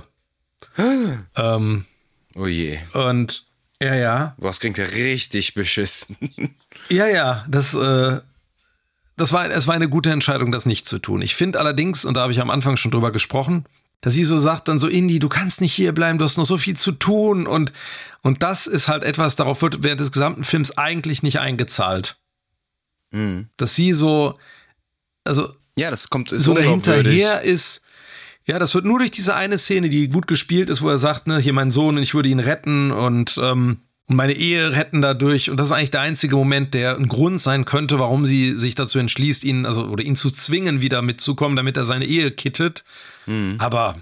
Oh je. Und ja. Boah, das klingt ja richtig beschissen. Ja, es war eine gute Entscheidung, das nicht zu tun. Ich finde allerdings, und da habe ich am Anfang schon drüber gesprochen, dass sie so sagt dann so, Indy, du kannst nicht hier bleiben, du hast noch so viel zu tun, und das ist halt etwas, darauf wird während des gesamten Films eigentlich nicht eingezahlt. Dass sie so, also ja, das ist so dahinterher ist. Ja, das wird nur durch diese eine Szene, die gut gespielt ist, wo er sagt, ne, hier mein Sohn, ich würde ihn retten und meine Ehe retten dadurch. Und das ist eigentlich der einzige Moment, der ein Grund sein könnte, warum sie sich dazu entschließt, ihn zu zwingen, wieder mitzukommen, damit er seine Ehe kittet. Aber,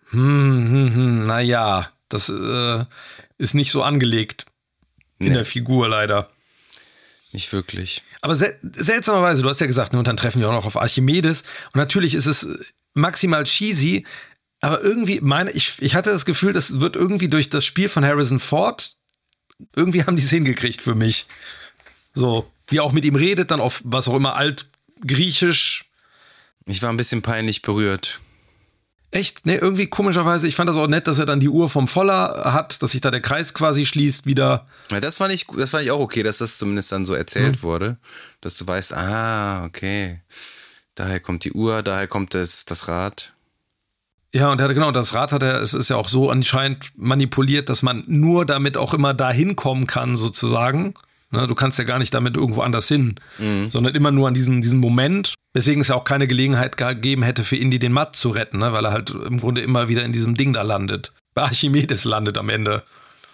naja, das ist nicht so angelegt in der Figur leider. Nicht wirklich. Aber seltsamerweise, du hast ja gesagt, und dann treffen wir auch noch auf Archimedes. Und natürlich ist es maximal cheesy, aber irgendwie, ich hatte das Gefühl, das wird irgendwie durch das Spiel von Harrison Ford, irgendwie haben die es hingekriegt für mich. So, wie er auch mit ihm redet, dann auf was auch immer, altgriechisch. Ich war ein bisschen peinlich berührt. Echt? Ne, irgendwie komischerweise, ich fand das auch nett, dass er dann die Uhr vom Voller hat, dass sich da der Kreis quasi schließt wieder. Ja, das fand ich auch okay, dass das zumindest dann so erzählt wurde, dass du weißt, okay, daher kommt die Uhr, daher kommt das Rad. Ja, und genau, das Rad es ist ja auch so anscheinend manipuliert, dass man nur damit auch immer da hinkommen kann, sozusagen. Ne, du kannst ja gar nicht damit irgendwo anders hin, sondern immer nur an diesen Moment. Weswegen es ja auch keine Gelegenheit gegeben hätte, für Indy den Matt zu retten, ne, weil er halt im Grunde immer wieder in diesem Ding da landet. Bei Archimedes landet am Ende.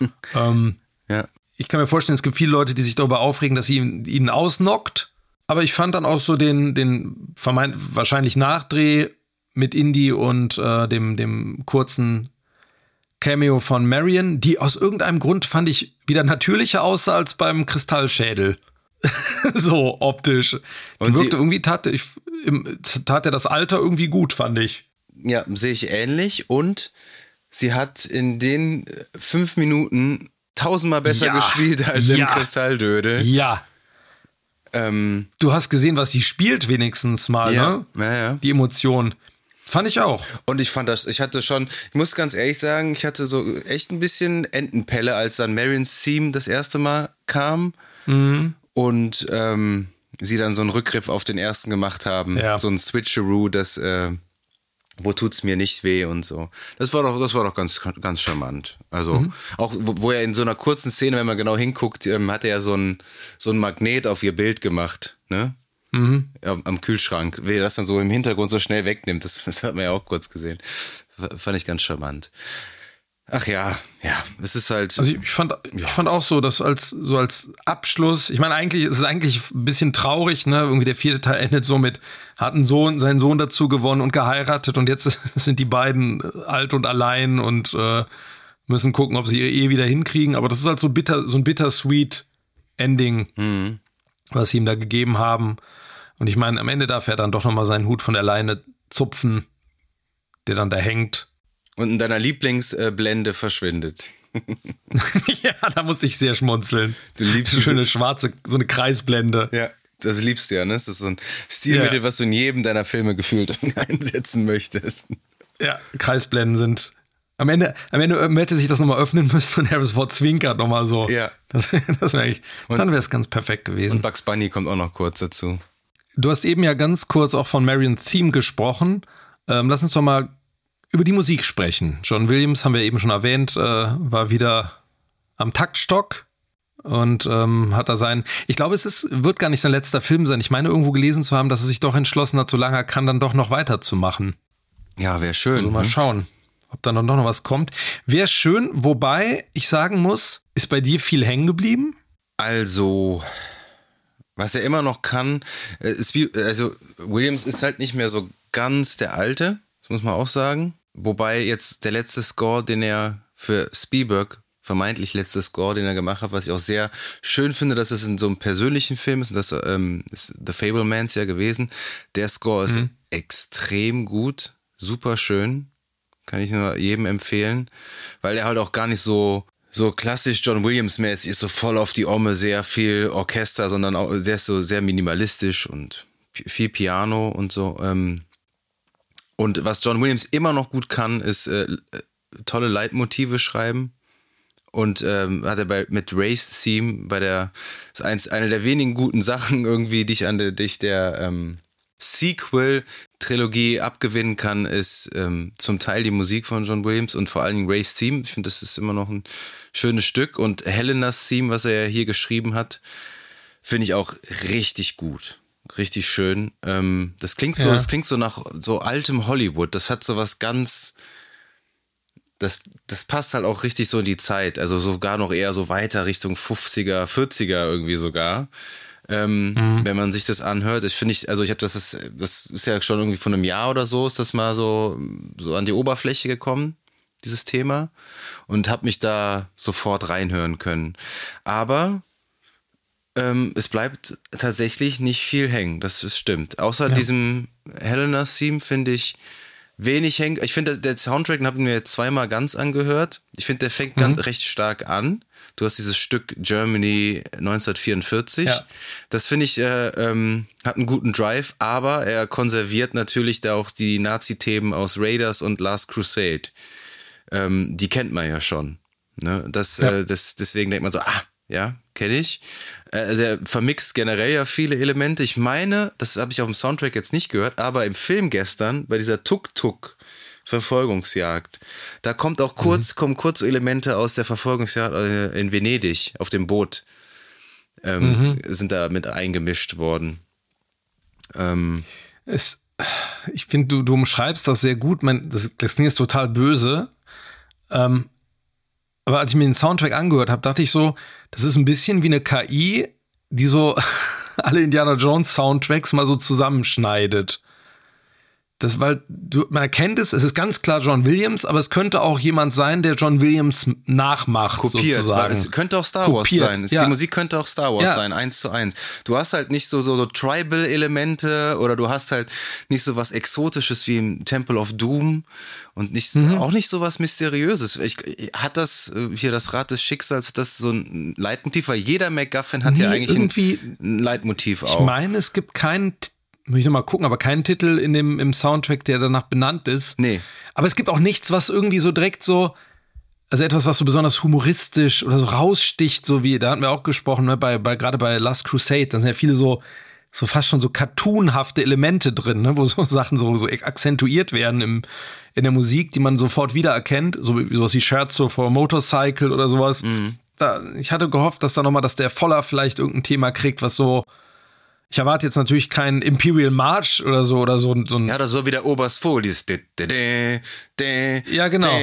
Ja. Ich kann mir vorstellen, es gibt viele Leute, die sich darüber aufregen, dass sie ihn ausnockt. Aber ich fand dann auch so den wahrscheinlich Nachdreh mit Indy und dem kurzen Cameo von Marion, die aus irgendeinem Grund, fand ich, wieder natürlicher aussah als beim Kristallschädel. So optisch. Und wirkte irgendwie, tat er das Alter irgendwie gut, fand ich. Ja, sehe ich ähnlich. Und sie hat in den 5 Minuten 1000-mal besser gespielt als im Kristalldödel. Ja. Du hast gesehen, was sie spielt wenigstens mal, ne? Ja. Die Emotion. Fand ich auch. Und ich muss ganz ehrlich sagen, ich hatte so echt ein bisschen Entenpelle, als dann Marions Theme das erste Mal kam und sie dann so einen Rückgriff auf den ersten gemacht haben. Ja. So ein Switcheroo, das wo tut's mir nicht weh und so. Das war doch ganz, ganz charmant. Also auch, wo er in so einer kurzen Szene, wenn man genau hinguckt, hat er ja so ein Magnet auf ihr Bild gemacht, ne? Am Kühlschrank, wie er das dann so im Hintergrund so schnell wegnimmt, das hat man ja auch kurz gesehen. Fand ich ganz charmant. Ach ja, es ist halt. Also ich fand auch so, dass als Abschluss, ich meine, es ist eigentlich ein bisschen traurig, ne? Irgendwie der 4. Teil endet so mit, hat seinen Sohn dazu gewonnen und geheiratet und jetzt sind die beiden alt und allein und müssen gucken, ob sie ihre Ehe wieder hinkriegen. Aber das ist halt so ein bittersweet Ending, was sie ihm da gegeben haben. Und ich meine, am Ende darf er dann doch nochmal seinen Hut von der Leine zupfen, der dann da hängt. Und in deiner Lieblingsblende verschwindet. Ja, da musste ich sehr schmunzeln. Du liebst eine schöne schwarze, so eine Kreisblende. Ja, das liebst du ja, ne? Das ist so ein Stilmittel, was du in jedem deiner Filme gefühlt einsetzen möchtest. Ja, Kreisblenden sind. Am Ende hätte sich das nochmal öffnen müssen und Harrison Ford zwinkert nochmal so. Ja. Das wäre eigentlich, dann wäre es ganz perfekt gewesen. Und Bugs Bunny kommt auch noch kurz dazu. Du hast eben ja ganz kurz auch von Marion Theme gesprochen. Lass uns doch mal über die Musik sprechen. John Williams, haben wir eben schon erwähnt, war wieder am Taktstock und hat da ich glaube, wird gar nicht sein letzter Film sein. Ich meine, irgendwo gelesen zu haben, dass er sich doch entschlossen hat, solange er kann, dann doch noch weiterzumachen. Ja, wäre schön. Also mal schauen, ob da noch was kommt. Wäre schön, wobei ich sagen muss, ist bei dir viel hängen geblieben? Also, was er immer noch kann, Williams ist halt nicht mehr so ganz der Alte, das muss man auch sagen. Wobei jetzt der letzte Score, den er für Spielberg, vermeintlich letzte Score, den er gemacht hat, was ich auch sehr schön finde, dass es in so einem persönlichen Film ist, und das ist The Fabelmans ja gewesen. Der Score ist extrem gut, super schön, kann ich nur jedem empfehlen, weil er halt auch gar nicht so klassisch John Williams-mäßig ist, so voll auf die Omme, sehr viel Orchester, sondern auch der ist so sehr minimalistisch und viel Piano und so. Und was John Williams immer noch gut kann, ist tolle Leitmotive schreiben. Und hat er mit Ray's Theme ist eine der wenigen guten Sachen irgendwie, die ich der Sequel-Trilogie abgewinnen kann, ist zum Teil die Musik von John Williams und vor allen Dingen Ray's Theme. Ich finde, das ist immer noch ein schönes Stück. Und Helenas Theme, was er ja hier geschrieben hat, finde ich auch richtig gut. Richtig schön. Das klingt so nach so altem Hollywood. Das hat so was ganz, das passt halt auch richtig so in die Zeit. Also sogar noch eher so weiter Richtung 50er, 40er irgendwie sogar. Wenn man sich das anhört. Ich habe das ist ja schon irgendwie von einem Jahr oder so, ist das mal so an die Oberfläche gekommen, dieses Thema. Und habe mich da sofort reinhören können. Aber es bleibt tatsächlich nicht viel hängen, das stimmt. Außer diesem Helena's Theme, finde ich, wenig hängt. Ich finde, der Soundtrack, den habe ich mir jetzt zweimal ganz angehört. Ich finde, der fängt recht stark an. Du hast dieses Stück Germany 1944. Ja. Das finde ich, hat einen guten Drive, aber er konserviert natürlich da auch die Nazi-Themen aus Raiders und Last Crusade. Die kennt man ja schon. Ne? Deswegen denkt man so, ja, kenne ich. Also er vermixt generell ja viele Elemente. Ich meine, das habe ich auf dem Soundtrack jetzt nicht gehört, aber im Film gestern, bei dieser Tuk-Tuk-Verfolgungsjagd, da kommen kurz Elemente aus der Verfolgungsjagd in Venedig auf dem Boot, sind da mit eingemischt worden. Ich finde, du umschreibst das sehr gut. Das klingt jetzt total böse. Aber als ich mir den Soundtrack angehört habe, dachte ich so, das ist ein bisschen wie eine KI, die so alle Indiana Jones Soundtracks mal so zusammenschneidet. Weil man erkennt es ist ganz klar John Williams, aber es könnte auch jemand sein, der John Williams nachmacht, kopiert, sozusagen. Es könnte auch Star Wars sein. Ja. Die Musik könnte auch Star Wars sein, 1:1. Du hast halt nicht so Tribal-Elemente oder du hast halt nicht so was Exotisches wie im Temple of Doom und auch nicht so was Mysteriöses. Hat das hier das Rad des Schicksals, das so ein Leitmotiv, weil jeder MacGuffin hat ja eigentlich ein Leitmotiv auch. Ich meine, es gibt keinen, muss ich nochmal gucken, aber keinen Titel im Soundtrack, der danach benannt ist. Nee. Aber es gibt auch nichts, was irgendwie so direkt so, also etwas, was so besonders humoristisch oder so raussticht, so wie, da hatten wir auch gesprochen, ne, gerade bei Last Crusade, da sind ja viele so fast schon so cartoonhafte Elemente drin, ne, wo so Sachen so akzentuiert werden in der Musik, die man sofort wiedererkennt, sowas wie Scherzo for a Motorcycle oder sowas. Ich hatte gehofft, dass der Voller vielleicht irgendein Thema kriegt, was so. Ich erwarte jetzt natürlich keinen Imperial March oder so ein. Ja, oder so wie der Oberst Vogel, dieses. Ja, genau.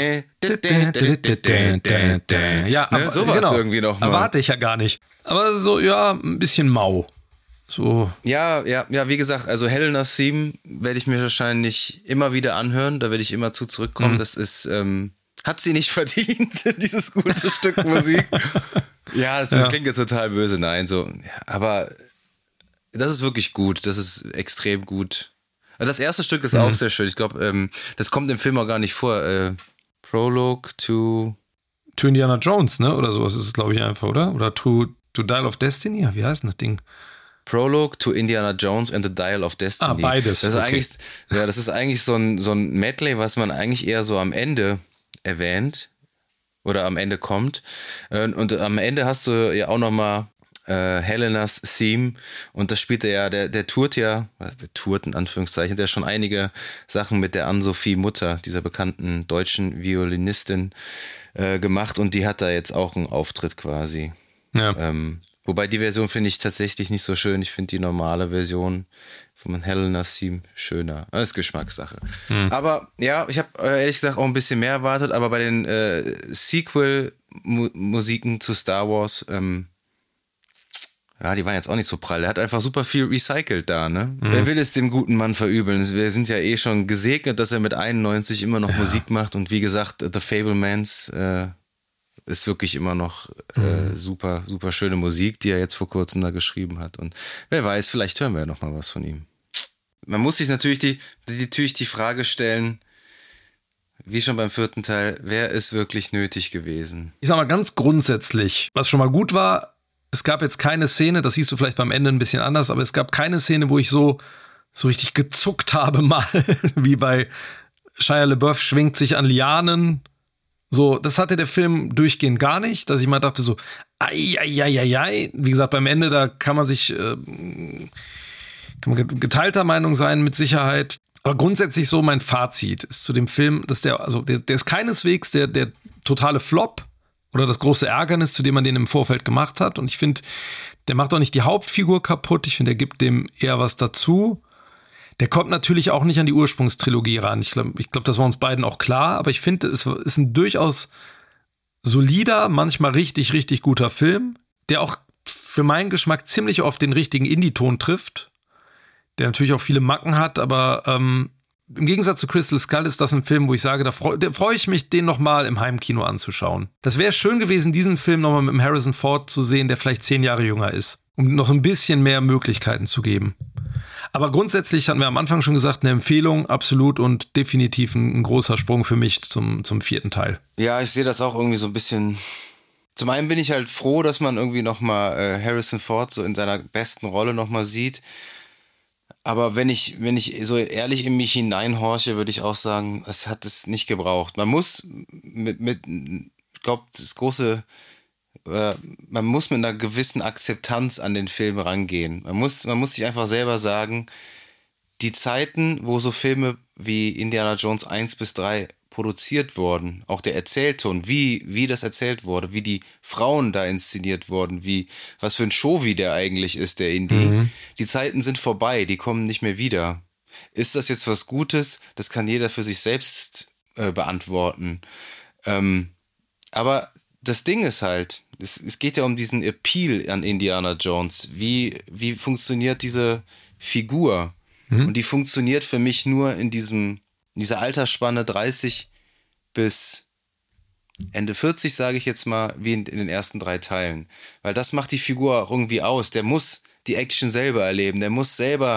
Ja, ne, sowas genau. Irgendwie noch mal. Erwarte ich ja gar nicht. Aber so, ja, ein bisschen mau. So. Ja, wie gesagt, also Helena's Theme werde ich mir wahrscheinlich immer wieder anhören, da werde ich immer zurückkommen. Das ist, hat sie nicht verdient, dieses gute Stück Musik. Ja, das klingt jetzt total böse, nein, so, aber das ist wirklich gut, das ist extrem gut. Das erste Stück ist auch sehr schön, ich glaube, das kommt im Film auch gar nicht vor. Prologue to Indiana Jones, ne, oder sowas ist es, glaube ich, einfach, oder? Oder to Dial of Destiny, wie heißt denn das Ding? Prologue to Indiana Jones and the Dial of Destiny. Beides. Das ist das ist eigentlich so ein Medley, was man eigentlich eher so am Ende erwähnt oder am Ende kommt. Und am Ende hast du ja auch nochmal Helena's Theme und das spielt der tourt in Anführungszeichen, der schon einige Sachen mit der Ann-Sophie Mutter, dieser bekannten deutschen Violinistin, gemacht und die hat da jetzt auch einen Auftritt quasi. Ja. Wobei die Version finde ich tatsächlich nicht so schön. Ich finde die normale Version von Helena's Theme schöner. Das ist Geschmackssache. Aber ja, ich habe ehrlich gesagt auch ein bisschen mehr erwartet, aber bei den Sequel-Musiken zu Star Wars, die waren jetzt auch nicht so prall. Er hat einfach super viel recycelt da, ne? Wer will es dem guten Mann verübeln? Wir sind ja eh schon gesegnet, dass er mit 91 immer noch Musik macht und wie gesagt, The Fabelmans ist wirklich immer noch super, super schöne Musik, die er jetzt vor kurzem da geschrieben hat. Und wer weiß, vielleicht hören wir ja noch mal was von ihm. Man muss sich natürlich die Frage stellen, wie schon beim 4. Teil, wer ist wirklich nötig gewesen? Ich sag mal ganz grundsätzlich, was schon mal gut war, es gab jetzt keine Szene, das siehst du vielleicht beim Ende ein bisschen anders, aber es gab keine Szene, wo ich so richtig gezuckt habe mal, wie bei Shia LaBeouf schwingt sich an Lianen. So, das hatte der Film durchgehend gar nicht, dass ich mal dachte so, ai. Wie gesagt, beim Ende, da kann man geteilter Meinung sein, mit Sicherheit. Aber grundsätzlich so mein Fazit ist zu dem Film, dass der ist keineswegs der totale Flop oder das große Ärgernis, zu dem man den im Vorfeld gemacht hat. Und ich finde, der macht auch nicht die Hauptfigur kaputt. Ich finde, der gibt dem eher was dazu. Der kommt natürlich auch nicht an die Ursprungstrilogie ran. Ich glaube, das war uns beiden auch klar. Aber ich finde, es ist ein durchaus solider, manchmal richtig, richtig guter Film, der auch für meinen Geschmack ziemlich oft den richtigen Indie-Ton trifft. Der natürlich auch viele Macken hat, aber im Gegensatz zu Crystal Skull ist das ein Film, wo ich sage, da freue ich mich, den nochmal im Heimkino anzuschauen. Das wäre schön gewesen, diesen Film nochmal mit dem Harrison Ford zu sehen, der vielleicht 10 Jahre jünger ist, um noch ein bisschen mehr Möglichkeiten zu geben. Aber grundsätzlich hatten wir am Anfang schon gesagt, eine Empfehlung, absolut und definitiv ein großer Sprung für mich zum 4. Teil. Ja, ich sehe das auch irgendwie so ein bisschen. Zum einen bin ich halt froh, dass man irgendwie nochmal Harrison Ford so in seiner besten Rolle nochmal sieht. Aber wenn ich so ehrlich in mich hineinhorche, würde ich auch sagen, es hat es nicht gebraucht. Man muss ich glaube, man muss mit einer gewissen Akzeptanz an den Film rangehen. Man muss sich einfach selber sagen, die Zeiten, wo so Filme wie Indiana Jones 1 bis 3 produziert wurden, auch der Erzählton, wie das erzählt wurde, wie die Frauen da inszeniert wurden, was für ein Show-wie der eigentlich ist, der Indie. Die Zeiten sind vorbei, die kommen nicht mehr wieder. Ist das jetzt was Gutes? Das kann jeder für sich selbst beantworten. Aber das Ding ist halt, es geht ja um diesen Appeal an Indiana Jones. Wie funktioniert diese Figur? Und die funktioniert für mich nur in dieser Altersspanne 30 bis Ende 40, sage ich jetzt mal, wie in den ersten 3 Teilen. Weil das macht die Figur auch irgendwie aus. Der muss die Action selber erleben. Der muss selber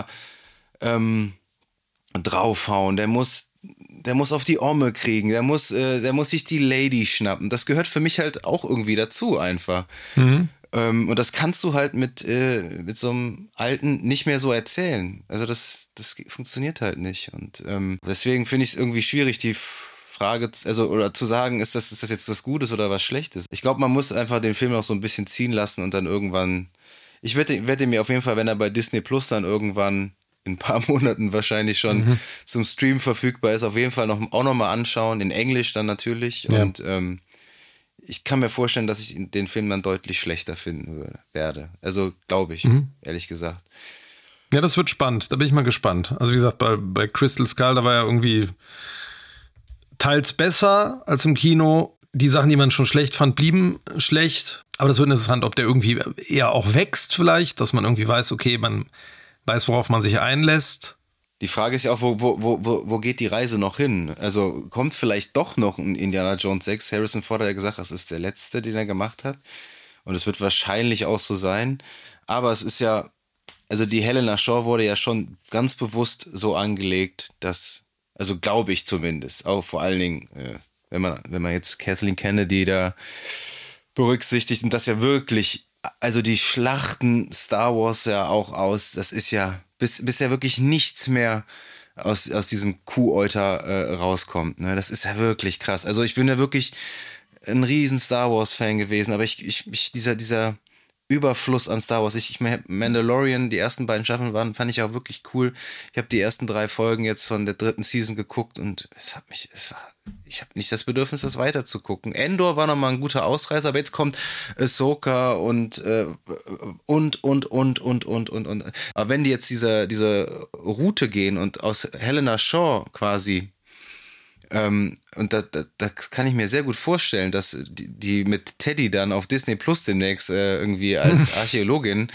draufhauen. Der muss auf die Omme kriegen. Der muss sich die Lady schnappen. Das gehört für mich halt auch irgendwie dazu einfach. Und das kannst du halt mit so einem Alten nicht mehr so erzählen. Also das funktioniert halt nicht. Und deswegen finde ich es irgendwie schwierig, die Frage, oder zu sagen, ist das jetzt was Gutes oder was Schlechtes? Ich glaube, man muss einfach den Film noch so ein bisschen ziehen lassen und dann irgendwann. Ich werde mir auf jeden Fall, wenn er bei Disney Plus dann irgendwann in ein paar Monaten wahrscheinlich schon zum Stream verfügbar ist, auf jeden Fall auch noch mal anschauen, in Englisch dann natürlich. Ja. Und ich kann mir vorstellen, dass ich den Film dann deutlich schlechter finden werde. Also glaube ich, ehrlich gesagt. Ja, das wird spannend. Da bin ich mal gespannt. Also wie gesagt, bei Crystal Skull, da war ja irgendwie teils besser als im Kino. Die Sachen, die man schon schlecht fand, blieben schlecht. Aber das wird interessant, ob der irgendwie eher auch wächst vielleicht, dass man irgendwie weiß, okay, man weiß, worauf man sich einlässt. Die Frage ist ja auch, wo geht die Reise noch hin? Also kommt vielleicht doch noch ein Indiana Jones 6? Harrison Ford hat ja gesagt, das ist der letzte, den er gemacht hat. Und es wird wahrscheinlich auch so sein. Aber es ist ja, also die Helena Shaw wurde ja schon ganz bewusst so angelegt, dass, also glaube ich zumindest, auch vor allen Dingen, wenn man jetzt Kathleen Kennedy da berücksichtigt und das ja wirklich, also die Schlachten Star Wars ja auch das ist ja bis ja wirklich nichts mehr aus diesem Kuhäuter rauskommt. Ne? Das ist ja wirklich krass. Also ich bin ja wirklich ein riesen Star Wars-Fan gewesen, aber dieser Überfluss an Star Wars. Ich Mandalorian, die ersten beiden Staffeln fand ich auch wirklich cool. Ich habe die ersten 3 Folgen jetzt von der 3. Season geguckt und ich habe nicht das Bedürfnis, das weiter zu gucken. Endor war nochmal ein guter Ausreißer, aber jetzt kommt Ahsoka und. Aber wenn die jetzt diese Route gehen und aus Helena Shaw quasi, und da kann ich mir sehr gut vorstellen, dass die mit Teddy dann auf Disney Plus demnächst irgendwie als Archäologin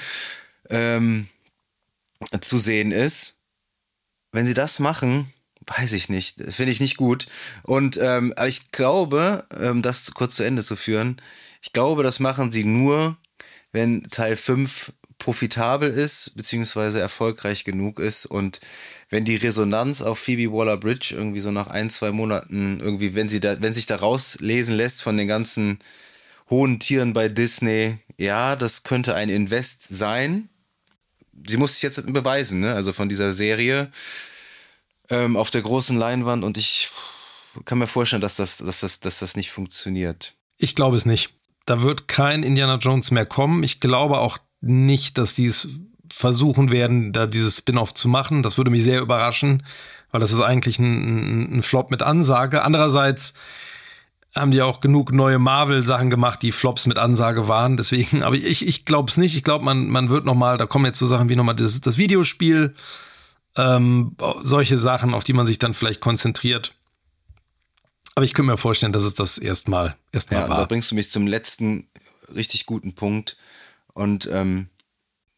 zu sehen ist. Wenn sie das machen, weiß ich nicht, finde ich nicht gut. Und aber ich glaube, das kurz zu Ende zu führen, ich glaube, das machen sie nur, wenn Teil 5 profitabel ist, beziehungsweise erfolgreich genug ist und wenn die Resonanz auf Phoebe Waller-Bridge irgendwie so nach 1-2 Monaten irgendwie, wenn sich da rauslesen lässt von den ganzen hohen Tieren bei Disney, ja, das könnte ein Invest sein. Sie muss sich jetzt beweisen, ne? Also von dieser Serie auf der großen Leinwand und ich kann mir vorstellen, dass das nicht funktioniert. Ich glaube es nicht. Da wird kein Indiana Jones mehr kommen. Ich glaube auch nicht, dass die es versuchen werden, da dieses Spin-off zu machen. Das würde mich sehr überraschen, weil das ist eigentlich ein Flop mit Ansage. Andererseits haben die auch genug neue Marvel-Sachen gemacht, die Flops mit Ansage waren. Deswegen, aber ich glaube es nicht. Ich glaube, man wird nochmal, da kommen jetzt so Sachen wie nochmal das Videospiel, solche Sachen, auf die man sich dann vielleicht konzentriert. Aber ich könnte mir vorstellen, dass es das erstmal war. Da bringst du mich zum letzten richtig guten Punkt. Und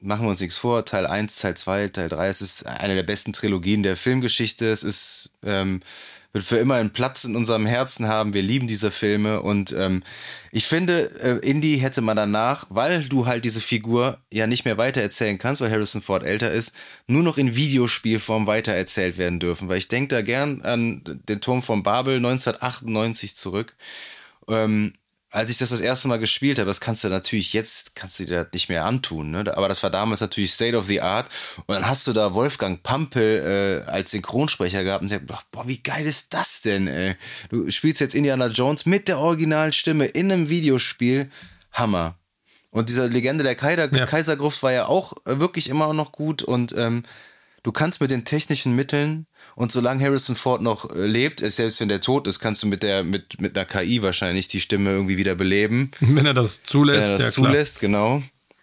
machen wir uns nichts vor, Teil 1, Teil 2, Teil 3, es ist eine der besten Trilogien der Filmgeschichte, es ist, wird für immer einen Platz in unserem Herzen haben, wir lieben diese Filme und ich finde, Indy hätte man danach, weil du halt diese Figur ja nicht mehr weitererzählen kannst, weil Harrison Ford älter ist, nur noch in Videospielform weitererzählt werden dürfen, weil ich denke da gern an den Turm von Babel 1998 zurück, als ich das erste Mal gespielt habe, das kannst du dir das nicht mehr antun, ne? Aber das war damals natürlich State of the Art und dann hast du da Wolfgang Pampel als Synchronsprecher gehabt und ich dachte, boah, wie geil ist das denn, ey? Du spielst jetzt Indiana Jones mit der originalen Stimme in einem Videospiel, Hammer. Und diese Legende der Kaisergruft war ja auch wirklich immer noch gut und du kannst mit den technischen Mitteln und solange Harrison Ford noch lebt, selbst wenn der tot ist, kannst du mit einer KI wahrscheinlich die Stimme irgendwie wieder beleben. Wenn er das zulässt. Wenn er das zulässt, genau.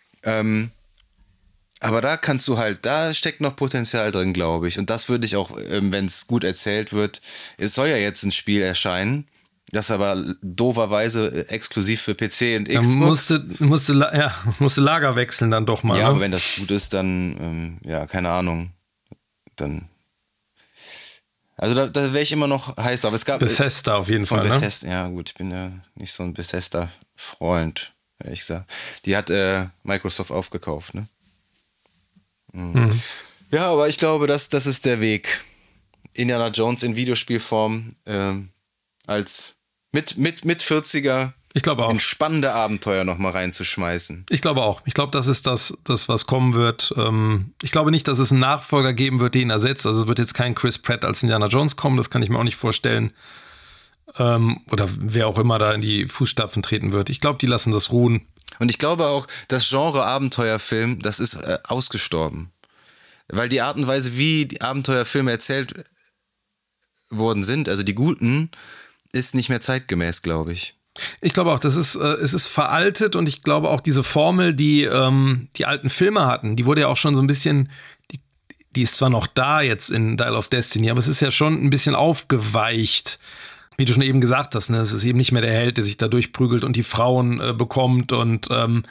Aber da kannst du halt, da steckt noch Potenzial drin, glaube ich. Und das würde ich auch, wenn es gut erzählt wird, es soll ja jetzt ein Spiel erscheinen, das aber dooferweise exklusiv für PC und Xbox. Musste Lager wechseln dann doch mal. Ja, ne? aber wenn das gut ist, dann, keine Ahnung, dann... Also da wäre ich immer noch heiß drauf. Es gab Bethesda auf jeden Fall, Bethesda, ne? Ja gut, ich bin ja nicht so ein Bethesda-Freund, ehrlich gesagt. Die hat Microsoft aufgekauft, ne? Mhm. Ja, aber ich glaube, das ist der Weg. Indiana Jones in Videospielform als mit 40er ich glaube auch. in spannende Abenteuer nochmal reinzuschmeißen. Ich glaube auch. Ich glaube, das ist das, was kommen wird. Ich glaube nicht, dass es einen Nachfolger geben wird, der ihn ersetzt. Also es wird jetzt kein Chris Pratt als Indiana Jones kommen. Das kann ich mir auch nicht vorstellen. Oder wer auch immer da in die Fußstapfen treten wird. Ich glaube, die lassen das ruhen. Und ich glaube auch, das Genre Abenteuerfilm, das ist ausgestorben. Weil die Art und Weise, wie die Abenteuerfilme erzählt worden sind, also die guten, ist nicht mehr zeitgemäß, glaube ich. Ich glaube auch, es ist veraltet und ich glaube auch diese Formel, die die alten Filme hatten, die wurde ja auch schon so ein bisschen, die ist zwar noch da jetzt in Dial of Destiny, aber es ist ja schon ein bisschen aufgeweicht. Wie du schon eben gesagt hast, ne? Es ist eben nicht mehr der Held, der sich da durchprügelt und die Frauen bekommt und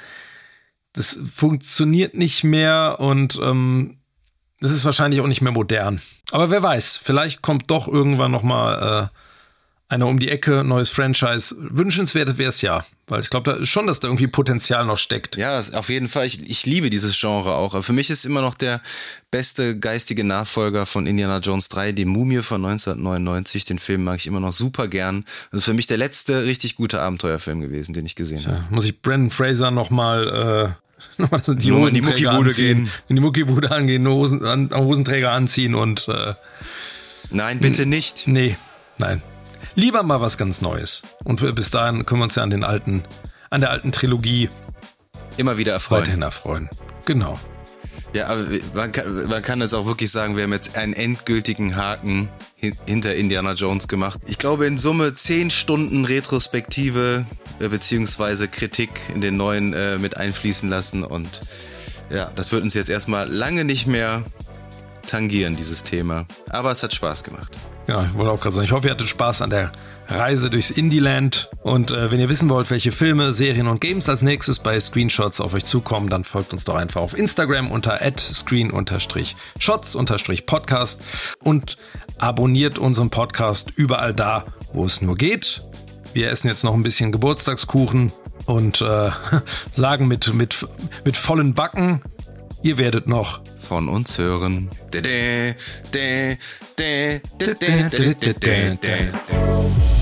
das funktioniert nicht mehr und das ist wahrscheinlich auch nicht mehr modern. Aber wer weiß, vielleicht kommt doch irgendwann noch mal einer um die Ecke, neues Franchise. Wünschenswert wäre es ja, weil ich glaube schon, dass da irgendwie Potenzial noch steckt. Ja, auf jeden Fall. Ich liebe dieses Genre auch. Aber für mich ist immer noch der beste geistige Nachfolger von Indiana Jones 3, die Mumie von 1999. Den Film mag ich immer noch super gern. Das ist für mich der letzte richtig gute Abenteuerfilm gewesen, den ich gesehen habe. Muss ich Brendan Fraser nochmal in die Muckibude gehen. In die Muckibude angehen, Hosenträger anziehen und nein, bitte nicht. Nee, nein. Lieber mal was ganz Neues. Und bis dahin können wir uns ja an der alten Trilogie immer wieder weiterhin erfreuen. Genau. Ja, aber man kann es auch wirklich sagen, wir haben jetzt einen endgültigen Haken hinter Indiana Jones gemacht. Ich glaube in Summe 10 Stunden Retrospektive beziehungsweise Kritik in den neuen mit einfließen lassen und ja, das wird uns jetzt erstmal lange nicht mehr tangieren, dieses Thema. Aber es hat Spaß gemacht. Ja, ich wollte auch gerade sagen, ich hoffe, ihr hattet Spaß an der Reise durchs Indieland. Und wenn ihr wissen wollt, welche Filme, Serien und Games als nächstes bei Screenshots auf euch zukommen, dann folgt uns doch einfach auf Instagram unter @screen_shots_podcast und abonniert unseren Podcast überall da, wo es nur geht. Wir essen jetzt noch ein bisschen Geburtstagskuchen und sagen mit vollen Backen, ihr werdet noch von uns hören. Dä, dä, dä, dä, dä, dä, dä, dä, dä.